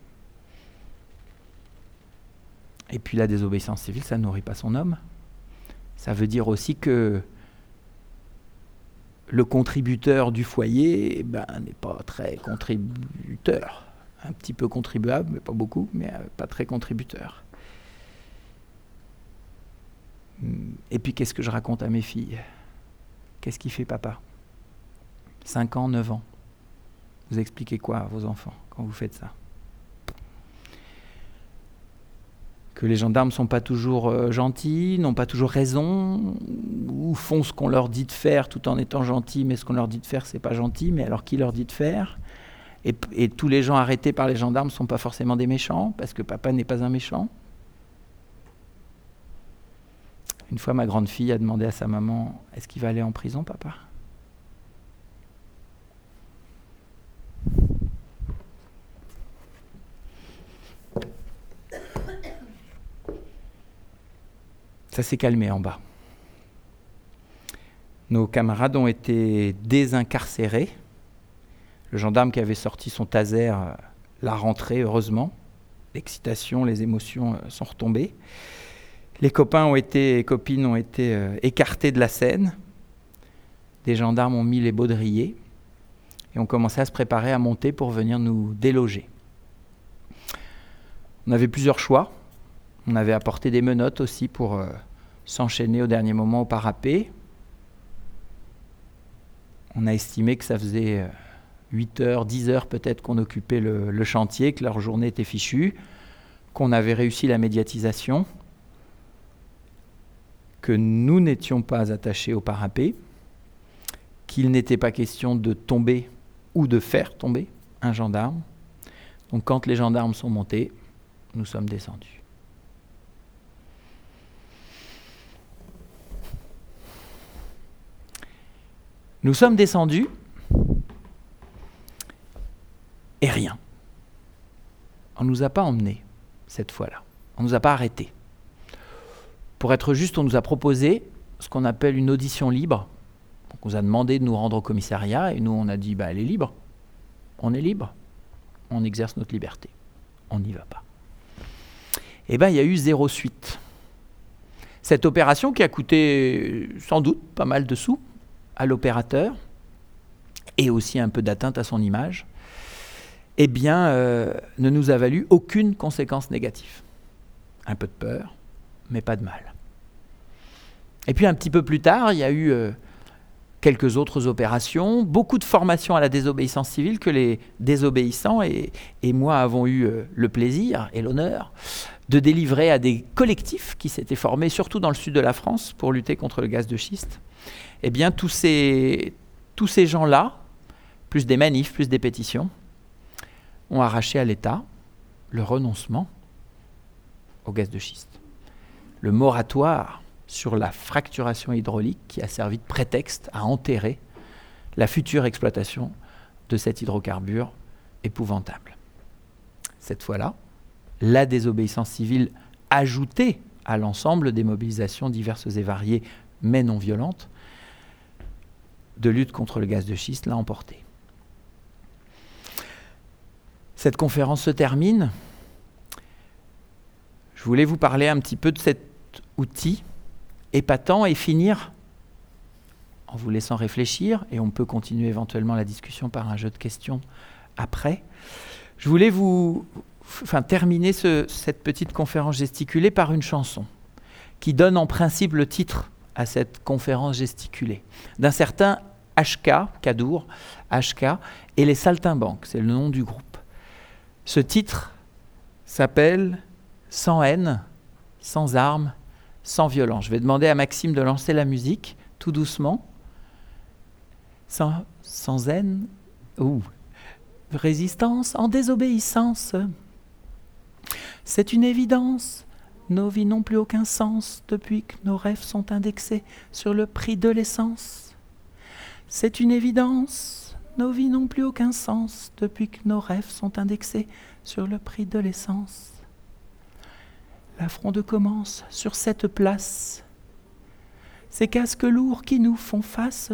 E: Et puis la désobéissance civile, ça ne nourrit pas son homme. Ça veut dire aussi que le contributeur du foyer, eh ben, n'est pas très contributeur. Un petit peu contribuable, mais pas beaucoup, mais pas très contributeur. Et puis, qu'est-ce que je raconte à mes filles? Qu'est-ce qui fait papa? cinq ans, neuf ans. Vous expliquez quoi à vos enfants quand vous faites ça? Que les gendarmes ne sont pas toujours euh, gentils, n'ont pas toujours raison, ou font ce qu'on leur dit de faire tout en étant gentils, mais ce qu'on leur dit de faire, c'est pas gentil, mais alors qui leur dit de faire? Et, et tous les gens arrêtés par les gendarmes ne sont pas forcément des méchants, parce que papa n'est pas un méchant. Une fois, ma grande fille a demandé à sa maman, « Est-ce qu'il va aller en prison, papa ?» Ça s'est calmé en bas. Nos camarades ont été désincarcérés. Le gendarme qui avait sorti son taser euh, l'a rentré, heureusement. L'excitation, les émotions euh, sont retombées. Les copains ont été, les copines ont été euh, écartés de la scène. les gendarmes ont mis les baudriers et ont commencé à se préparer à monter pour venir nous déloger. On avait plusieurs choix. On avait apporté des menottes aussi pour euh, s'enchaîner au dernier moment au parapet. On a estimé que ça faisait euh, huit heures, dix heures peut-être qu'on occupait le, le chantier, que leur journée était fichue, qu'on avait réussi la médiatisation, que nous n'étions pas attachés au parapet, qu'il n'était pas question de tomber ou de faire tomber un gendarme. Donc quand les gendarmes sont montés, nous sommes descendus. Nous sommes descendus et rien. On ne nous a pas emmenés cette fois-là. On ne nous a pas arrêtés. Pour être juste, on nous a proposé ce qu'on appelle une audition libre. Donc on nous a demandé de nous rendre au commissariat et nous on a dit bah, elle est libre. On est libre. On exerce notre liberté. On n'y va pas. Et bien il y a eu zéro suite. Cette opération qui a coûté sans doute pas mal de sous à l'opérateur et aussi un peu d'atteinte à son image, eh bien, euh, ne nous a valu aucune conséquence négative. Un peu de peur, mais pas de mal. Et puis un petit peu plus tard, il y a eu euh, quelques autres opérations, beaucoup de formations à la désobéissance civile que les désobéissants et, et moi avons eu euh, le plaisir et l'honneur de délivrer à des collectifs qui s'étaient formés surtout dans le sud de la France pour lutter contre le gaz de schiste. Eh bien, tous ces, tous ces gens-là, plus des manifs, plus des pétitions, ont arraché à l'État le renoncement au gaz de schiste. Le moratoire sur la fracturation hydraulique qui a servi de prétexte à enterrer la future exploitation de cet hydrocarbure épouvantable. Cette fois-là, la désobéissance civile ajoutée à l'ensemble des mobilisations diverses et variées, mais non violentes, de lutte contre le gaz de schiste l'a emporté. Cette conférence se termine. Je voulais vous parler un petit peu de cet outil épatant et finir en vous laissant réfléchir, et on peut continuer éventuellement la discussion par un jeu de questions après. Je voulais vous enfin, terminer ce, cette petite conférence gesticulée par une chanson qui donne en principe le titre à cette conférence gesticulée, d'un certain H K, Kadour, H K, et les Saltimbanques, c'est le nom du groupe. Ce titre s'appelle « Sans haine, sans armes, sans violence ». Je vais demander à Maxime de lancer la musique, tout doucement. Sans, sans haine, ou résistance en désobéissance. C'est une évidence. Nos vies n'ont plus aucun sens depuis que nos rêves sont indexés sur le prix de l'essence. C'est une évidence. Nos vies n'ont plus aucun sens depuis que nos rêves sont indexés sur le prix de l'essence. La fronde commence sur cette place. Ces casques lourds qui nous font face.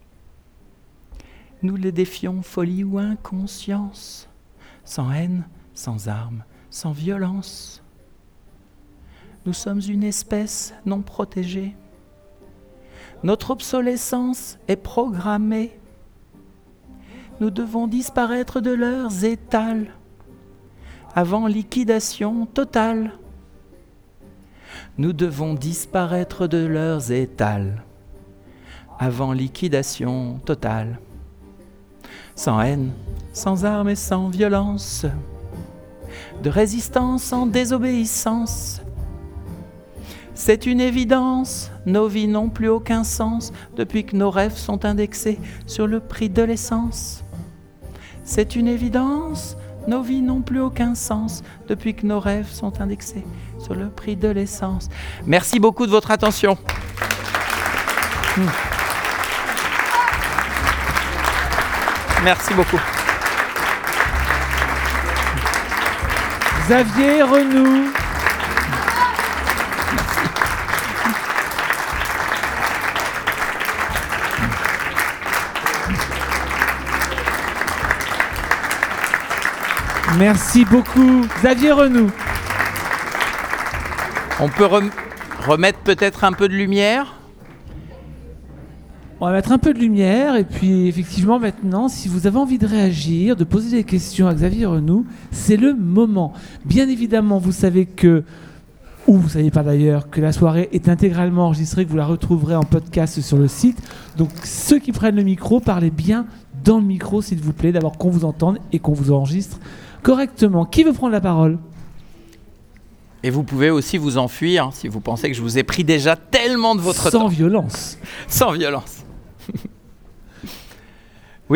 E: Nous les défions, folie ou inconscience, sans haine, sans armes, sans violence. Nous sommes une espèce non protégée. Notre obsolescence est programmée. Nous devons disparaître de leurs étals avant liquidation totale. Nous devons disparaître de leurs étals avant liquidation totale. Sans haine, sans armes et sans violence, de résistance en désobéissance. C'est une évidence, nos vies n'ont plus aucun sens depuis que nos rêves sont indexés sur le prix de l'essence. C'est une évidence, nos vies n'ont plus aucun sens depuis que nos rêves sont indexés sur le prix de l'essence. Merci beaucoup de votre attention. Mmh. Merci beaucoup.
C: Xavier Renoux. Merci beaucoup, Xavier Renoux.
E: On peut rem- remettre peut-être un peu de lumière.
C: On va mettre un peu de lumière et puis effectivement maintenant, si vous avez envie de réagir, de poser des questions à Xavier Renoux, c'est le moment. Bien évidemment, vous savez que, ou vous ne savez pas d'ailleurs, que la soirée est intégralement enregistrée, que vous la retrouverez en podcast sur le site. Donc ceux qui prennent le micro, parlez bien dans le micro s'il vous plaît, d'abord qu'on vous entende et qu'on vous enregistre correctement. Qui veut prendre la parole ?
E: Et vous pouvez aussi vous enfuir hein, si vous pensez que je vous ai pris déjà tellement de votre
C: Sans
E: temps.
C: violence.
E: Sans violence. Oui ?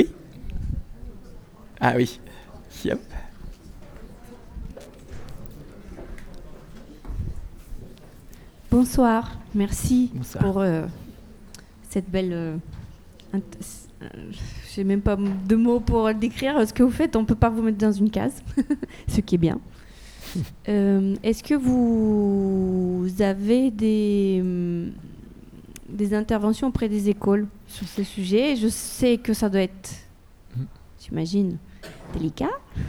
E: Ah oui. Yep.
I: Bonsoir, merci
E: Bonsoir.
I: pour euh, cette belle... Euh, int- euh, j'ai même pas de mots pour décrire ce que vous faites, on ne peut pas vous mettre dans une case, ce qui est bien. Euh, est-ce que vous avez des, hum, des interventions auprès des écoles sur ce sujet ? Je sais que ça doit être, j'imagine, délicat.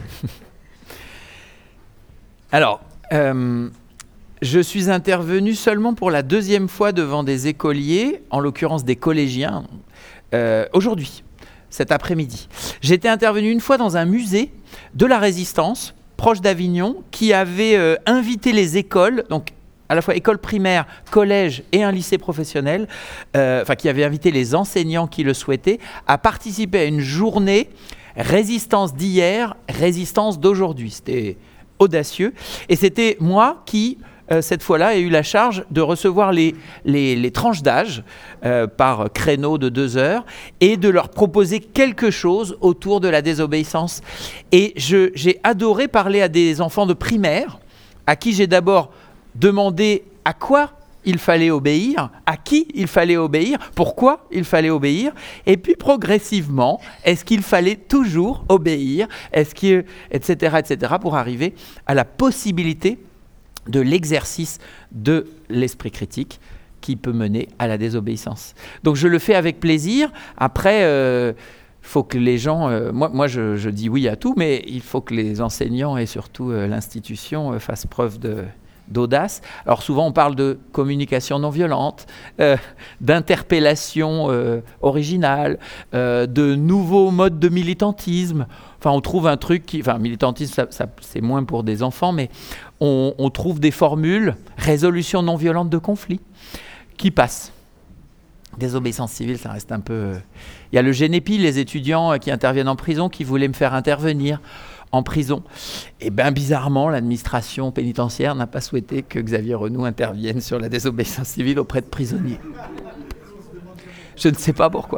E: Alors, euh, je suis intervenu seulement pour la deuxième fois devant des écoliers, en l'occurrence des collégiens, euh, aujourd'hui, cet après-midi. J'étais intervenu une fois dans un musée de la Résistance, proche d'Avignon, qui avait euh, invité les écoles, donc à la fois école primaire, collège et un lycée professionnel, euh, enfin qui avait invité les enseignants qui le souhaitaient à participer à une journée résistance d'hier, résistance d'aujourd'hui. C'était audacieux. Et c'était moi qui, euh, cette fois-là, ai eu la charge de recevoir les, les, les tranches d'âge euh, par créneau de deux heures et de leur proposer quelque chose autour de la désobéissance. Et je, j'ai adoré parler à des enfants de primaire à qui j'ai d'abord demandé à quoi il fallait obéir, à qui il fallait obéir, pourquoi il fallait obéir, et puis progressivement, est-ce qu'il fallait toujours obéir, est-ce que, et cetera, et cetera, pour arriver à la possibilité de l'exercice de l'esprit critique qui peut mener à la désobéissance. Donc je le fais avec plaisir. Après, il euh, faut que les gens... Euh, moi, moi je, je dis oui à tout, mais il faut que les enseignants et surtout euh, l'institution euh, fassent preuve de... d'audace. Alors souvent on parle de communication non violente, euh, d'interpellation euh, originale, euh, de nouveaux modes de militantisme. Enfin on trouve un truc qui... Enfin militantisme ça, ça, c'est moins pour des enfants, mais on, on trouve des formules, résolution non violente de conflits, qui passent. Désobéissance civile, ça reste un peu... Il y a le Génépi, les étudiants qui interviennent en prison, qui voulaient me faire intervenir en prison. Et bien bizarrement, l'administration pénitentiaire n'a pas souhaité que Xavier Renoux intervienne sur la désobéissance civile auprès de prisonniers. Je ne sais pas pourquoi.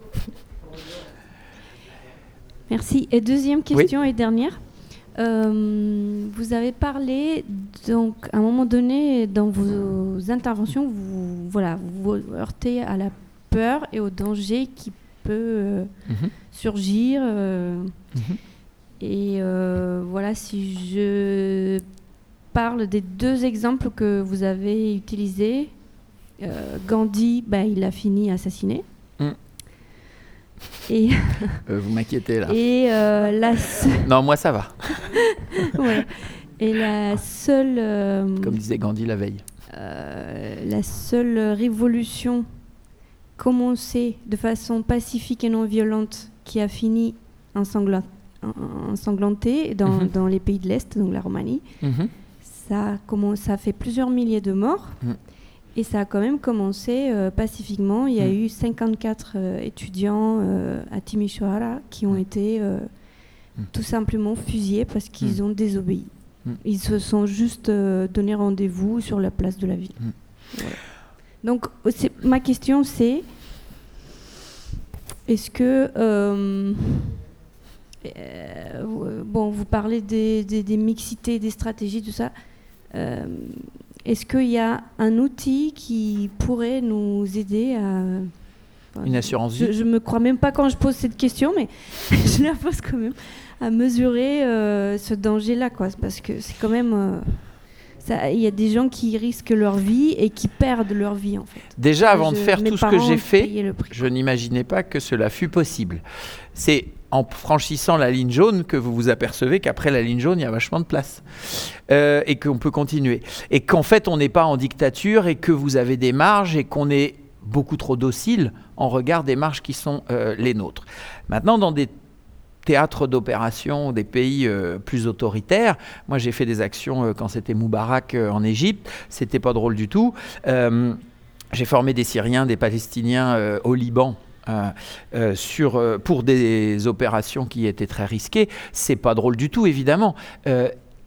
I: Merci. Et deuxième question
E: Oui.
I: et dernière. Euh, vous avez parlé, donc à un moment donné, dans vos interventions, vous, voilà, vous vous heurtez à la peur et au danger qui peut euh,
E: Mm-hmm.
I: surgir. Euh,
E: Mm-hmm.
I: Et euh, voilà, si je parle des deux exemples que vous avez utilisés, euh, Gandhi, bah, il a fini assassiné.
E: Mm.
I: Et,
E: Euh, vous m'inquiétez là.
I: et euh, la seule...
E: Non, moi ça va.
I: ouais. Et la seule... euh,
E: Comme disait Gandhi la veille.
I: euh, la seule révolution commencée de façon pacifique et non violente qui a fini ensanglant- ensanglantée dans,
E: Mhm.
I: dans les pays de l'Est, donc la Roumanie,
E: Mm-hmm.
I: ça a, commen- ça a fait plusieurs milliers de morts.
E: Mm.
I: Et ça a quand même commencé euh, pacifiquement. Il y a
E: Mm.
I: eu cinquante-quatre euh, étudiants euh, à Timișoara qui ont
E: Mm.
I: été euh,
E: Mm.
I: tout simplement fusillés parce qu'ils
E: Mm.
I: ont désobéi.
E: Mm.
I: Ils se sont juste euh, donné rendez-vous sur la place de la ville.
E: Mm.
I: Voilà. Donc c'est- ma question c'est, est-ce que... euh, euh, bon, vous parlez des, des, des mixités, des stratégies, tout ça. Euh, Est-ce qu'il y a un outil qui pourrait nous aider à... Enfin,
E: Une assurance
I: je,
E: vie.
I: je me crois même pas quand je pose cette question, mais je la pose quand même, à mesurer euh, ce danger-là, quoi. Parce que c'est quand même... euh, ça- il y a des gens qui risquent leur vie et qui perdent leur vie, en fait.
E: Déjà, avant de
I: Je-
E: faire
I: mes
E: tout ce que
I: parents
E: j'ai fait,
I: payaient le prix.
E: je n'imaginais pas que cela fût possible. C'est en franchissant la ligne jaune que vous vous apercevez qu'après la ligne jaune, il y a vachement de place. Euh, et qu'on peut continuer. Et qu'en fait, on n'est pas en dictature et que vous avez des marges et qu'on est beaucoup trop dociles en regard des marges qui sont euh, les nôtres. Maintenant, dans des théâtres d'opération des pays euh, plus autoritaires. Moi, j'ai fait des actions euh, quand c'était Moubarak euh, en Égypte. C'était pas drôle du tout. Euh, j'ai formé des Syriens, des Palestiniens euh, au Liban. Euh, euh, sur, euh, pour des opérations qui étaient très risquées. C'est pas drôle du tout, évidemment. Euh,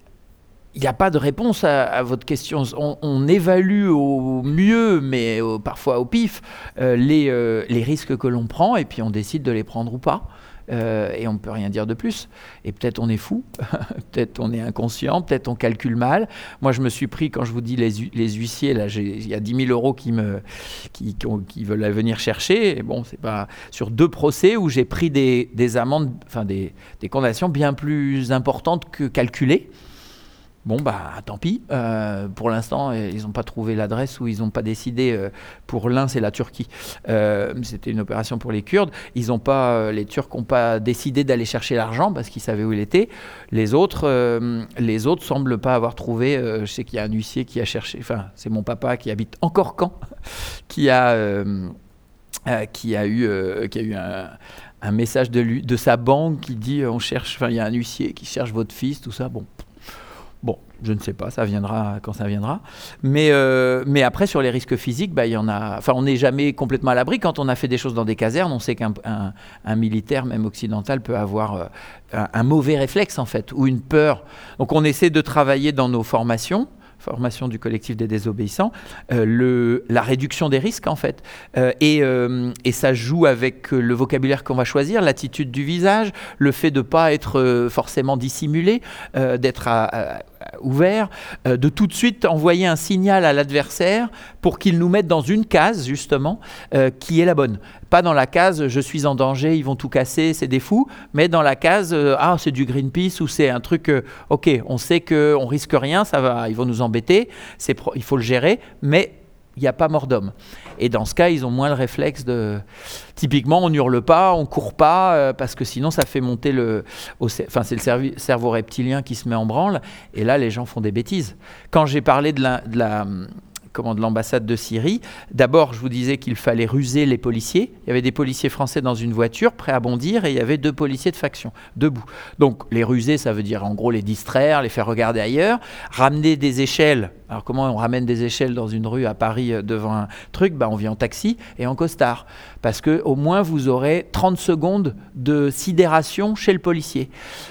E: Il n'y a pas de réponse à, à votre question. On, on évalue au mieux, mais au, parfois au pif, euh, les, euh, les risques que l'on prend, et puis on décide de les prendre ou pas. Euh, et on ne peut rien dire de plus. Et peut-être on est fou, peut-être on est inconscient, peut-être on calcule mal. Moi, je me suis pris, quand je vous dis les, les huissiers, là, il y a dix mille euros qui, me, qui, qui, ont, qui veulent venir chercher. Et bon, c'est pas sur deux procès où j'ai pris des, des amendes, enfin des, des condamnations bien plus importantes que calculées. Bon, bah, tant pis. Euh, pour l'instant, ils n'ont pas trouvé l'adresse ou ils n'ont pas décidé. Euh, pour l'un, c'est la Turquie. Euh, c'était une opération pour les Kurdes. Ils ont pas, euh, les Turcs n'ont pas décidé d'aller chercher l'argent parce qu'ils savaient où il était. Les autres, euh, les autres semblent pas avoir trouvé. Euh, je sais qu'il y a un huissier qui a cherché. Enfin, c'est mon papa qui habite encore Caen, qui a, euh, euh, qui a eu, euh, qui a eu un. un message de, lui, de sa banque qui dit, on cherche. Enfin, il y a un huissier qui cherche votre fils, tout ça. Bon. Bon, je ne sais pas, ça viendra quand ça viendra. Mais, euh, mais après, sur les risques physiques, bah, y en a, enfin, on n'est jamais complètement à l'abri. Quand on a fait des choses dans des casernes, on sait qu'un un, un militaire, même occidental, peut avoir euh, un, un mauvais réflexe, en fait, ou une peur. Donc, on essaie de travailler dans nos formations, formation du collectif des désobéissants, euh, le, la réduction des risques, en fait. Euh, et, euh, et ça joue avec le vocabulaire qu'on va choisir, l'attitude du visage, le fait de ne pas être euh, forcément dissimulé, euh, d'être à, à, ouvert, euh, de tout de suite envoyer un signal à l'adversaire pour qu'il nous mette dans une case, justement, euh, qui est la bonne. Pas dans la case « je suis en danger, ils vont tout casser, c'est des fous », mais dans la case euh, « ah, c'est du Greenpeace » ou c'est un truc euh, « ok, on sait qu'on risque rien, ça va, ils vont nous embêter, c'est pro- il faut le gérer, mais il n'y a pas mort d'homme ». Et dans ce cas, ils ont moins le réflexe de... Typiquement, on n'hurle pas, on ne court pas, euh, parce que sinon, ça fait monter le... Au... Enfin, c'est le cervi... cerveau reptilien qui se met en branle, et là, les gens font des bêtises. Quand j'ai parlé de la... De la comment, de l'ambassade de Syrie. D'abord, je vous disais qu'il fallait ruser les policiers. Il y avait des policiers français dans une voiture, prêts à bondir, et il y avait deux policiers de faction, debout. Donc, les ruser, ça veut dire en gros les distraire, les faire regarder ailleurs, ramener des échelles. Alors, comment on ramène des échelles dans une rue à Paris devant un truc ? Bah, on vient en taxi et en costard. Parce qu'au moins, vous aurez trente secondes de sidération chez le policier.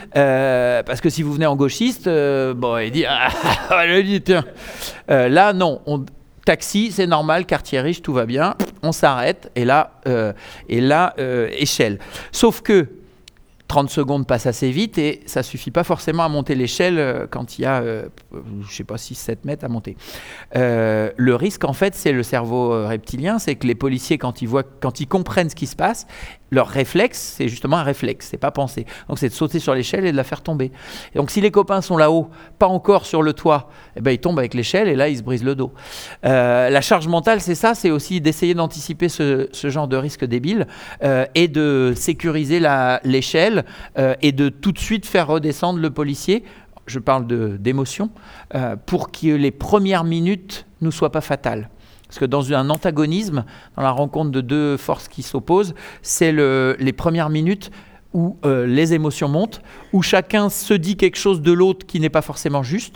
E: Euh, parce que si vous venez en gauchiste, euh, bon, il dit ah, ah, dit, tiens. Euh, là, non. On, taxi, c'est normal, quartier riche, tout va bien. On s'arrête et là, euh, et là euh, échelle. Sauf que trente secondes passent assez vite et ça ne suffit pas forcément à monter l'échelle quand il y a, euh, je ne sais pas, six sept mètres à monter. Euh, le risque, en fait, c'est le cerveau reptilien, c'est que les policiers, quand ils, voient, quand ils comprennent ce qui se passe, leur réflexe, c'est justement un réflexe, c'est pas penser. Donc, c'est de sauter sur l'échelle et de la faire tomber. Et donc, si les copains sont là-haut, pas encore sur le toit, eh ben, ils tombent avec l'échelle et là, ils se brisent le dos. Euh, la charge mentale, c'est ça, c'est aussi d'essayer d'anticiper ce, ce genre de risque débile euh, et de sécuriser la, l'échelle euh, et de tout de suite faire redescendre le policier. Je parle de, d'émotion, euh, pour que les premières minutes ne soient pas fatales. Parce que dans un antagonisme, dans la rencontre de deux forces qui s'opposent, c'est le, les premières minutes où euh, les émotions montent, où chacun se dit quelque chose de l'autre qui n'est pas forcément juste.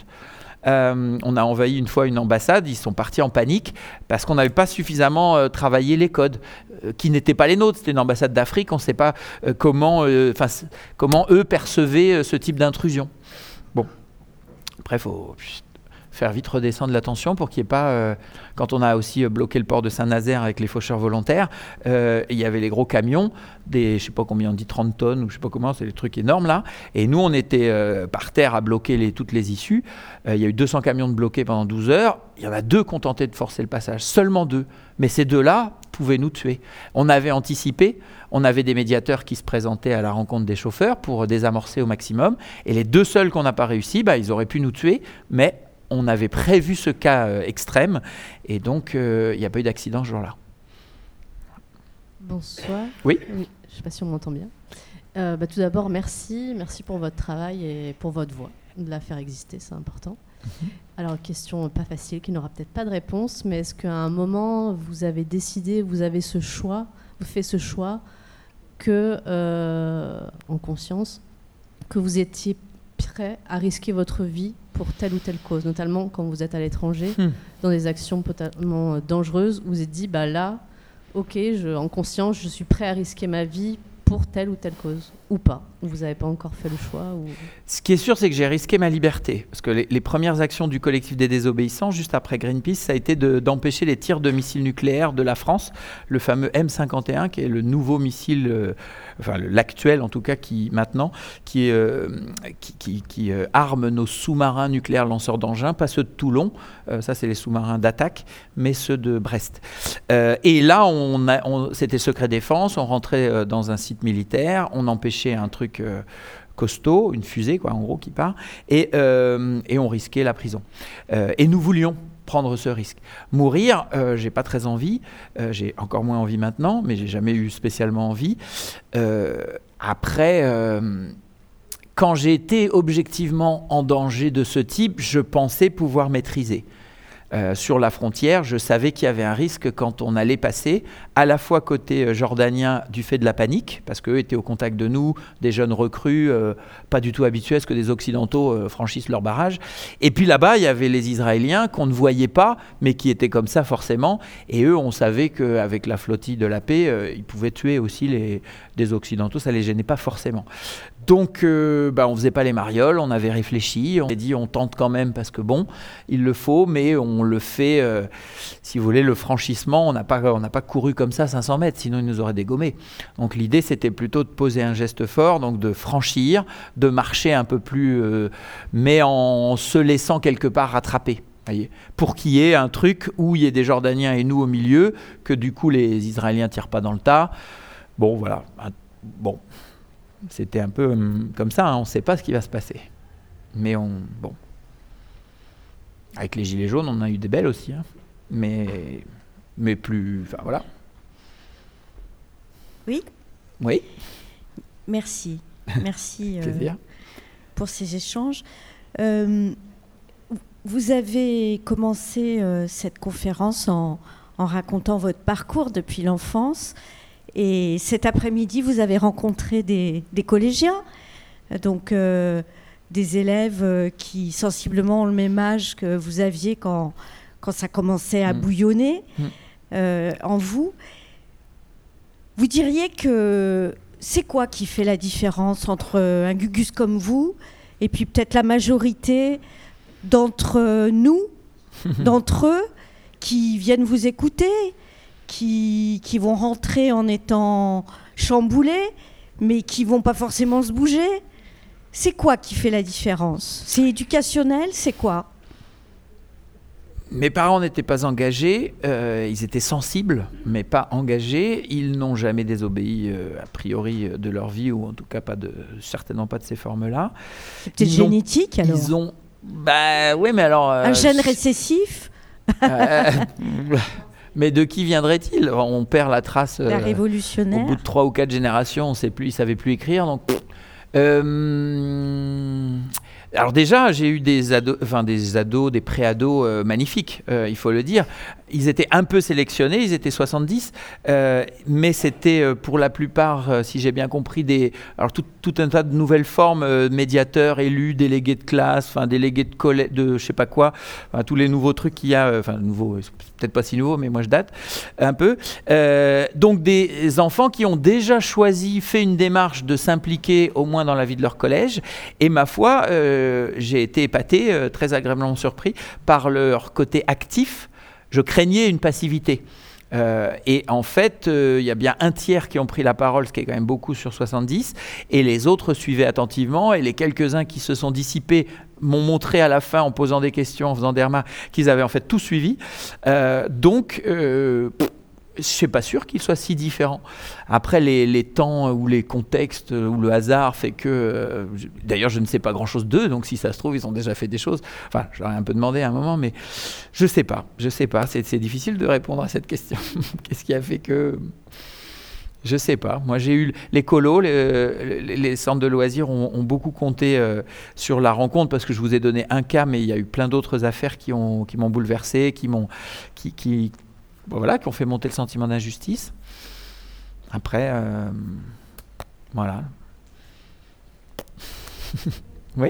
E: Euh, on a envahi une fois une ambassade, ils sont partis en panique parce qu'on n'avait pas suffisamment euh, travaillé les codes euh, qui n'étaient pas les nôtres. C'était une ambassade d'Afrique, on ne sait pas euh, comment, euh, comment eux percevaient euh, ce type d'intrusion. Bon, après, il faut faire vite redescendre la tension pour qu'il n'y ait pas... Euh, quand on a aussi bloqué le port de Saint-Nazaire avec les faucheurs volontaires, euh, il y avait les gros camions, des, je ne sais pas combien on dit, trente tonnes, ou je ne sais pas comment, c'est des trucs énormes là. Et nous, on était euh, par terre à bloquer les, toutes les issues. Euh, il y a eu deux cents camions de bloqués pendant douze heures. Il y en a deux qui ont tenté de forcer le passage, seulement deux. Mais ces deux-là pouvaient nous tuer. On avait anticipé, on avait des médiateurs qui se présentaient à la rencontre des chauffeurs pour désamorcer au maximum. Et les deux seuls qu'on n'a pas réussi, bah, ils auraient pu nous tuer, mais on avait prévu ce cas euh, extrême et donc il euh, n'y a pas eu d'accident ce jour-là.
J: Bonsoir.
E: Oui.
J: Oui, je ne sais pas si on m'entend bien. Euh, bah, tout d'abord, merci. Merci pour votre travail et pour votre voix. De la faire exister, c'est important. Alors, question pas facile, qui n'aura peut-être pas de réponse, mais est-ce qu'à un moment, vous avez décidé, vous avez ce choix, vous faites ce choix, que, euh, en conscience, que vous étiez prêt à risquer votre vie pour telle ou telle cause, notamment quand vous êtes à l'étranger, hmm. dans des actions totalement dangereuses, où vous vous êtes dit, bah là, ok, je, en conscience, je suis prêt à risquer ma vie pour telle ou telle cause, ou pas, ou vous n'avez pas encore fait le choix ou...
E: Ce qui est sûr, c'est que j'ai risqué ma liberté, parce que les, les premières actions du collectif des désobéissants, juste après Greenpeace, ça a été de, d'empêcher les tirs de missiles nucléaires de la France, le fameux M cinquante et un, qui est le nouveau missile, euh, enfin l'actuel en tout cas, qui maintenant, qui, euh, qui, qui, qui euh, arme nos sous-marins nucléaires lanceurs d'engins, pas ceux de Toulon, euh, ça c'est les sous-marins d'attaque, mais ceux de Brest. Euh, et là, on a, on, c'était secret défense, on rentrait euh, dans un site militaire, on empêchait un truc euh, costaud, une fusée quoi, en gros qui part, et, euh, et on risquait la prison. Euh, et nous voulions prendre ce risque. Mourir, euh, j'ai pas très envie, euh, j'ai encore moins envie maintenant, mais j'ai jamais eu spécialement envie. Euh, après, euh, quand j'ai été objectivement en danger de ce type, je pensais pouvoir maîtriser. Euh, sur la frontière, je savais qu'il y avait un risque quand on allait passer, à la fois côté euh, jordanien du fait de la panique, parce qu'eux étaient au contact de nous, des jeunes recrues, euh, pas du tout habitués à ce que des Occidentaux euh, franchissent leur barrage. Et puis là-bas, il y avait les Israéliens qu'on ne voyait pas, mais qui étaient comme ça forcément. Et eux, on savait qu'avec la flottille de la paix, euh, ils pouvaient tuer aussi les, des Occidentaux, ça ne les gênait pas forcément. Donc, euh, bah, on ne faisait pas les marioles, on avait réfléchi, on s'est dit on tente quand même parce que bon, il le faut, mais on le fait, euh, si vous voulez, le franchissement, on n'a pas, on n'a pas couru comme ça cinq cents mètres, sinon ils nous auraient dégommés. Donc l'idée, c'était plutôt de poser un geste fort, donc de franchir, de marcher un peu plus, euh, mais en se laissant quelque part rattraper. Voyez, pour qu'il y ait un truc où il y ait des Jordaniens et nous au milieu, que du coup les Israéliens ne tirent pas dans le tas. Bon, voilà, bon... C'était un peu hum, comme ça, hein, on ne sait pas ce qui va se passer. Mais on... Bon. Avec les gilets jaunes, on a eu des belles aussi. Hein, mais... Mais plus... Enfin, voilà.
K: Oui ?
E: Oui.
K: Merci. Merci euh, pour ces échanges. Euh, vous avez commencé euh, cette conférence en, en racontant votre parcours depuis l'enfance. Et cet après-midi, vous avez rencontré des, des collégiens, donc euh, des élèves euh, qui sensiblement ont le même âge que vous aviez quand, quand ça commençait à mmh. bouillonner mmh. Euh, en vous. Vous diriez que c'est quoi qui fait la différence entre un Gugus comme vous et puis peut-être la majorité d'entre nous, d'entre eux, qui viennent vous écouter ? Qui, qui vont rentrer en étant chamboulés, mais qui ne vont pas forcément se bouger. C'est quoi qui fait la différence ? C'est éducationnel ? C'est quoi ?
E: Mes parents n'étaient pas engagés, euh, ils étaient sensibles, mais pas engagés. Ils n'ont jamais désobéi, euh, a priori, de leur vie, ou en tout cas pas de, certainement pas de ces formes-là.
K: C'est peut-être ils génétique,
E: ont,
K: alors ?
E: Ils ont... Bah oui, mais alors... Euh,
K: Un gène récessif
E: euh, Mais de qui viendrait-il ? On perd la trace
K: la révolutionnaire.
E: Euh, au bout de trois ou quatre générations, on sait plus, ils ne savaient plus écrire. Donc, euh, alors déjà, j'ai eu des ados, enfin des ados, des pré-ados euh, magnifiques, euh, il faut le dire. Ils étaient un peu sélectionnés, ils étaient soixante-dix, euh, mais c'était euh, pour la plupart, euh, si j'ai bien compris, des, alors tout, tout un tas de nouvelles formes, euh, médiateurs, élus, délégués de classe, enfin délégués de collège, de je sais pas quoi, enfin, tous les nouveaux trucs qu'il y a, enfin nouveaux, peut-être pas si nouveaux, mais moi je date un peu. Euh, donc des enfants qui ont déjà choisi, fait une démarche de s'impliquer au moins dans la vie de leur collège, et ma foi, euh, j'ai été épaté, euh, très agréablement surpris par leur côté actif. Je craignais une passivité. Euh, et en fait, il euh, y a bien un tiers qui ont pris la parole, ce qui est quand même beaucoup sur soixante-dix, et les autres suivaient attentivement, et les quelques-uns qui se sont dissipés m'ont montré à la fin, en posant des questions, en faisant des remarques, qu'ils avaient en fait tout suivi. Euh, donc, euh, pff, je ne suis pas sûr qu'ils soient si différents. Après, les, les temps ou les contextes ou le hasard fait que... Euh, je, d'ailleurs, je ne sais pas grand-chose d'eux, donc si ça se trouve, ils ont déjà fait des choses. Enfin, je leur ai un peu demandé à un moment, mais je ne sais pas. Je ne sais pas. C'est, c'est difficile de répondre à cette question. Qu'est-ce qui a fait que... Je sais pas. Moi, j'ai eu les colos, les, les, les centres de loisirs ont, ont beaucoup compté euh, sur la rencontre parce que je vous ai donné un cas, mais il y a eu plein d'autres affaires qui ont qui m'ont bouleversé, qui m'ont qui qui bon, voilà, qui ont fait monter le sentiment d'injustice. Après, euh, voilà. Oui.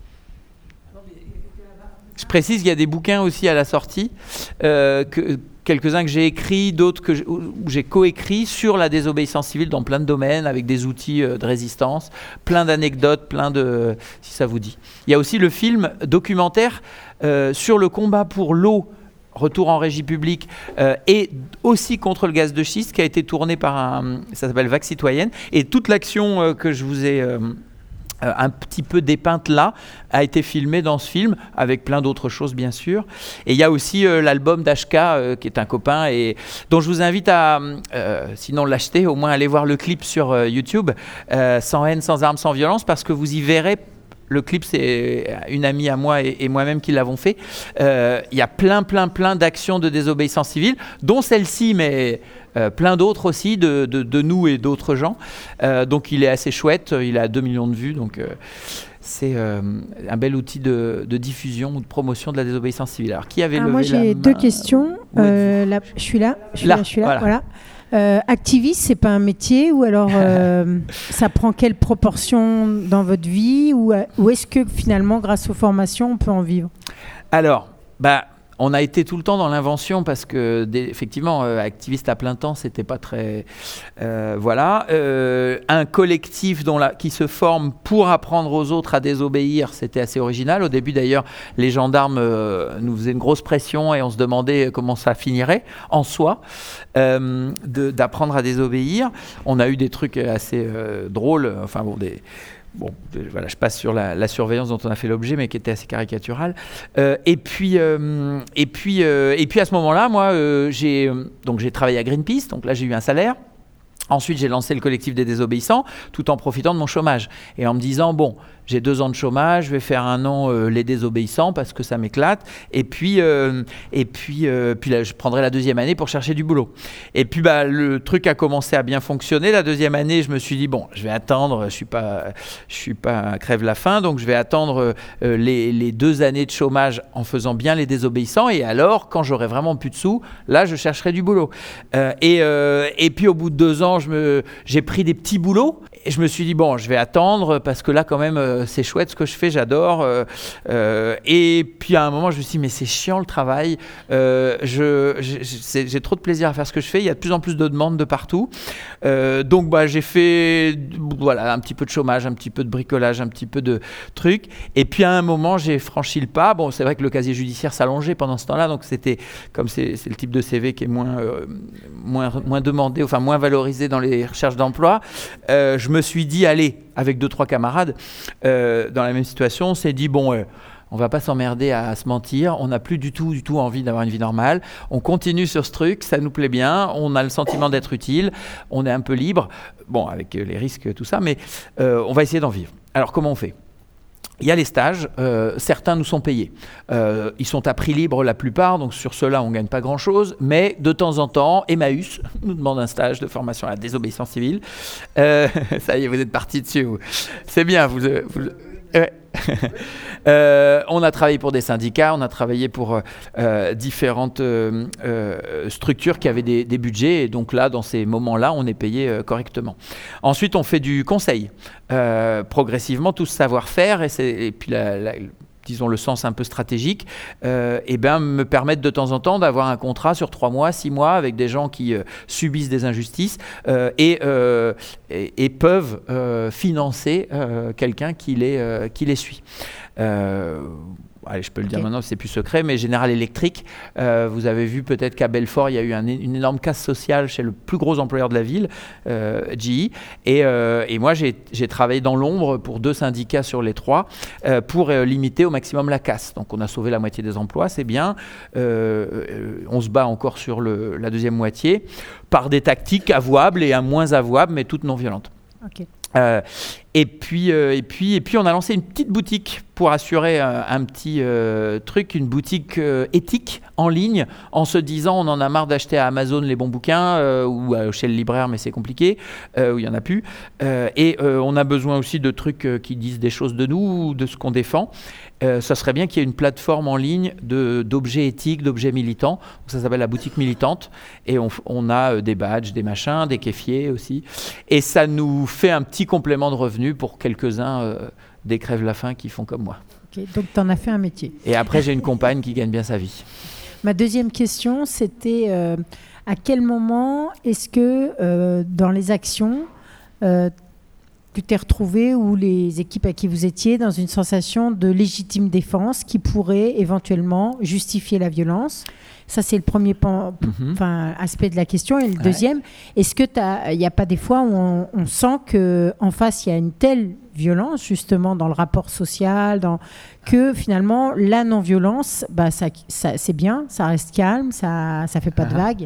E: Je précise qu'il y a des bouquins aussi à la sortie, euh, que, quelques-uns que j'ai écrits, d'autres que j'ai, où j'ai coécrit sur la désobéissance civile dans plein de domaines, avec des outils euh, de résistance, plein d'anecdotes, plein de... si ça vous dit. Il y a aussi le film documentaire euh, sur le combat pour l'eau, retour en régie publique, euh, et aussi contre le gaz de schiste, qui a été tourné par un... ça s'appelle Vague Citoyenne, et toute l'action euh, que je vous ai... Euh, Euh, un petit peu dépeinte là, a été filmé dans ce film, avec plein d'autres choses bien sûr. Et il y a aussi euh, l'album d'H K, euh, qui est un copain, et dont je vous invite à, euh, sinon l'acheter, au moins aller voir le clip sur euh, YouTube, euh, Sans haine, sans armes, sans violence, parce que vous y verrez. Le clip, c'est une amie à moi et, et moi-même qui l'avons fait. Euh, il y a plein, plein, plein d'actions de désobéissance civile, dont celle-ci, mais euh, plein d'autres aussi, de, de, de nous et d'autres gens. Euh, donc il est assez chouette, il a deux millions de vues, donc euh, c'est euh, un bel outil de, de diffusion ou de promotion de la désobéissance civile. Alors, qui avait
F: Alors
E: levé
F: moi, j'ai
E: la
F: deux
E: main?
F: questions. Euh, là, je suis là, je suis
E: Là,
F: là, je suis là,
E: voilà.
F: voilà. Euh, activiste, c'est pas un métier, ou alors euh, ça prend quelle proportion dans votre vie, ou, ou est-ce que finalement, grâce aux formations, on peut en vivre?
E: Alors, bah, on a été tout le temps dans l'invention parce que, des, effectivement, euh, activiste à plein temps, c'était pas très... Euh, voilà. Euh, un collectif dont la, qui se forme pour apprendre aux autres à désobéir, c'était assez original. Au début, d'ailleurs, les gendarmes euh, nous faisaient une grosse pression et on se demandait comment ça finirait en soi, euh, de, d'apprendre à désobéir. On a eu des trucs assez euh, drôles, enfin bon, des... Bon, voilà, je passe sur la, la surveillance dont on a fait l'objet, mais qui était assez caricaturale. Euh, et puis, euh, et puis, euh, et puis à ce moment-là, moi, euh, j'ai donc j'ai travaillé à Greenpeace. Donc là, j'ai eu un salaire. Ensuite, j'ai lancé le collectif des désobéissants, tout en profitant de mon chômage et en me disant bon, j'ai deux ans de chômage, je vais faire un an euh, les désobéissants parce que ça m'éclate. Et puis, euh, et puis, euh, puis là, je prendrai la deuxième année pour chercher du boulot. Et puis, bah, le truc a commencé à bien fonctionner. La deuxième année, je me suis dit bon, je vais attendre. Je suis pas, je suis pas crève la faim, donc je vais attendre euh, les, les deux années de chômage en faisant bien les désobéissants. Et alors, quand j'aurai vraiment plus de sous, là, je chercherai du boulot. Euh, et, euh, et puis, au bout de deux ans, je me, j'ai pris des petits boulots. Et je me suis dit, bon, je vais attendre parce que là, quand même, euh, c'est chouette ce que je fais, j'adore. Euh, euh, et puis, à un moment, je me suis dit, mais c'est chiant le travail. Euh, je, j'ai, c'est, j'ai trop de plaisir à faire ce que je fais. Il y a de plus en plus de demandes de partout. Euh, donc, bah, j'ai fait voilà, un petit peu de chômage, un petit peu de bricolage, un petit peu de trucs. Et puis, à un moment, j'ai franchi le pas. Bon, c'est vrai que le casier judiciaire s'allongeait pendant ce temps-là. Donc, c'était comme c'est, c'est le type de C V qui est moins, euh, moins, moins demandé, enfin, moins valorisé dans les recherches d'emploi. Euh, je me suis dit, allez, avec deux, trois camarades, euh, dans la même situation, on s'est dit, bon, euh, on va pas s'emmerder à, à se mentir, on n'a plus du tout, du tout envie d'avoir une vie normale, on continue sur ce truc, ça nous plaît bien, on a le sentiment d'être utile, on est un peu libre, bon, avec les risques, tout ça, mais euh, on va essayer d'en vivre. Alors, comment on fait ? Il y a les stages, euh, certains nous sont payés. Euh, ils sont à prix libre la plupart, donc sur ceux-là, on ne gagne pas grand-chose. Mais de temps en temps, Emmaüs nous demande un stage de formation à la désobéissance civile. Euh, ça y est, vous êtes partis dessus. Vous. C'est bien, vous... vous ouais. euh, on a travaillé pour des syndicats, on a travaillé pour euh, différentes euh, euh, structures qui avaient des, des budgets, et donc là, dans ces moments-là, on est payé euh, correctement. Ensuite, on fait du conseil, euh, progressivement, tout ce savoir-faire, et, c'est, et puis la, la, disons le sens un peu stratégique, euh, et ben, me permettre de temps en temps d'avoir un contrat sur trois mois, six mois, avec des gens qui euh, subissent des injustices euh, et, euh, et, et peuvent euh, financer euh, quelqu'un qui les, euh, qui les suit. Euh, Allez, je peux le dire okay. Maintenant, c'est plus secret, mais General Electric, euh, vous avez vu peut-être qu'à Belfort, il y a eu un, une énorme casse sociale chez le plus gros employeur de la ville, euh, G E. Et, euh, et moi, j'ai, j'ai travaillé dans l'ombre pour deux syndicats sur les trois euh, pour euh, limiter au maximum la casse. Donc, on a sauvé la moitié des emplois, c'est bien. Euh, euh, on se bat encore sur le, la deuxième moitié par des tactiques avouables et un moins avouables, mais toutes non violentes.
F: Ok.
E: Euh, et puis, euh, et puis, et puis, on a lancé une petite boutique pour assurer un, un petit euh, truc, une boutique euh, éthique en ligne, en se disant on en a marre d'acheter à Amazon les bons bouquins euh, ou euh, chez le libraire, mais c'est compliqué, euh, où il n'y en a plus. Euh, et euh, on a besoin aussi de trucs euh, qui disent des choses de nous, de ce qu'on défend. Euh, ça serait bien qu'il y ait une plateforme en ligne de, d'objets éthiques, d'objets militants. Donc ça s'appelle la boutique militante. Et on, on a euh, des badges, des machins, des kéfiers aussi. Et ça nous fait un petit complément de revenus pour quelques-uns euh, des crève-la-faim qui font comme moi.
F: Okay, donc tu en as fait un métier.
E: Et après, j'ai une compagne qui gagne bien sa vie.
F: Ma deuxième question, c'était euh, à quel moment est-ce que euh, dans les actions, euh, tu t'es retrouvé ou les équipes à qui vous étiez dans une sensation de légitime défense qui pourrait éventuellement justifier la violence? Ça, c'est le premier pan, mm-hmm. enfin, aspect de la question. Et le ouais. deuxième, est-ce que il n'y a pas des fois où on, on sent qu'en face, il y a une telle violence, justement, dans le rapport social, dans, que finalement, la non-violence, bah, ça, ça, c'est bien, ça reste calme, ça ne fait pas uh-huh. de vagues?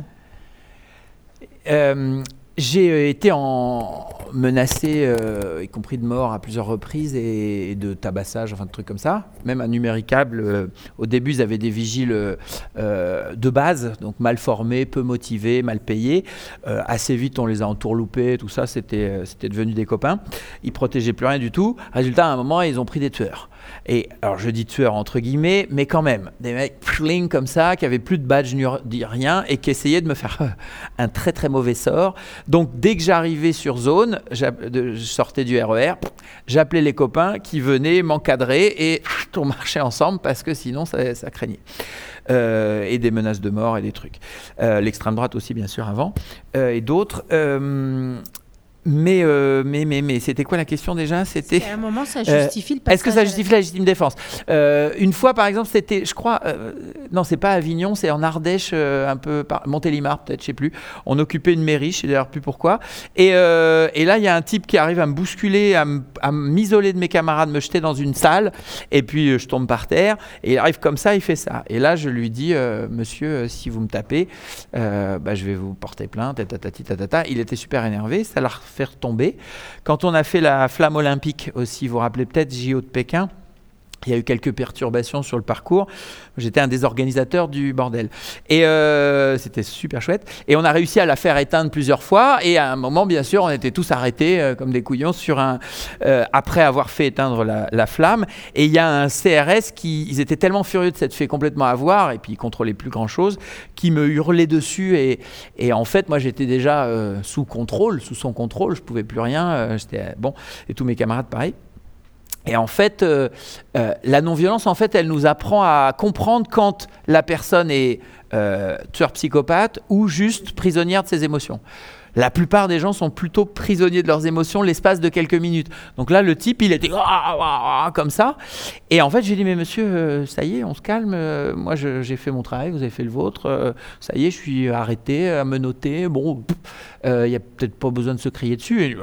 E: euh... J'ai été en menacé, euh, y compris de mort à plusieurs reprises et, et de tabassage, enfin de trucs comme ça. Même un numéricable. Euh, au début, ils avaient des vigiles euh, de base, donc mal formés, peu motivés, mal payés. Euh, assez vite, on les a entourloupés, tout ça, c'était, c'était devenu des copains. Ils protégeaient plus rien du tout. Résultat, à un moment, ils ont pris des tueurs. Et alors, je dis tueurs entre guillemets, mais quand même, des mecs pling comme ça, qui avaient plus de badge ni rien et qui essayaient de me faire un très très mauvais sort. Donc, dès que j'arrivais sur zone, je sortais du R E R, j'appelais les copains qui venaient m'encadrer et on marchait ensemble parce que sinon, ça, ça craignait. Euh, et des menaces de mort et des trucs. Euh, l'extrême droite aussi, bien sûr, avant, euh, et d'autres. Euh, Mais, euh, mais, mais, mais, c'était quoi la question déjà? C'était.
F: À un moment, ça justifie
E: euh,
F: le passage.
E: Est-ce que ça justifie la légitime défense? euh, Une fois, par exemple, c'était, je crois, euh, non, c'est pas Avignon, c'est en Ardèche, euh, un peu par Montélimar, peut-être, je sais plus. On occupait une mairie, je sais d'ailleurs plus pourquoi. Et, euh, et là, il y a un type qui arrive à me bousculer, à, m- à m'isoler de mes camarades, me jeter dans une salle, et puis euh, je tombe par terre. Et il arrive comme ça, il fait ça. Et là, je lui dis, euh, monsieur, euh, si vous me tapez, euh, bah, je vais vous porter plainte. Tatatati, tatata. Il était super énervé, ça l'a faire tomber. Quand on a fait la flamme olympique aussi, vous vous rappelez peut-être, J O de Pékin, il y a eu quelques perturbations sur le parcours. J'étais un des organisateurs du bordel. Et euh, c'était super chouette. Et on a réussi à la faire éteindre plusieurs fois. Et à un moment, bien sûr, on était tous arrêtés euh, comme des couillons sur un, euh, après avoir fait éteindre la, la flamme. Et il y a un C R S qui, ils étaient tellement furieux de s'être fait complètement avoir, et puis ils contrôlaient plus grand-chose, qui me hurlaient dessus. Et, et en fait, moi, j'étais déjà euh, sous contrôle, sous son contrôle. Je pouvais plus rien. Euh, j'étais, bon, et tous mes camarades, pareil. Et en fait, euh, euh, la non-violence, en fait, elle nous apprend à comprendre quand la personne est euh, tueur psychopathe ou juste prisonnière de ses émotions. La plupart des gens sont plutôt prisonniers de leurs émotions l'espace de quelques minutes. Donc là, le type, il était ah, ah, ah, comme ça. Et en fait, j'ai dit, mais monsieur, euh, ça y est, on se calme. Euh, moi, je, j'ai fait mon travail, vous avez fait le vôtre. Euh, ça y est, je suis arrêté, à me noter. Bon, il euh, n'y a peut-être pas besoin de se crier dessus. Et,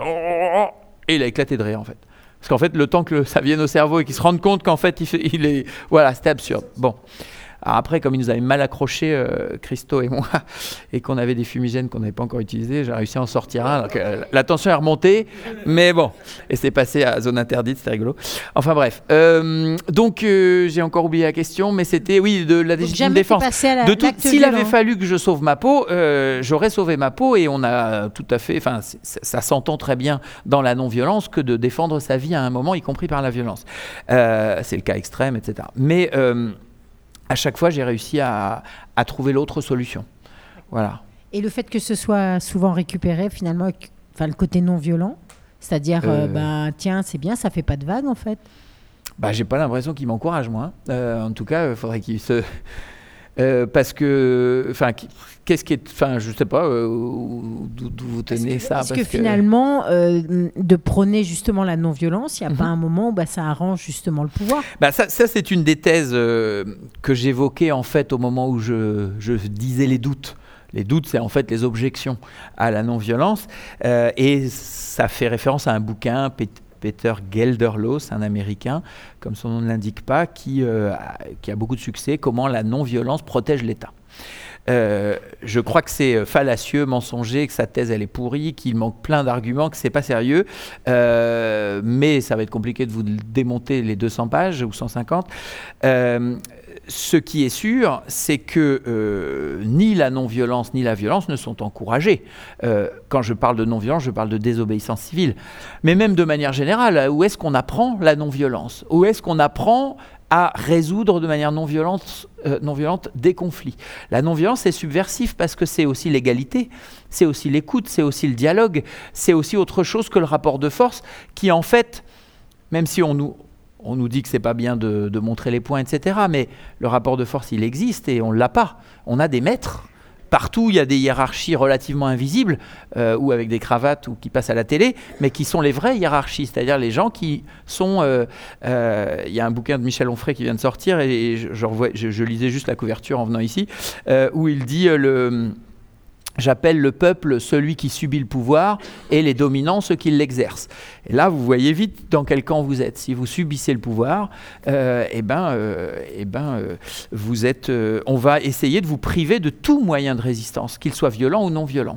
E: et il a éclaté de rire, en fait. Parce qu'en fait, le temps que ça vienne au cerveau et qu'il se rende compte qu'en fait, il, fait, il est... Voilà, c'était absurde. Bon. Alors après, comme ils nous avaient mal accrochés, euh, Christo et moi, et qu'on avait des fumigènes qu'on n'avait pas encore utilisés, j'ai réussi à en sortir un. Donc, euh, la tension est remontée, mais bon. Et c'est passé à zone interdite, c'était rigolo. Enfin bref. Euh, donc, euh, j'ai encore oublié la question, mais c'était, oui, de la légitime défense.
F: La,
E: de tout, s'il avait fallu que je sauve ma peau, euh, j'aurais sauvé ma peau, et on a tout à fait... Enfin, ça s'entend très bien dans la non-violence que de défendre sa vie à un moment, y compris par la violence. Euh, c'est le cas extrême, et cetera. Mais... Euh, à chaque fois, j'ai réussi à, à trouver l'autre solution. Voilà.
F: Et le fait que ce soit souvent récupéré, finalement, enfin, le côté non violent, c'est-à-dire, euh... Euh, bah, tiens, c'est bien, ça fait pas de vague, en fait.
E: Bah, j'ai pas l'impression qu'il m'encourage, moi. Euh, en tout cas, il faudrait qu'il se... Euh, parce que, enfin, qu'est-ce qui est, enfin, je sais pas euh, d'où, d'où vous tenez
F: parce que,
E: ça.
F: Parce,
E: parce
F: que,
E: que
F: finalement, euh, de prôner justement la non-violence, il n'y a mm-hmm. pas un moment où bah, ça arrange justement le pouvoir.
E: Bah ça, ça c'est une des thèses euh, que j'évoquais en fait au moment où je, je disais les doutes. Les doutes, c'est en fait les objections à la non-violence, euh, et ça fait référence à un bouquin. Peter Gelderloos, un Américain, comme son nom ne l'indique pas, qui, euh, a, qui a beaucoup de succès, comment la non-violence protège l'État. Euh, je crois que c'est fallacieux, mensonger, que sa thèse elle est pourrie, qu'il manque plein d'arguments, que c'est pas sérieux. Euh, mais ça va être compliqué de vous démonter les deux cents pages ou cent cinquante. Euh, ce qui est sûr, c'est que euh, ni la non-violence ni la violence ne sont encouragées. Euh, quand je parle de non-violence, je parle de désobéissance civile. Mais même de manière générale, où est-ce qu'on apprend la non-violence? Où est-ce qu'on apprend à résoudre de manière non violente, euh, non violente des conflits? La non-violence est subversive parce que c'est aussi l'égalité, c'est aussi l'écoute, c'est aussi le dialogue, c'est aussi autre chose que le rapport de force qui, en fait, même si on nous, on nous dit que c'est pas bien de, de montrer les points, et cetera, mais le rapport de force, il existe et on l'a pas. On a des maîtres. Partout, il y a des hiérarchies relativement invisibles, euh, ou avec des cravates, ou qui passent à la télé, mais qui sont les vraies hiérarchies, c'est-à-dire les gens qui sont... Euh, euh, il y a un bouquin de Michel Onfray qui vient de sortir, et je, je, revois, je, je lisais juste la couverture en venant ici, euh, où il dit... Euh, le, J'appelle le peuple celui qui subit le pouvoir et les dominants ceux qui l'exercent. Et là, vous voyez vite dans quel camp vous êtes. Si vous subissez le pouvoir, euh, eh ben, euh, eh ben, euh, vous êtes, euh, on va essayer de vous priver de tout moyen de résistance, qu'il soit violent ou non violent.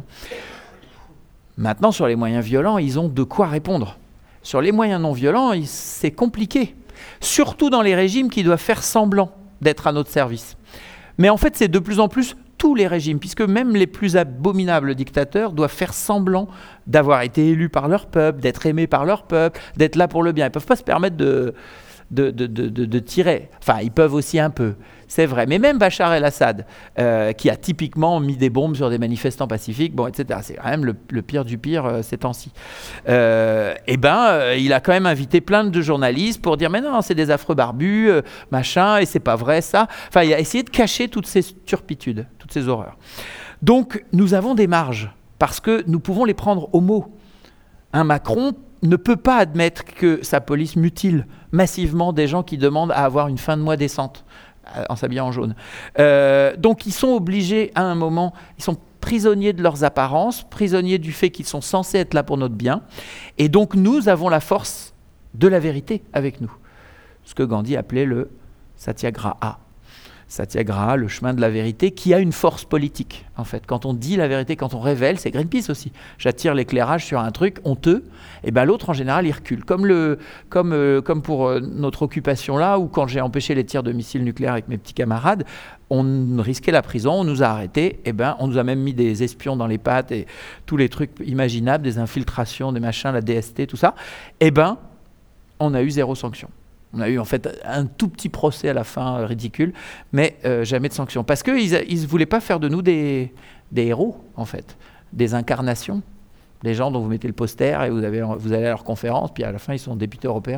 E: Maintenant, sur les moyens violents, ils ont de quoi répondre. Sur les moyens non violents, c'est compliqué. Surtout dans les régimes qui doivent faire semblant d'être à notre service. Mais en fait, c'est de plus en plus tous les régimes, puisque même les plus abominables dictateurs doivent faire semblant d'avoir été élus par leur peuple, d'être aimés par leur peuple, d'être là pour le bien. Ils ne peuvent pas se permettre de, de, de, de, de, de tirer. Enfin, ils peuvent aussi un peu, c'est vrai. Mais même Bachar el-Assad, euh, qui a typiquement mis des bombes sur des manifestants pacifiques, bon, et cetera. C'est quand même le, le pire du pire euh, ces temps-ci. Euh, eh ben, euh, il a quand même invité plein de journalistes pour dire « Mais non, c'est des affreux barbus, euh, machin, et c'est pas vrai ça. » Enfin, il a essayé de cacher toutes ces turpitudes, toutes ces horreurs. Donc, nous avons des marges, parce que nous pouvons les prendre au mot. Un Macron ne peut pas admettre que sa police mutile massivement des gens qui demandent à avoir une fin de mois décente en s'habillant en jaune. Euh, donc ils sont obligés à un moment, ils sont prisonniers de leurs apparences, prisonniers du fait qu'ils sont censés être là pour notre bien, et donc nous avons la force de la vérité avec nous. Ce que Gandhi appelait le satyagraha. Satyagraha, le chemin de la vérité, qui a une force politique, en fait. Quand on dit la vérité, quand on révèle, c'est Greenpeace aussi. J'attire l'éclairage sur un truc honteux, et ben l'autre, en général, il recule. Comme, le, comme, euh, comme pour euh, notre occupation là, où quand j'ai empêché les tirs de missiles nucléaires avec mes petits camarades, on risquait la prison, on nous a arrêtés, et ben on nous a même mis des espions dans les pattes, et tous les trucs imaginables, des infiltrations, des machins, la D S T, tout ça, et ben on a eu zéro sanction. On a eu en fait un tout petit procès à la fin, euh, ridicule, mais euh, jamais de sanction. Parce qu'ils ne voulaient pas faire de nous des, des héros, en fait, des incarnations. Des gens dont vous mettez le poster et vous, avez, vous allez à leur conférence, puis à la fin, ils sont députés européens.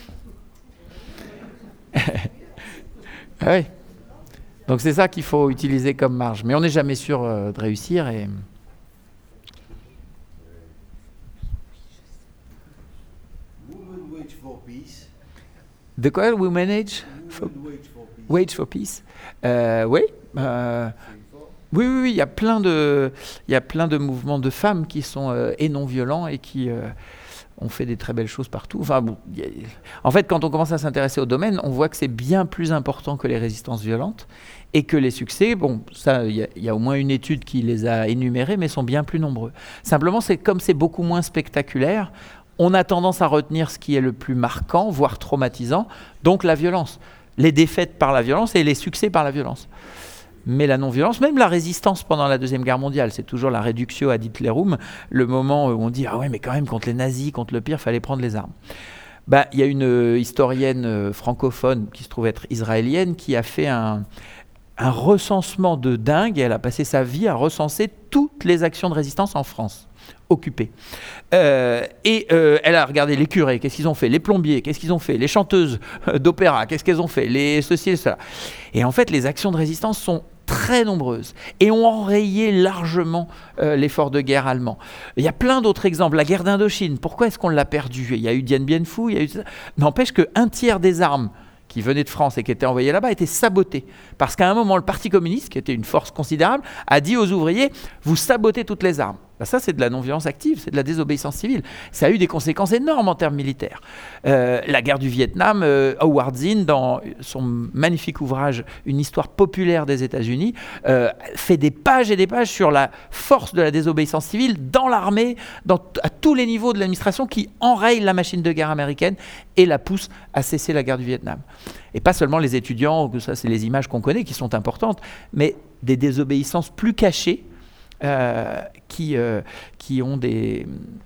E: Ah oui. Donc c'est ça qu'il faut utiliser comme marge. Mais on n'est jamais sûr euh, de réussir. Et... De quoi? We manage for... Wage for peace. Euh, oui. Euh, oui, oui, oui. Il y a plein de, il y a plein de mouvements de femmes qui sont euh, et non violents et qui euh, ont fait des très belles choses partout. Enfin, bon, y a... En fait, quand on commence à s'intéresser au domaine, on voit que c'est bien plus important que les résistances violentes et que les succès. Bon, ça, il y, y a au moins une étude qui les a énumérés, mais sont bien plus nombreux. Simplement, c'est comme c'est beaucoup moins spectaculaire. On a tendance à retenir ce qui est le plus marquant, voire traumatisant, donc la violence. Les défaites par la violence et les succès par la violence. Mais la non-violence, même la résistance pendant la Deuxième Guerre mondiale, c'est toujours la reductio ad Hitlerum, le moment où on dit « Ah ouais, mais quand même, contre les nazis, contre le pire, il fallait prendre les armes ». Ben, y a une euh, historienne euh, francophone qui se trouve être israélienne qui a fait un, un recensement de dingue, et elle a passé sa vie à recenser toutes les actions de résistance en France. Occupés. Euh, et euh, elle a regardé les curés, qu'est-ce qu'ils ont fait, les plombiers, qu'est-ce qu'ils ont fait, les chanteuses d'opéra, qu'est-ce qu'elles ont fait, les ceci et cela. Et en fait, les actions de résistance sont très nombreuses et ont enrayé largement euh, l'effort de guerre allemand. Il y a plein d'autres exemples. La guerre d'Indochine, pourquoi est-ce qu'on l'a perdue? Il y a eu Dien Bien Phu, il y a eu... N'empêche qu'un tiers des armes qui venaient de France et qui étaient envoyées là-bas étaient sabotées. Parce qu'à un moment, le Parti communiste, qui était une force considérable, a dit aux ouvriers « Vous sabotez toutes les armes ». Ben ça, c'est de la non-violence active, c'est de la désobéissance civile. Ça a eu des conséquences énormes en termes militaires. Euh, la guerre du Vietnam, euh, Howard Zinn, dans son magnifique ouvrage « Une histoire populaire des États-Unis euh, », fait des pages et des pages sur la force de la désobéissance civile dans l'armée, dans, à tous les niveaux de l'administration, qui enraye la machine de guerre américaine et la pousse à cesser la guerre du Vietnam. Et pas seulement les étudiants, ça c'est les images qu'on connaît qui sont importantes, mais des désobéissances plus cachées, Euh, qui, euh, qui ont des,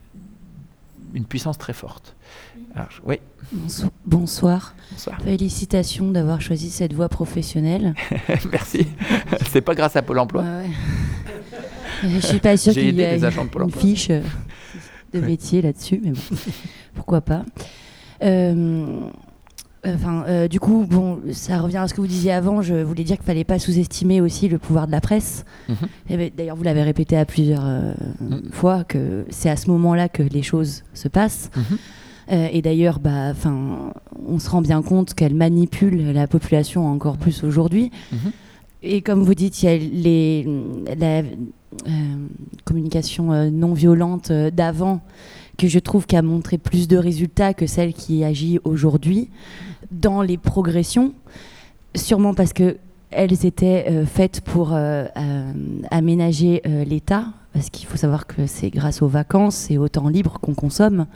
E: une puissance très forte. Alors, oui.
A: Bonsoir. Bonsoir.
E: Bonsoir.
A: Félicitations d'avoir choisi cette voie professionnelle.
E: Merci. C'est pas grâce à Pôle emploi.
A: Ouais, ouais. Je suis pas sûre qu'il y ait une
E: emploi.
A: fiche de métier là-dessus, mais bon, pourquoi pas. Euh, Enfin, euh, du coup, bon, ça revient à ce que vous disiez avant. Je voulais dire qu'il ne fallait pas sous-estimer aussi le pouvoir de la presse. Mm-hmm. Et ben, d'ailleurs, vous l'avez répété à plusieurs euh, mm. fois que c'est à ce moment-là que les choses se passent. Mm-hmm. Euh, et d'ailleurs, bah, on se rend bien compte qu'elle manipule la population encore plus aujourd'hui. Mm-hmm. Et comme vous dites, il y a les, la euh, communication euh, non violente euh, d'avant, que je trouve qui a montré plus de résultats que celle qui agit aujourd'hui dans les progressions, sûrement parce qu'elles étaient euh, faites pour euh, euh, aménager euh, l'État, parce qu'il faut savoir que c'est grâce aux vacances et au temps libre qu'on consomme,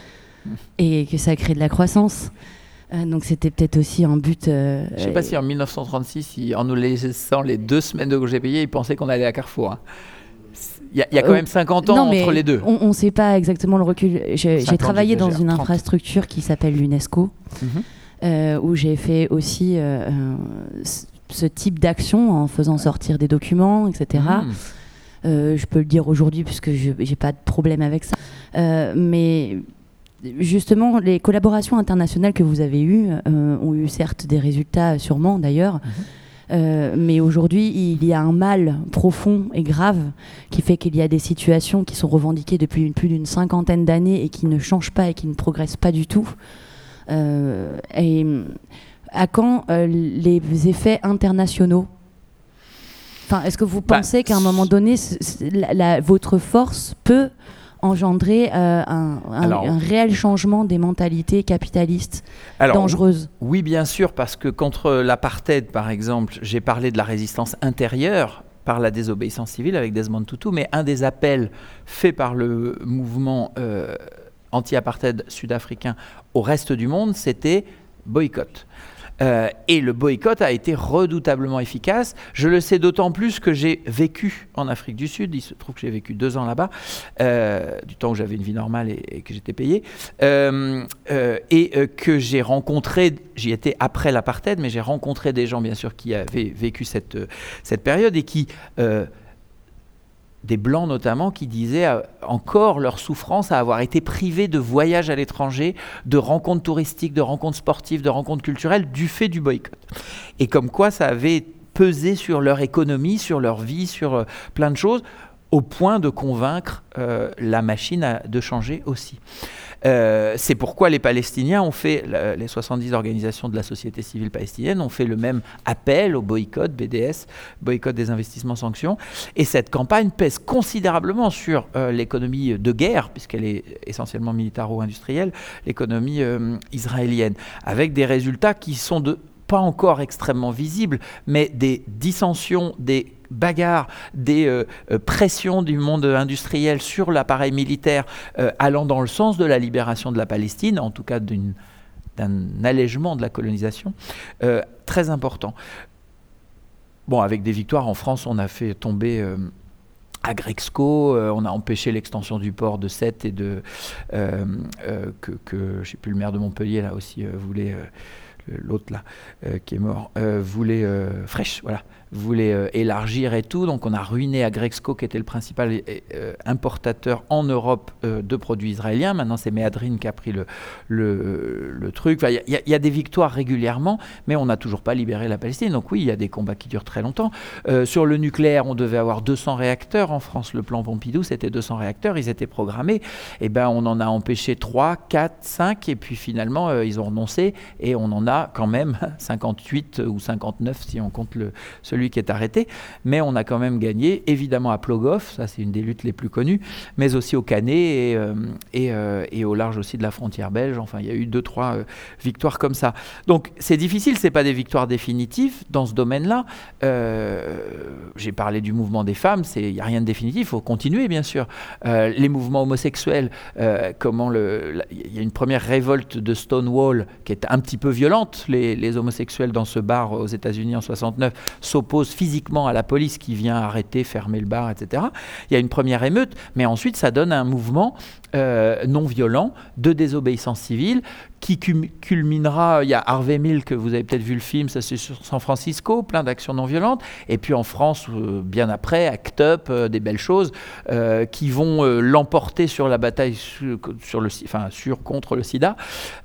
A: et que ça crée de la croissance. Euh, donc c'était peut-être aussi un but... Euh,
E: je ne sais pas si en dix-neuf cent trente-six, il, en nous laissant les deux semaines de congés payés, ils pensaient qu'on allait à Carrefour. Hein. Il y, y a quand même cinquante ans
A: non,
E: entre les deux.
A: On ne sait pas exactement le recul. Je, j'ai travaillé dans une trente infrastructure qui s'appelle l'UNESCO, mm-hmm. euh, où j'ai fait aussi euh, ce type d'action en faisant sortir des documents, et cetera. Mm. Euh, je peux le dire aujourd'hui puisque je n'ai pas de problème avec ça. Euh, mais justement, les collaborations internationales que vous avez eues euh, ont eu certes des résultats, sûrement d'ailleurs, mm-hmm. Euh, mais aujourd'hui, il y a un mal profond et grave qui fait qu'il y a des situations qui sont revendiquées depuis une, plus d'une cinquantaine d'années et qui ne changent pas et qui ne progressent pas du tout. Euh, et à quand euh, les effets internationaux ? Enfin, est-ce que vous pensez bah, qu'à un moment donné, c- c- la, la, votre force peut engendrer euh, un, un, Alors, un réel changement des mentalités capitalistes alors, dangereuses ?
E: Oui, bien sûr, parce que contre l'apartheid, par exemple, j'ai parlé de la résistance intérieure par la désobéissance civile avec Desmond Tutu, mais un des appels faits par le mouvement euh, anti-apartheid sud-africain au reste du monde, c'était boycott. Euh, et le boycott a été redoutablement efficace. Je le sais d'autant plus que j'ai vécu en Afrique du Sud. Il se trouve que j'ai vécu deux ans là-bas, euh, du temps où j'avais une vie normale et, et que j'étais payé. Euh, euh, et euh, que j'ai rencontré, j'y étais après l'apartheid, mais j'ai rencontré des gens, bien sûr, qui avaient vécu cette, cette période et qui... Euh, des Blancs notamment, qui disaient euh, encore leur souffrance à avoir été privés de voyages à l'étranger, de rencontres touristiques, de rencontres sportives, de rencontres culturelles, du fait du boycott. Et comme quoi ça avait pesé sur leur économie, sur leur vie, sur euh, plein de choses, au point de convaincre euh, la machine à, de changer aussi. Euh, c'est pourquoi les Palestiniens ont fait, les soixante-dix organisations de la société civile palestinienne ont fait le même appel au boycott, B D S, boycott des investissements sanctions. Et cette campagne pèse considérablement sur euh, l'économie de guerre, puisqu'elle est essentiellement militaro-industrielle, l'économie euh, israélienne, avec des résultats qui sont de, pas encore extrêmement visibles, mais des dissensions, des bagarres, des euh, euh, pressions du monde industriel sur l'appareil militaire euh, allant dans le sens de la libération de la Palestine, en tout cas d'une, d'un allègement de la colonisation, euh, très important. Bon, avec des victoires en France, on a fait tomber... Euh, à Grexco, euh, on a empêché l'extension du port de Sète et de... Euh, euh, que, que je ne sais plus, le maire de Montpellier, là aussi, euh, voulait... Euh, l'autre là, euh, qui est mort, euh, voulait, euh, Fraîche, voilà, voulait euh, élargir et tout, donc on a ruiné Agrexco, qui était le principal euh, importateur en Europe euh, de produits israéliens. Maintenant, c'est Méadrine qui a pris le, le, le truc. Il enfin, y, y, y a des victoires régulièrement, mais on n'a toujours pas libéré la Palestine. Donc oui, il y a des combats qui durent très longtemps. Euh, sur le nucléaire, on devait avoir deux cents réacteurs en France. Le plan Pompidou, c'était deux cents réacteurs, ils étaient programmés. Et ben, on en a empêché trois, quatre, cinq, et puis finalement, euh, ils ont renoncé, et on en a quand même cinquante-huit ou cinquante-neuf si on compte le, celui celui qui est arrêté, mais on a quand même gagné, évidemment à Plogoff, ça c'est une des luttes les plus connues, mais aussi au Canet et, euh, et, euh, et au large aussi de la frontière belge. Enfin, il y a eu deux, trois euh, victoires comme ça. Donc c'est difficile, c'est pas des victoires définitives dans ce domaine-là. Euh, j'ai parlé du mouvement des femmes, il n'y a rien de définitif, il faut continuer bien sûr. Euh, les mouvements homosexuels, euh, comment le, il y a une première révolte de Stonewall qui est un petit peu violente. Les, les homosexuels dans ce bar aux États-Unis en soixante-neuf s'opposent physiquement à la police qui vient arrêter, fermer le bar, et cetera. Il y a une première émeute, mais ensuite ça donne un mouvement euh, non violent de désobéissance civile qui culminera, il y a Harvey Milk, que vous avez peut-être vu le film, ça c'est sur San Francisco, plein d'actions non violentes, et puis en France, euh, bien après, Act Up, euh, des belles choses, euh, qui vont euh, l'emporter sur la bataille sur, sur le, enfin, sur, contre le sida,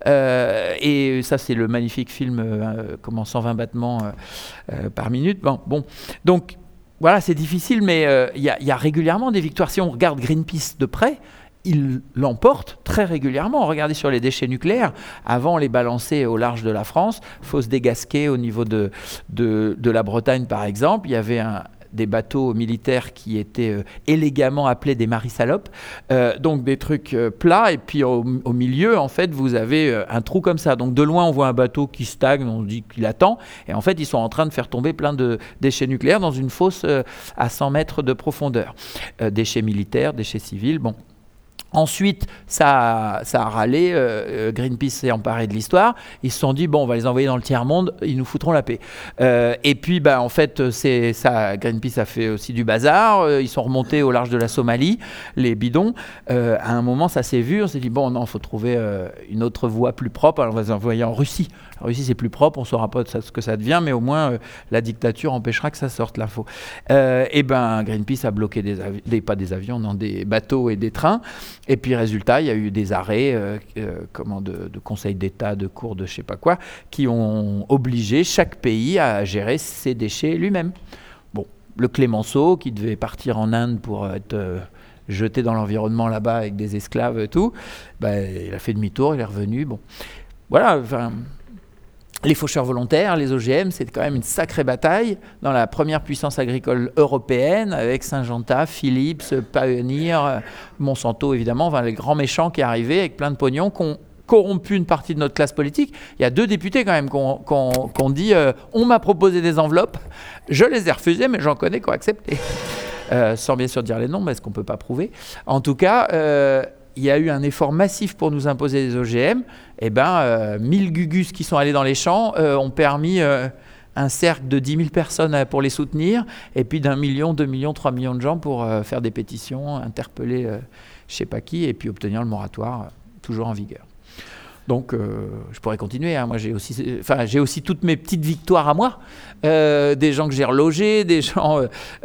E: euh, et ça c'est le magnifique film, euh, comment cent vingt battements euh, euh, par minute, bon, bon. Donc voilà, c'est difficile, mais il euh, y, y a régulièrement des victoires. Si on regarde Greenpeace de près, ils l'emportent très régulièrement. Regardez sur les déchets nucléaires. Avant, on les balançait au large de la France. Il faut se dégasquer au niveau de, de, de la Bretagne, par exemple. Il y avait un, des bateaux militaires qui étaient euh, élégamment appelés des maris-salopes. Euh, donc des trucs euh, plats. Et puis au, au milieu, en fait, vous avez euh, un trou comme ça. Donc de loin, on voit un bateau qui stagne. On dit qu'il attend. Et en fait, ils sont en train de faire tomber plein de déchets nucléaires dans une fosse euh, à cent mètres de profondeur. Euh, déchets militaires, déchets civils. Bon. Ensuite, ça, ça a râlé, euh, Greenpeace s'est emparé de l'histoire, ils se sont dit, bon, on va les envoyer dans le tiers-monde, ils nous foutront la paix. Euh, et puis, bah, en fait, c'est, ça, Greenpeace a fait aussi du bazar, euh, ils sont remontés au large de la Somalie, les bidons. Euh, à un moment, ça s'est vu, on s'est dit, bon, non, il faut trouver euh, une autre voie plus propre, alors on va les envoyer en Russie. La Russie, c'est plus propre, on ne saura pas de ça, ce que ça devient, mais au moins, euh, la dictature empêchera que ça sorte, l'info. Euh, et ben, Greenpeace a bloqué des, avi- des pas des avions, non, des bateaux et des trains. Et puis, résultat, il y a eu des arrêts euh, euh, comment de, de conseils d'État, de cours, de je ne sais pas quoi, qui ont obligé chaque pays à gérer ses déchets lui-même. Bon, le Clémenceau, qui devait partir en Inde pour être euh, jeté dans l'environnement là-bas avec des esclaves et tout, bah, il a fait demi-tour, il est revenu. Bon, voilà, enfin... Les faucheurs volontaires, les O G M, c'est quand même une sacrée bataille dans la première puissance agricole européenne avec Syngenta, Philips, Pioneer, Monsanto évidemment, enfin, les grands méchants qui arrivaient avec plein de pognon, qui ont corrompu une partie de notre classe politique. Il y a deux députés quand même qui ont, qui ont, qui ont dit euh, on m'a proposé des enveloppes, je les ai refusées, mais j'en connais qui ont accepté. Euh, sans bien sûr dire les noms, parce qu'on ne peut pas prouver. En tout cas... Euh, il y a eu un effort massif pour nous imposer des O G M, et ben, euh, mille gugus qui sont allés dans les champs euh, ont permis euh, un cercle de dix mille personnes pour les soutenir, et puis d'un million, deux millions, trois millions de gens pour euh, faire des pétitions, interpeller euh, je ne sais pas qui, et puis obtenir le moratoire, euh, toujours en vigueur. Donc, euh, je pourrais continuer. Hein. Moi, j'ai aussi, enfin, j'ai aussi toutes mes petites victoires à moi. Euh, des gens que j'ai relogés, des gens,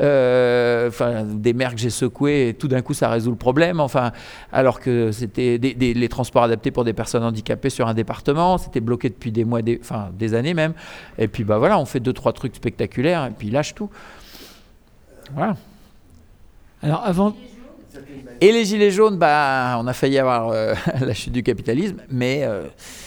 E: euh, enfin, des maires que j'ai secoués, et tout d'un coup, ça résout le problème. Enfin, alors que c'était des, des, les transports adaptés pour des personnes handicapées sur un département, c'était bloqué depuis des mois, des, enfin, des années même. Et puis, bah voilà, on fait deux, trois trucs spectaculaires, et puis il lâche tout. Voilà.
C: Alors, avant...
E: Et les gilets jaunes, bah, on a failli avoir euh, la chute du capitalisme, mais euh,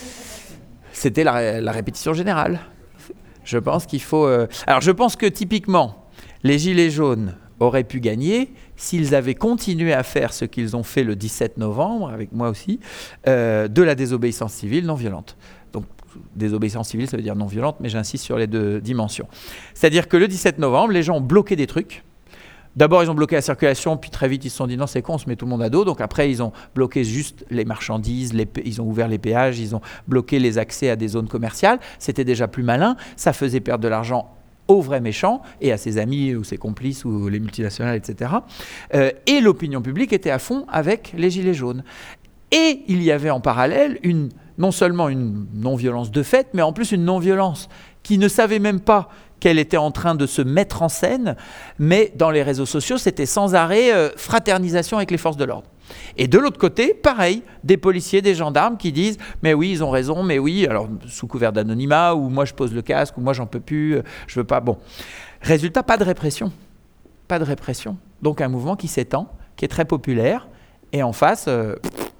E: c'était la, la répétition générale. Je pense qu'il faut... Euh... Alors je pense que typiquement, les gilets jaunes auraient pu gagner s'ils avaient continué à faire ce qu'ils ont fait le dix-sept novembre, avec moi aussi, euh, de la désobéissance civile non violente. Donc désobéissance civile, ça veut dire non violente, mais j'insiste sur les deux dimensions. C'est-à-dire que le dix-sept novembre, les gens ont bloqué des trucs. D'abord, ils ont bloqué la circulation, puis très vite, ils se sont dit non, c'est con, on se met tout le monde à dos. Donc après, ils ont bloqué juste les marchandises, les, ils ont ouvert les péages, ils ont bloqué les accès à des zones commerciales. C'était déjà plus malin, ça faisait perdre de l'argent aux vrais méchants et à ses amis ou ses complices ou les multinationales, et cetera. Euh, et l'opinion publique était à fond avec les gilets jaunes. Et il y avait en parallèle une, non seulement une non-violence de fait, mais en plus une non-violence qui ne savait même pas qu'elle était en train de se mettre en scène, mais dans les réseaux sociaux, c'était sans arrêt euh, fraternisation avec les forces de l'ordre. Et de l'autre côté, pareil, des policiers, des gendarmes qui disent « mais oui, ils ont raison, mais oui », alors sous couvert d'anonymat, ou « moi je pose le casque », ou « moi j'en peux plus, je veux pas ». Bon, résultat, pas de répression. Pas de répression. Donc un mouvement qui s'étend, qui est très populaire, et en face... Euh,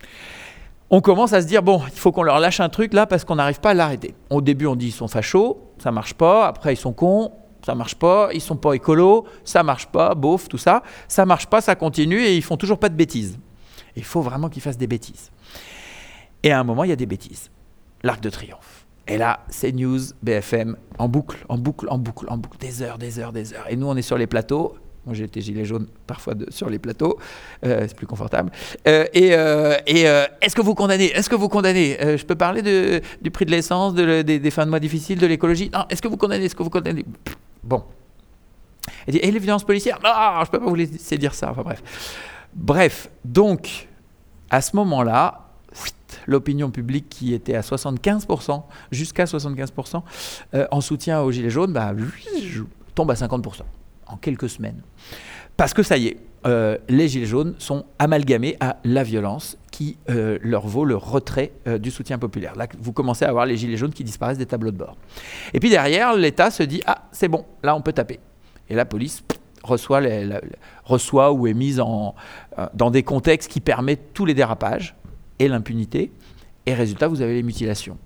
E: on commence à se dire, bon, il faut qu'on leur lâche un truc là parce qu'on n'arrive pas à l'arrêter. Au début, on dit ils sont fachos, ça marche pas. Après, ils sont cons, ça marche pas, ils sont pas écolos, ça marche pas, beauf, tout ça, ça marche pas, ça continue et ils font toujours pas de bêtises. Il faut vraiment qu'ils fassent des bêtises. Et à un moment, il y a des bêtises. L'Arc de Triomphe. Et là, c'est News, B F M, en boucle, en boucle, en boucle, en boucle, des heures, des heures, des heures. Et nous, on est sur les plateaux. Moi, j'ai été gilet jaune parfois de, sur les plateaux. Euh, c'est plus confortable. Euh, et euh, et euh, est-ce que vous condamnez Est-ce que vous condamnez euh, Je peux parler de, du prix de l'essence, de, des, des fins de mois difficiles, de l'écologie. Non, est-ce que vous condamnez Est-ce que vous condamnez Bon. Et, dit, et les violences policières Non, je ne peux pas vous laisser dire ça. Enfin bref. Bref, donc, à ce moment-là, l'opinion publique qui était à soixante-quinze pour cent, jusqu'à soixante-quinze pour cent, euh, en soutien aux Gilets jaunes, bah, tombe à cinquante pour cent en quelques semaines. Parce que ça y est, euh, les Gilets jaunes sont amalgamés à la violence qui euh, leur vaut le retrait euh, du soutien populaire. Là, vous commencez à avoir les Gilets jaunes qui disparaissent des tableaux de bord. Et puis derrière, l'État se dit « Ah, c'est bon, là on peut taper ». Et la police pff, reçoit, les, la, reçoit ou est mise en, euh, dans des contextes qui permettent tous les dérapages et l'impunité, et résultat, vous avez les mutilations.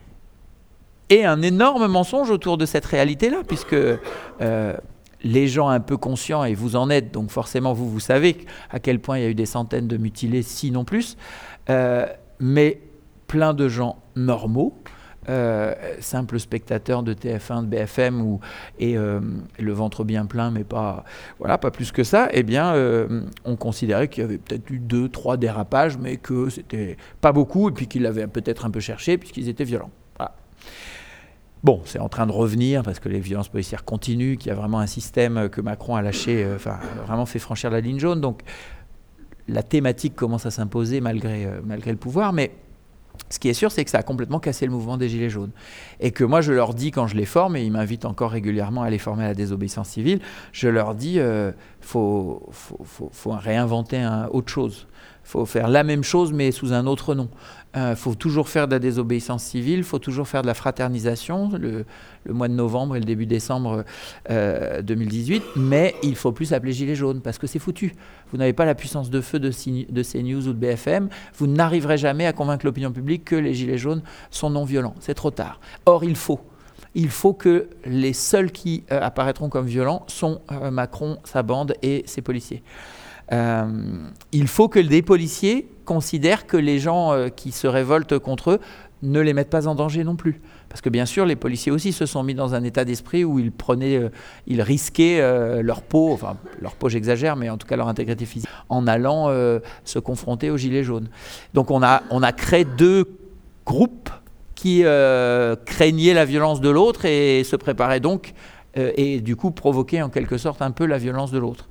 E: Et un énorme mensonge autour de cette réalité-là, puisque euh, les gens un peu conscients, et vous en êtes, donc forcément, vous, vous savez à quel point il y a eu des centaines de mutilés, sinon plus, euh, mais plein de gens normaux, Euh, simple spectateur de T F un, de B F M ou, et euh, le ventre bien plein mais pas, voilà, pas plus que ça, eh bien euh, on considérait qu'il y avait peut-être eu deux, trois dérapages mais que c'était pas beaucoup et puis qu'ils l'avaient peut-être un peu cherché puisqu'ils étaient violents. Voilà. Bon, c'est en train de revenir parce que les violences policières continuent, qu'il y a vraiment un système que Macron a lâché, euh, enfin vraiment fait franchir la ligne jaune, donc la thématique commence à s'imposer malgré, euh, malgré le pouvoir, mais ce qui est sûr, c'est que ça a complètement cassé le mouvement des Gilets jaunes. Et que moi, je leur dis quand je les forme, et ils m'invitent encore régulièrement à les former à la désobéissance civile, je leur dis, il euh, faut, faut, faut, faut réinventer un, autre chose. Il faut faire la même chose, mais sous un autre nom. Il euh, faut toujours faire de la désobéissance civile, il faut toujours faire de la fraternisation, le, le mois de novembre et le début décembre euh, deux mille dix-huit, mais il ne faut plus s'appeler Gilets jaunes, parce que c'est foutu. Vous n'avez pas la puissance de feu de, de CNews ou de B F M, vous n'arriverez jamais à convaincre l'opinion publique que les Gilets jaunes sont non violents. C'est trop tard. Or, il faut. Il faut que les seuls qui euh, apparaîtront comme violents sont euh, Macron, sa bande et ses policiers. Euh, il faut que des policiers considèrent que les gens euh, qui se révoltent contre eux ne les mettent pas en danger non plus. Parce que bien sûr, les policiers aussi se sont mis dans un état d'esprit où ils prenaient, euh, ils risquaient euh, leur peau, enfin leur peau j'exagère, mais en tout cas leur intégrité physique, en allant euh, se confronter aux Gilets jaunes. Donc on a, on a créé deux groupes qui euh, craignaient la violence de l'autre et se préparaient donc, euh, et du coup provoquaient en quelque sorte un peu la violence de l'autre.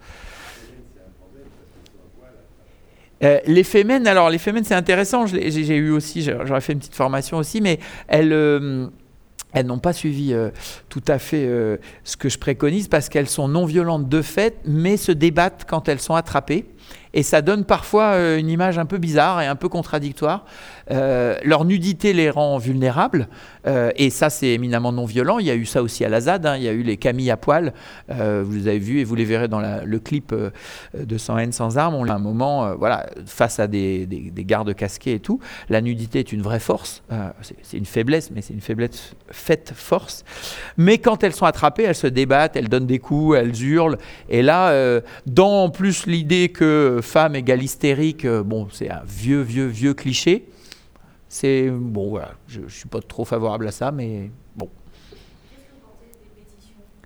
E: Euh, les Femen, alors les Femen c'est intéressant, j'ai, j'ai eu aussi, j'aurais fait une petite formation aussi, mais elles, euh, elles n'ont pas suivi euh, tout à fait euh, ce que je préconise parce qu'elles sont non violentes de fait, mais se débattent quand elles sont attrapées. Et ça donne parfois euh, une image un peu bizarre et un peu contradictoire. Euh, leur nudité les rend vulnérables, euh, et ça c'est éminemment non violent. Il y a eu ça aussi à la Z A D, hein. Il y a eu les Camille à poil, euh, vous les avez vus et vous les verrez dans la, le clip euh, de Sans haine, sans armes. On a un moment, euh, voilà, face à des, des, des gardes casqués et tout, la nudité est une vraie force, euh, c'est, c'est une faiblesse, mais c'est une faiblesse faite force. Mais quand elles sont attrapées, elles se débattent, elles donnent des coups, elles hurlent, et là, euh, dans en plus l'idée que femme égale hystérique, euh, bon, c'est un vieux, vieux, vieux cliché. C'est bon, voilà, je ne suis pas trop favorable à ça, mais bon.
H: Qu'est-ce que vous pensez des pétitions ?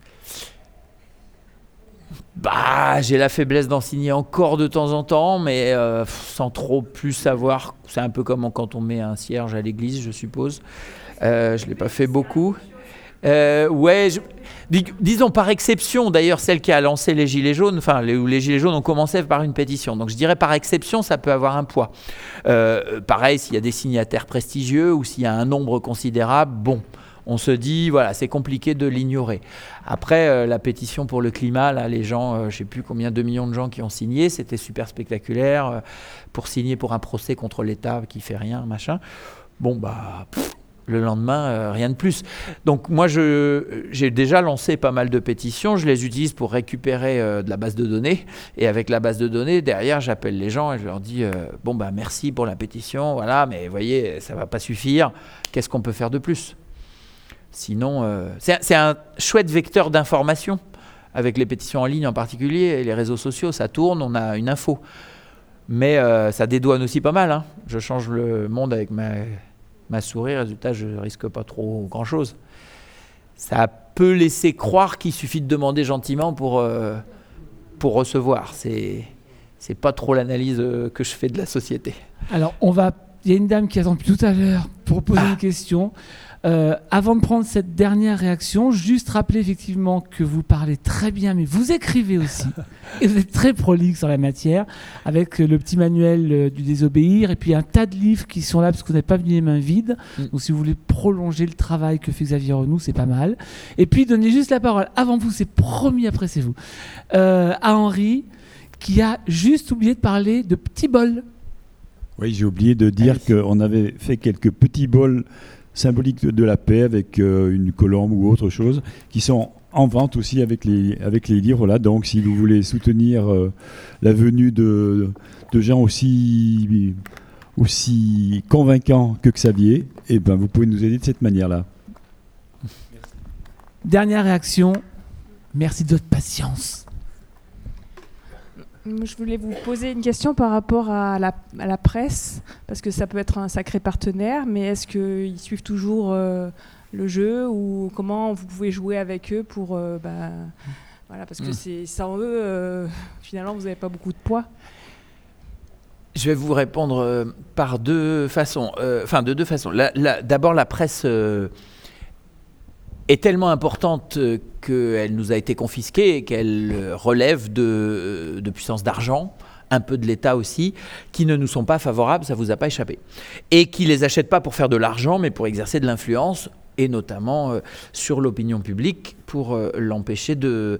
E: Bah, j'ai la faiblesse d'en signer encore de temps en temps, mais euh, sans trop plus savoir. C'est un peu comme quand on met un cierge à l'église, je suppose. Euh, je ne l'ai pas fait beaucoup. Euh, ouais, je, dis, disons par exception, d'ailleurs, celle qui a lancé les Gilets jaunes, enfin, les, les Gilets jaunes ont commencé par une pétition. Donc, je dirais par exception, ça peut avoir un poids. Euh, pareil, s'il y a des signataires prestigieux ou s'il y a un nombre considérable, bon, on se dit, voilà, c'est compliqué de l'ignorer. Après, euh, la pétition pour le climat, là, les gens, euh, je ne sais plus combien, deux millions de gens qui ont signé, c'était super spectaculaire, euh, pour signer pour un procès contre l'État qui fait rien, machin. Bon, bah... Pff, le lendemain, euh, rien de plus. Donc moi, je, j'ai déjà lancé pas mal de pétitions. Je les utilise pour récupérer euh, de la base de données. Et avec la base de données, derrière, j'appelle les gens et je leur dis euh, « Bon, bah merci pour la pétition, voilà, mais vous voyez, ça ne va pas suffire. Qu'est-ce qu'on peut faire de plus ?» Sinon, euh, c'est, c'est un chouette vecteur d'information, avec les pétitions en ligne en particulier, et les réseaux sociaux, ça tourne, on a une info. Mais euh, ça dédouane aussi pas mal. Hein. Je change le monde avec ma, ma souris, résultat, je risque pas trop grand-chose. Ça peut laisser croire qu'il suffit de demander gentiment pour, euh, pour recevoir. C'est, c'est pas trop l'analyse que je fais de la société.
C: Alors, on va... il y a une dame qui attend depuis tout à l'heure pour poser ah. une question. Euh, avant de prendre cette dernière réaction, juste rappeler effectivement que vous parlez très bien, mais vous écrivez aussi. Et vous êtes très prolixe en la matière, avec le petit manuel euh, du désobéir, et puis un tas de livres qui sont là parce que vous n'êtes pas venu les mains vides. Mm. Donc si vous voulez prolonger le travail que fait Xavier Renoux, c'est pas mal. Et puis donnez juste la parole, avant vous, c'est promis, après c'est vous, euh, à Henri, qui a juste oublié de parler de petits bols.
D: Oui, j'ai oublié de dire Allez. qu'on avait fait quelques petits bols symboliques de la paix avec euh, une colombe ou autre chose, qui sont en vente aussi avec les, avec les livres. Là. Donc si vous voulez soutenir euh, la venue de, de gens aussi, aussi convaincants que Xavier, eh ben, vous pouvez nous aider de cette manière-là.
C: Dernière réaction, merci de votre patience.
L: Je voulais vous poser une question par rapport à la, à la presse, parce que ça peut être un sacré partenaire, mais est-ce qu'ils suivent toujours euh, le jeu, ou comment vous pouvez jouer avec eux pour... Euh, bah, voilà, parce que mmh. c'est, sans eux, euh, finalement, vous n'avez pas beaucoup de poids.
E: Je vais vous répondre euh, par deux façons. Euh, enfin, de deux façons. La, la, d'abord, la presse... Euh, est tellement importante qu'elle nous a été confisquée et qu'elle relève de, de puissances d'argent, un peu de l'État aussi, qui ne nous sont pas favorables, ça ne vous a pas échappé. Et qui ne les achètent pas pour faire de l'argent, mais pour exercer de l'influence, et notamment euh, sur l'opinion publique, pour euh, l'empêcher de,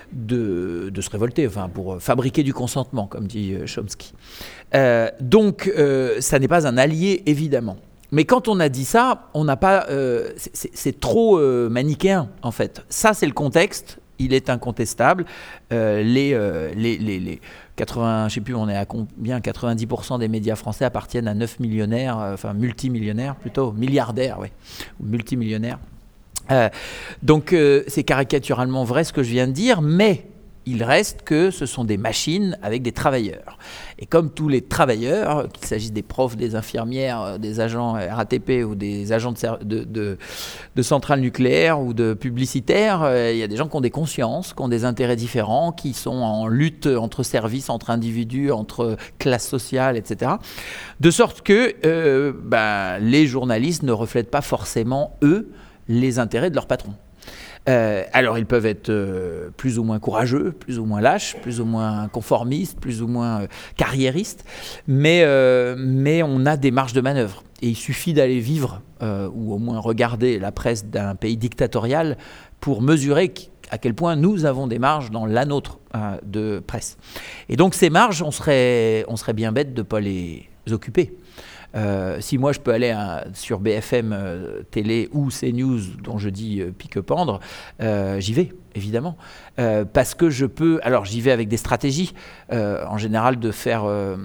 E: de, de se révolter, enfin pour euh, fabriquer du consentement, comme dit euh, Chomsky. Euh, donc, euh, ça n'est pas un allié, évidemment. Mais quand on a dit ça, on n'a pas, euh, c'est, c'est, c'est trop euh, manichéen en fait. Ça c'est le contexte, il est incontestable. Euh, les, euh, les, les, les quatre-vingts, je sais plus, on est à combien, quatre-vingt-dix pour cent des médias français appartiennent à neuf millionnaires, euh, enfin multimillionnaires plutôt, milliardaires, oui, ou multimillionnaires. Euh, donc euh, c'est caricaturalement vrai ce que je viens de dire, mais il reste que ce sont des machines avec des travailleurs. Et comme tous les travailleurs, qu'il s'agisse des profs, des infirmières, des agents R A T P ou des agents de, de, de, de centrales nucléaires ou de publicitaires, euh, il y a des gens qui ont des consciences, qui ont des intérêts différents, qui sont en lutte entre services, entre individus, entre classes sociales, et cetera. De sorte que euh, ben, les journalistes ne reflètent pas forcément, eux, les intérêts de leurs patrons. Euh, alors ils peuvent être euh, plus ou moins courageux, plus ou moins lâches, plus ou moins conformistes, plus ou moins euh, carriéristes, mais, euh, mais on a des marges de manœuvre. Et il suffit d'aller vivre, euh, ou au moins regarder la presse d'un pays dictatorial pour mesurer à quel point nous avons des marges dans la nôtre euh, de presse. Et donc ces marges, on serait, on serait bien bête de ne pas les occuper. Euh, si moi je peux aller à, sur B F M euh, Télé ou CNews, dont je dis euh, pique-pendre, euh, j'y vais, évidemment. Euh, parce que je peux... Alors j'y vais avec des stratégies, euh, en général de faire euh,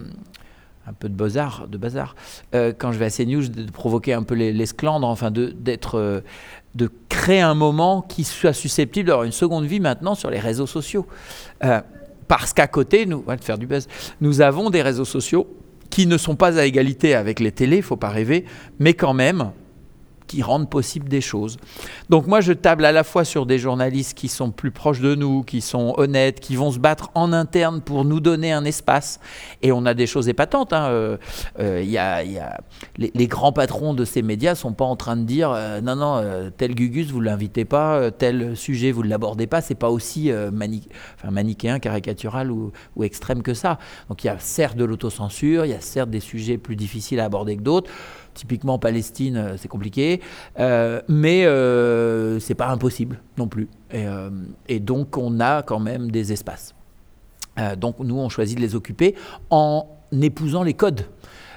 E: un peu de bazar, de bazar. Euh, quand je vais à CNews, de, de provoquer un peu les, l'esclandre, enfin de, d'être... Euh, de créer un moment qui soit susceptible d'avoir une seconde vie maintenant sur les réseaux sociaux. Euh, parce qu'à côté, nous, ouais, de faire du buzz, nous avons des réseaux sociaux qui ne sont pas à égalité avec les télés, il ne faut pas rêver, mais quand même, qui rendent possible des choses. Donc moi, je table à la fois sur des journalistes qui sont plus proches de nous, qui sont honnêtes, qui vont se battre en interne pour nous donner un espace. Et on a des choses épatantes. Hein. Euh, euh, y a, y a... Les, les grands patrons de ces médias ne sont pas en train de dire euh, « Non, non, euh, tel Gugus, vous ne l'invitez pas, euh, tel sujet, vous ne l'abordez pas. » Ce n'est pas aussi euh, mani... enfin, manichéen, caricatural ou, ou extrême que ça. Donc il y a certes de l'autocensure, il y a certes des sujets plus difficiles à aborder que d'autres. Typiquement Palestine, c'est compliqué, euh, mais euh, c'est pas impossible non plus. Et, euh, et donc on a quand même des espaces. Euh, donc nous on choisit de les occuper en épousant les codes.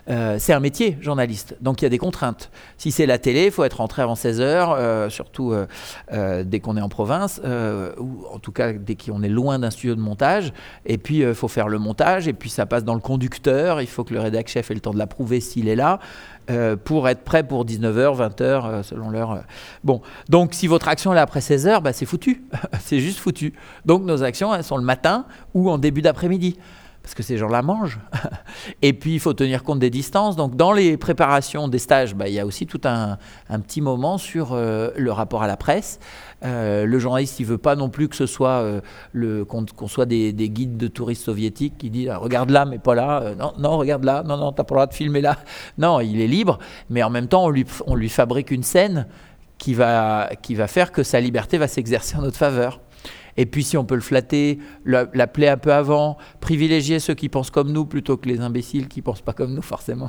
E: Euh, c'est un métier, journaliste, donc il y a des contraintes. Si c'est la télé, il faut être rentré avant seize heures, euh, surtout euh, euh, dès qu'on est en province, euh, ou en tout cas dès qu'on est loin d'un studio de montage, et puis il euh, faut faire le montage, et puis ça passe dans le conducteur, il faut que le rédac chef ait le temps de l'approuver s'il est là, euh, pour être prêt pour dix-neuf heures, vingt heures, euh, selon l'heure. Euh. Bon, donc si votre action est là après seize heures, bah, c'est foutu, c'est juste foutu. Donc nos actions, elles sont le matin ou en début d'après-midi. Parce que ces gens-là mangent. Et puis, il faut tenir compte des distances. Donc, dans les préparations des stages, bah, il y a aussi tout un, un petit moment sur euh, le rapport à la presse. Euh, le journaliste, il ne veut pas non plus que ce soit euh, le, qu'on, qu'on soit des, des guides de touristes soviétiques qui disent ah, « regarde là, mais pas là. Euh, non, non, regarde là. Non, non, t'as pas le droit de filmer là. » Non, il est libre. Mais en même temps, on lui, on lui fabrique une scène qui va, qui va faire que sa liberté va s'exercer en notre faveur. Et puis si on peut le flatter, l'appeler un peu avant, privilégier ceux qui pensent comme nous plutôt que les imbéciles qui ne pensent pas comme nous forcément,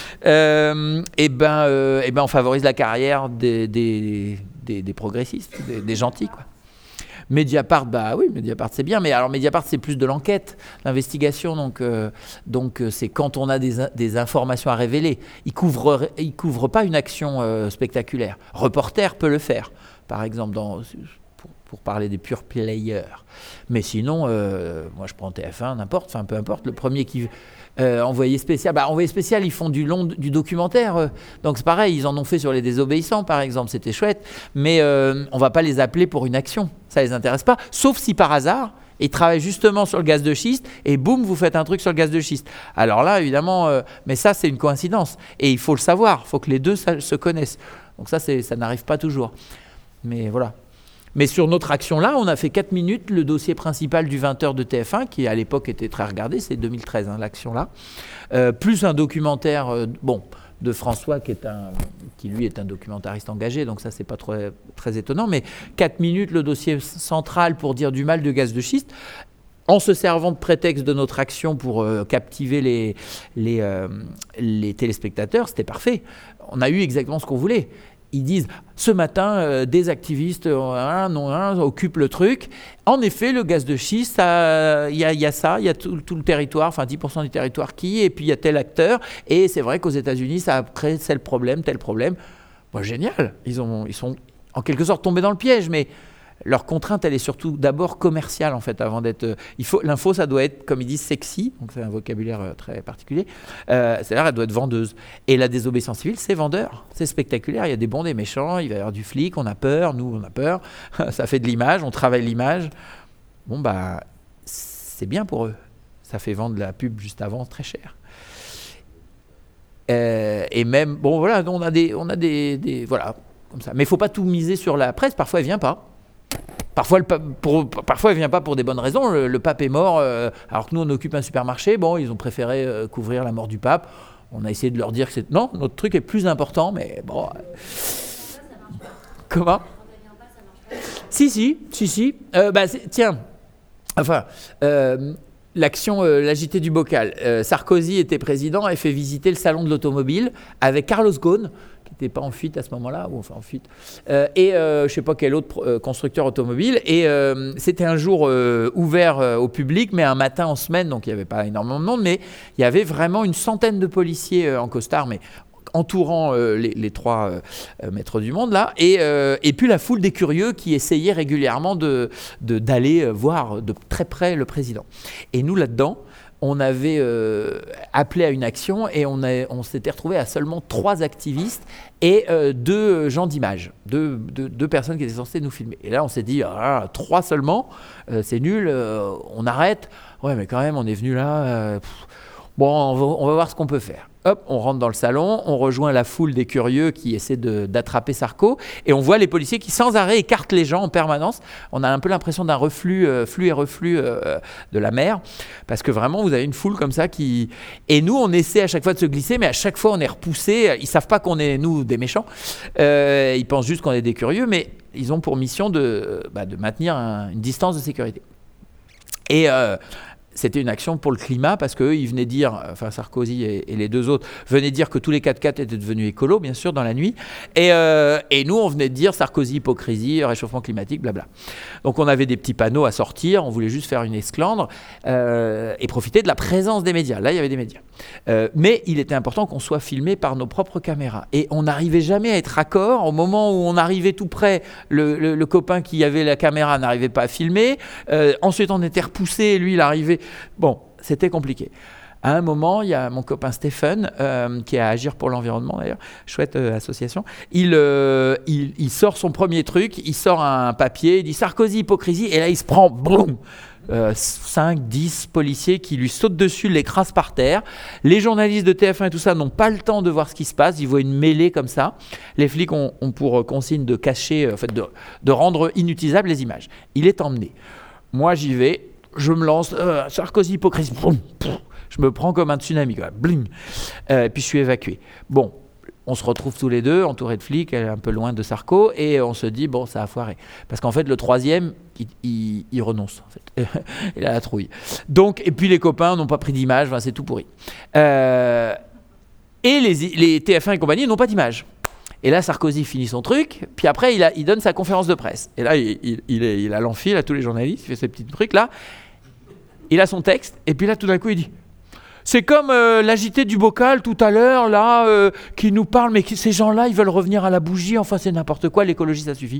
E: euh, et, ben, euh, et ben on favorise la carrière des, des, des, des progressistes, des, des gentils, quoi. Mediapart, bah oui, Mediapart c'est bien, mais alors Mediapart c'est plus de l'enquête, l'investigation, donc euh, donc c'est quand on a des, des informations à révéler. Il couvre il couvre pas une action euh, spectaculaire. Reporter peut le faire, par exemple dans pour, pour parler des pure players. Mais sinon, euh, moi je prends T F un, n'importe, enfin peu importe, le premier qui Euh, envoyé spécial, bah, envoyé spécial, ils font du long, du documentaire, euh, donc c'est pareil, ils en ont fait sur les désobéissants par exemple, c'était chouette, mais euh, on va pas les appeler pour une action, ça les intéresse pas, sauf si par hasard ils travaillent justement sur le gaz de schiste et boum, vous faites un truc sur le gaz de schiste. Alors là évidemment, euh, mais ça c'est une coïncidence et il faut le savoir, il faut que les deux ça, se connaissent, donc ça c'est, ça n'arrive pas toujours, mais voilà. Mais sur notre action-là, on a fait quatre minutes le dossier principal du vingt heures de T F un, qui à l'époque était très regardé, c'est deux mille treize, hein, l'action-là, euh, plus un documentaire, euh, bon, de François, qui, est un, qui lui est un documentariste engagé, donc ça, c'est pas trop, très étonnant, mais quatre minutes le dossier central pour dire du mal de gaz de schiste, en se servant de prétexte de notre action pour euh, captiver les, les, euh, les téléspectateurs, c'était parfait. On a eu exactement ce qu'on voulait. Ils disent, ce matin, euh, des activistes euh, non, hein, occupent le truc. En effet, le gaz de schiste, il y, y a ça, il y a tout, tout le territoire, enfin dix pour cent du territoire qui, et puis il y a tel acteur. Et c'est vrai qu'aux États-Unis, ça a créé tel problème, tel problème. Bon, génial, ils, ont, ils sont en quelque sorte tombés dans le piège, mais leur contrainte, elle est surtout d'abord commerciale, en fait, avant d'être... Euh, il faut, l'info, ça doit être, comme ils disent, sexy, donc c'est un vocabulaire euh, très particulier, euh, c'est-à-dire elle doit être vendeuse. Et la désobéissance civile, c'est vendeur, c'est spectaculaire, il y a des bons, des méchants, il va y avoir du flic, on a peur, nous, on a peur, ça fait de l'image, on travaille l'image. Bon, bah, c'est bien pour eux. Ça fait vendre la pub juste avant très cher. Euh, et même, bon, voilà, on a des... On a des, des voilà, comme ça. Mais il ne faut pas tout miser sur la presse, parfois elle ne vient pas. Parfois, le pape, pour, parfois, elle ne vient pas pour des bonnes raisons. Le, le pape est mort, euh, alors que nous, on occupe un supermarché. Bon, ils ont préféré euh, couvrir la mort du pape. On a essayé de leur dire que c'est... Non, notre truc est plus important, mais bon... Comment ? Si, si, si, si. Euh, bah, tiens, enfin... Euh, L'action, euh, l'A J T du bocal. Euh, Sarkozy était président et fait visiter le salon de l'automobile avec Carlos Ghosn, qui n'était pas en fuite à ce moment-là, ou enfin en fuite, euh, et euh, je ne sais pas quel autre euh, constructeur automobile. Et euh, c'était un jour euh, ouvert euh, au public, mais un matin en semaine, donc il n'y avait pas énormément de monde, mais il y avait vraiment une centaine de policiers euh, en costard, mais entourant euh, les, les trois euh, maîtres du monde là, et, euh, et puis la foule des curieux qui essayaient régulièrement de, de, d'aller voir de très près le président. Et nous là-dedans, on avait euh, appelé à une action et on, a, on s'était retrouvé à seulement trois activistes et euh, deux gens d'image, deux, deux, deux personnes qui étaient censées nous filmer. Et là, on s'est dit, ah, trois seulement, euh, c'est nul, euh, on arrête. Ouais, mais quand même, on est venu là, euh, pff, bon, on va, on va voir ce qu'on peut faire. Hop, on rentre dans le salon, on rejoint la foule des curieux qui essaient de, d'attraper Sarko, et on voit les policiers qui sans arrêt écartent les gens en permanence. On a un peu l'impression d'un reflux, euh, flux et reflux euh, de la mer, parce que vraiment vous avez une foule comme ça qui... Et nous on essaie à chaque fois de se glisser, mais à chaque fois on est repoussé. Ils savent pas qu'on est nous des méchants, euh, ils pensent juste qu'on est des curieux, mais ils ont pour mission de, bah, de maintenir un, une distance de sécurité. Et... Euh, c'était une action pour le climat parce qu'eux, ils venaient dire, enfin Sarkozy et, et les deux autres venaient dire que tous les quatre-quatre étaient devenus écolos, bien sûr, dans la nuit. Et, euh, et nous, on venait de dire Sarkozy, hypocrisie, réchauffement climatique, blabla. Donc on avait des petits panneaux à sortir, on voulait juste faire une esclandre euh, et profiter de la présence des médias. Là, il y avait des médias. Euh, mais il était important qu'on soit filmé par nos propres caméras. Et on n'arrivait jamais à être raccord. Au moment où on arrivait tout près, le, le, le copain qui avait la caméra n'arrivait pas à filmer. Euh, ensuite, on était repoussé, lui, il arrivait... Bon, c'était compliqué. À un moment, il y a mon copain Stéphane, euh, qui est à Agir pour l'environnement d'ailleurs, chouette euh, association, il, euh, il, il sort son premier truc, il sort un papier, il dit Sarkozy, hypocrisie, et là il se prend, boum, euh, cinq, dix policiers qui lui sautent dessus, l'écrasent par terre. Les journalistes de T F un et tout ça n'ont pas le temps de voir ce qui se passe, ils voient une mêlée comme ça. Les flics ont, ont pour consigne de cacher, en fait, de, de rendre inutilisables les images. Il est emmené. Moi j'y vais, je me lance, euh, Sarkozy, hypocrisie, boum, boum. Je me prends comme un tsunami, quoi. Bling. Euh, et puis je suis évacué. Bon, on se retrouve tous les deux, entourés de flics, un peu loin de Sarko, et on se dit, bon, ça a foiré. Parce qu'en fait, le troisième, il, il, il renonce, en fait. Il a la trouille. Donc, et puis les copains n'ont pas pris d'image, enfin, c'est tout pourri. Euh, et les, les T F un et compagnie n'ont pas d'image. Et là, Sarkozy finit son truc, puis après, il, a, il donne sa conférence de presse. Et là, il, il, il, est, il a l'enfile à tous les journalistes, il fait ses petits trucs là. Il a son texte, et puis là, tout d'un coup, il dit... C'est comme euh, l'agité du bocal tout à l'heure, là, euh, qui nous parle, mais qui, ces gens-là, ils veulent revenir à la bougie, enfin c'est n'importe quoi, l'écologie ça suffit.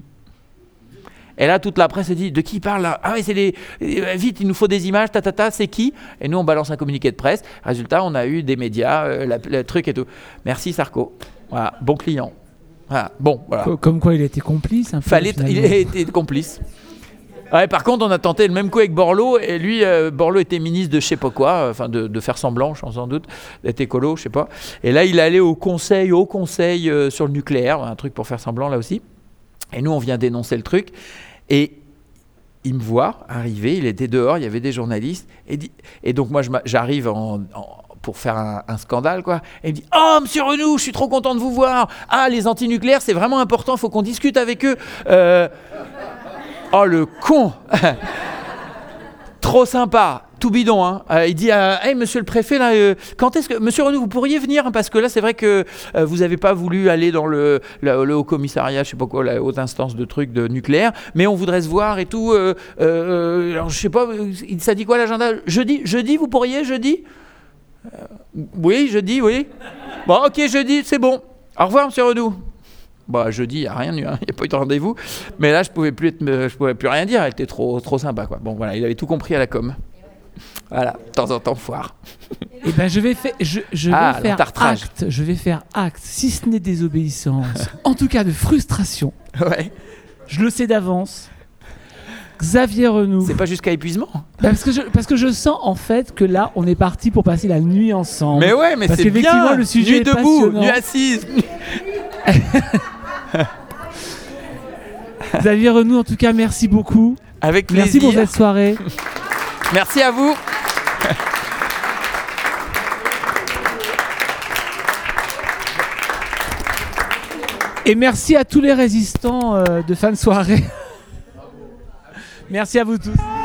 E: Et là, toute la presse se dit, de qui il parle là? Ah oui, c'est les... Vite, il nous faut des images, ta ta ta, c'est qui? Et nous, on balance un communiqué de presse. Résultat, on a eu des médias, euh, la, le truc et tout. Merci Sarko. Voilà, bon client. Voilà, bon, voilà.
C: Comme quoi il a été complice un peu.
E: Fallait, il a été complice. Ouais, par contre, on a tenté le même coup avec Borloo, et lui, euh, Borloo était ministre de je sais pas quoi, enfin de, de faire semblant, sans doute, d'être écolo, je sais pas. Et là, il allait au conseil, au conseil euh, sur le nucléaire, un truc pour faire semblant là aussi. Et nous, on vient dénoncer le truc, et il me voit arriver, il était dehors, il y avait des journalistes, et, dit, et donc moi, je j'arrive en, en, pour faire un, un scandale, quoi. Et il me dit, oh, monsieur Renoux, je suis trop content de vous voir. Ah, les antinucléaires, c'est vraiment important, il faut qu'on discute avec eux. Euh, Oh le con. Trop sympa, tout bidon, hein. Euh, il dit euh, hey, monsieur le préfet, là, euh, quand est-ce que monsieur Renoux, vous pourriez venir, hein, parce que là c'est vrai que euh, vous n'avez pas voulu aller dans le, le, le haut commissariat, je sais pas quoi, la haute instance de trucs de nucléaire, mais on voudrait se voir et tout. Euh, euh, alors je sais pas, ça dit quoi l'agenda? Jeudi, jeudi, vous pourriez jeudi? euh, Oui, jeudi, oui. Bon, ok, jeudi, c'est bon. Au revoir, monsieur Renoux. Bah, jeudi, il n'y a rien eu, hein. Il n'y a pas eu de rendez-vous. Mais là, je ne pouvais, pouvais plus rien dire. Elle était trop, trop sympa, quoi. Bon, voilà, il avait tout compris à la com. Voilà, de temps en temps, foire.
C: Eh ben, je vais, fa- je, je
E: ah,
C: vais faire acte. Je vais faire acte, si ce n'est désobéissance, en tout cas de frustration.
E: Ouais.
C: Je le sais d'avance. Xavier Renoux.
E: C'est pas jusqu'à épuisement.
C: Bah parce, que je, parce que je sens en fait que là, on est parti pour passer la nuit ensemble.
E: Mais ouais, mais
C: parce
E: c'est bien.
C: Le sujet
E: nuit
C: est
E: debout,
C: passionnant.
E: nuit assise.
C: Xavier Renoux, en tout cas, merci beaucoup.
E: Avec plaisir.
C: Merci pour cette soirée.
E: Merci à vous.
C: Et merci à tous les résistants euh, de fin de soirée. Merci à vous tous.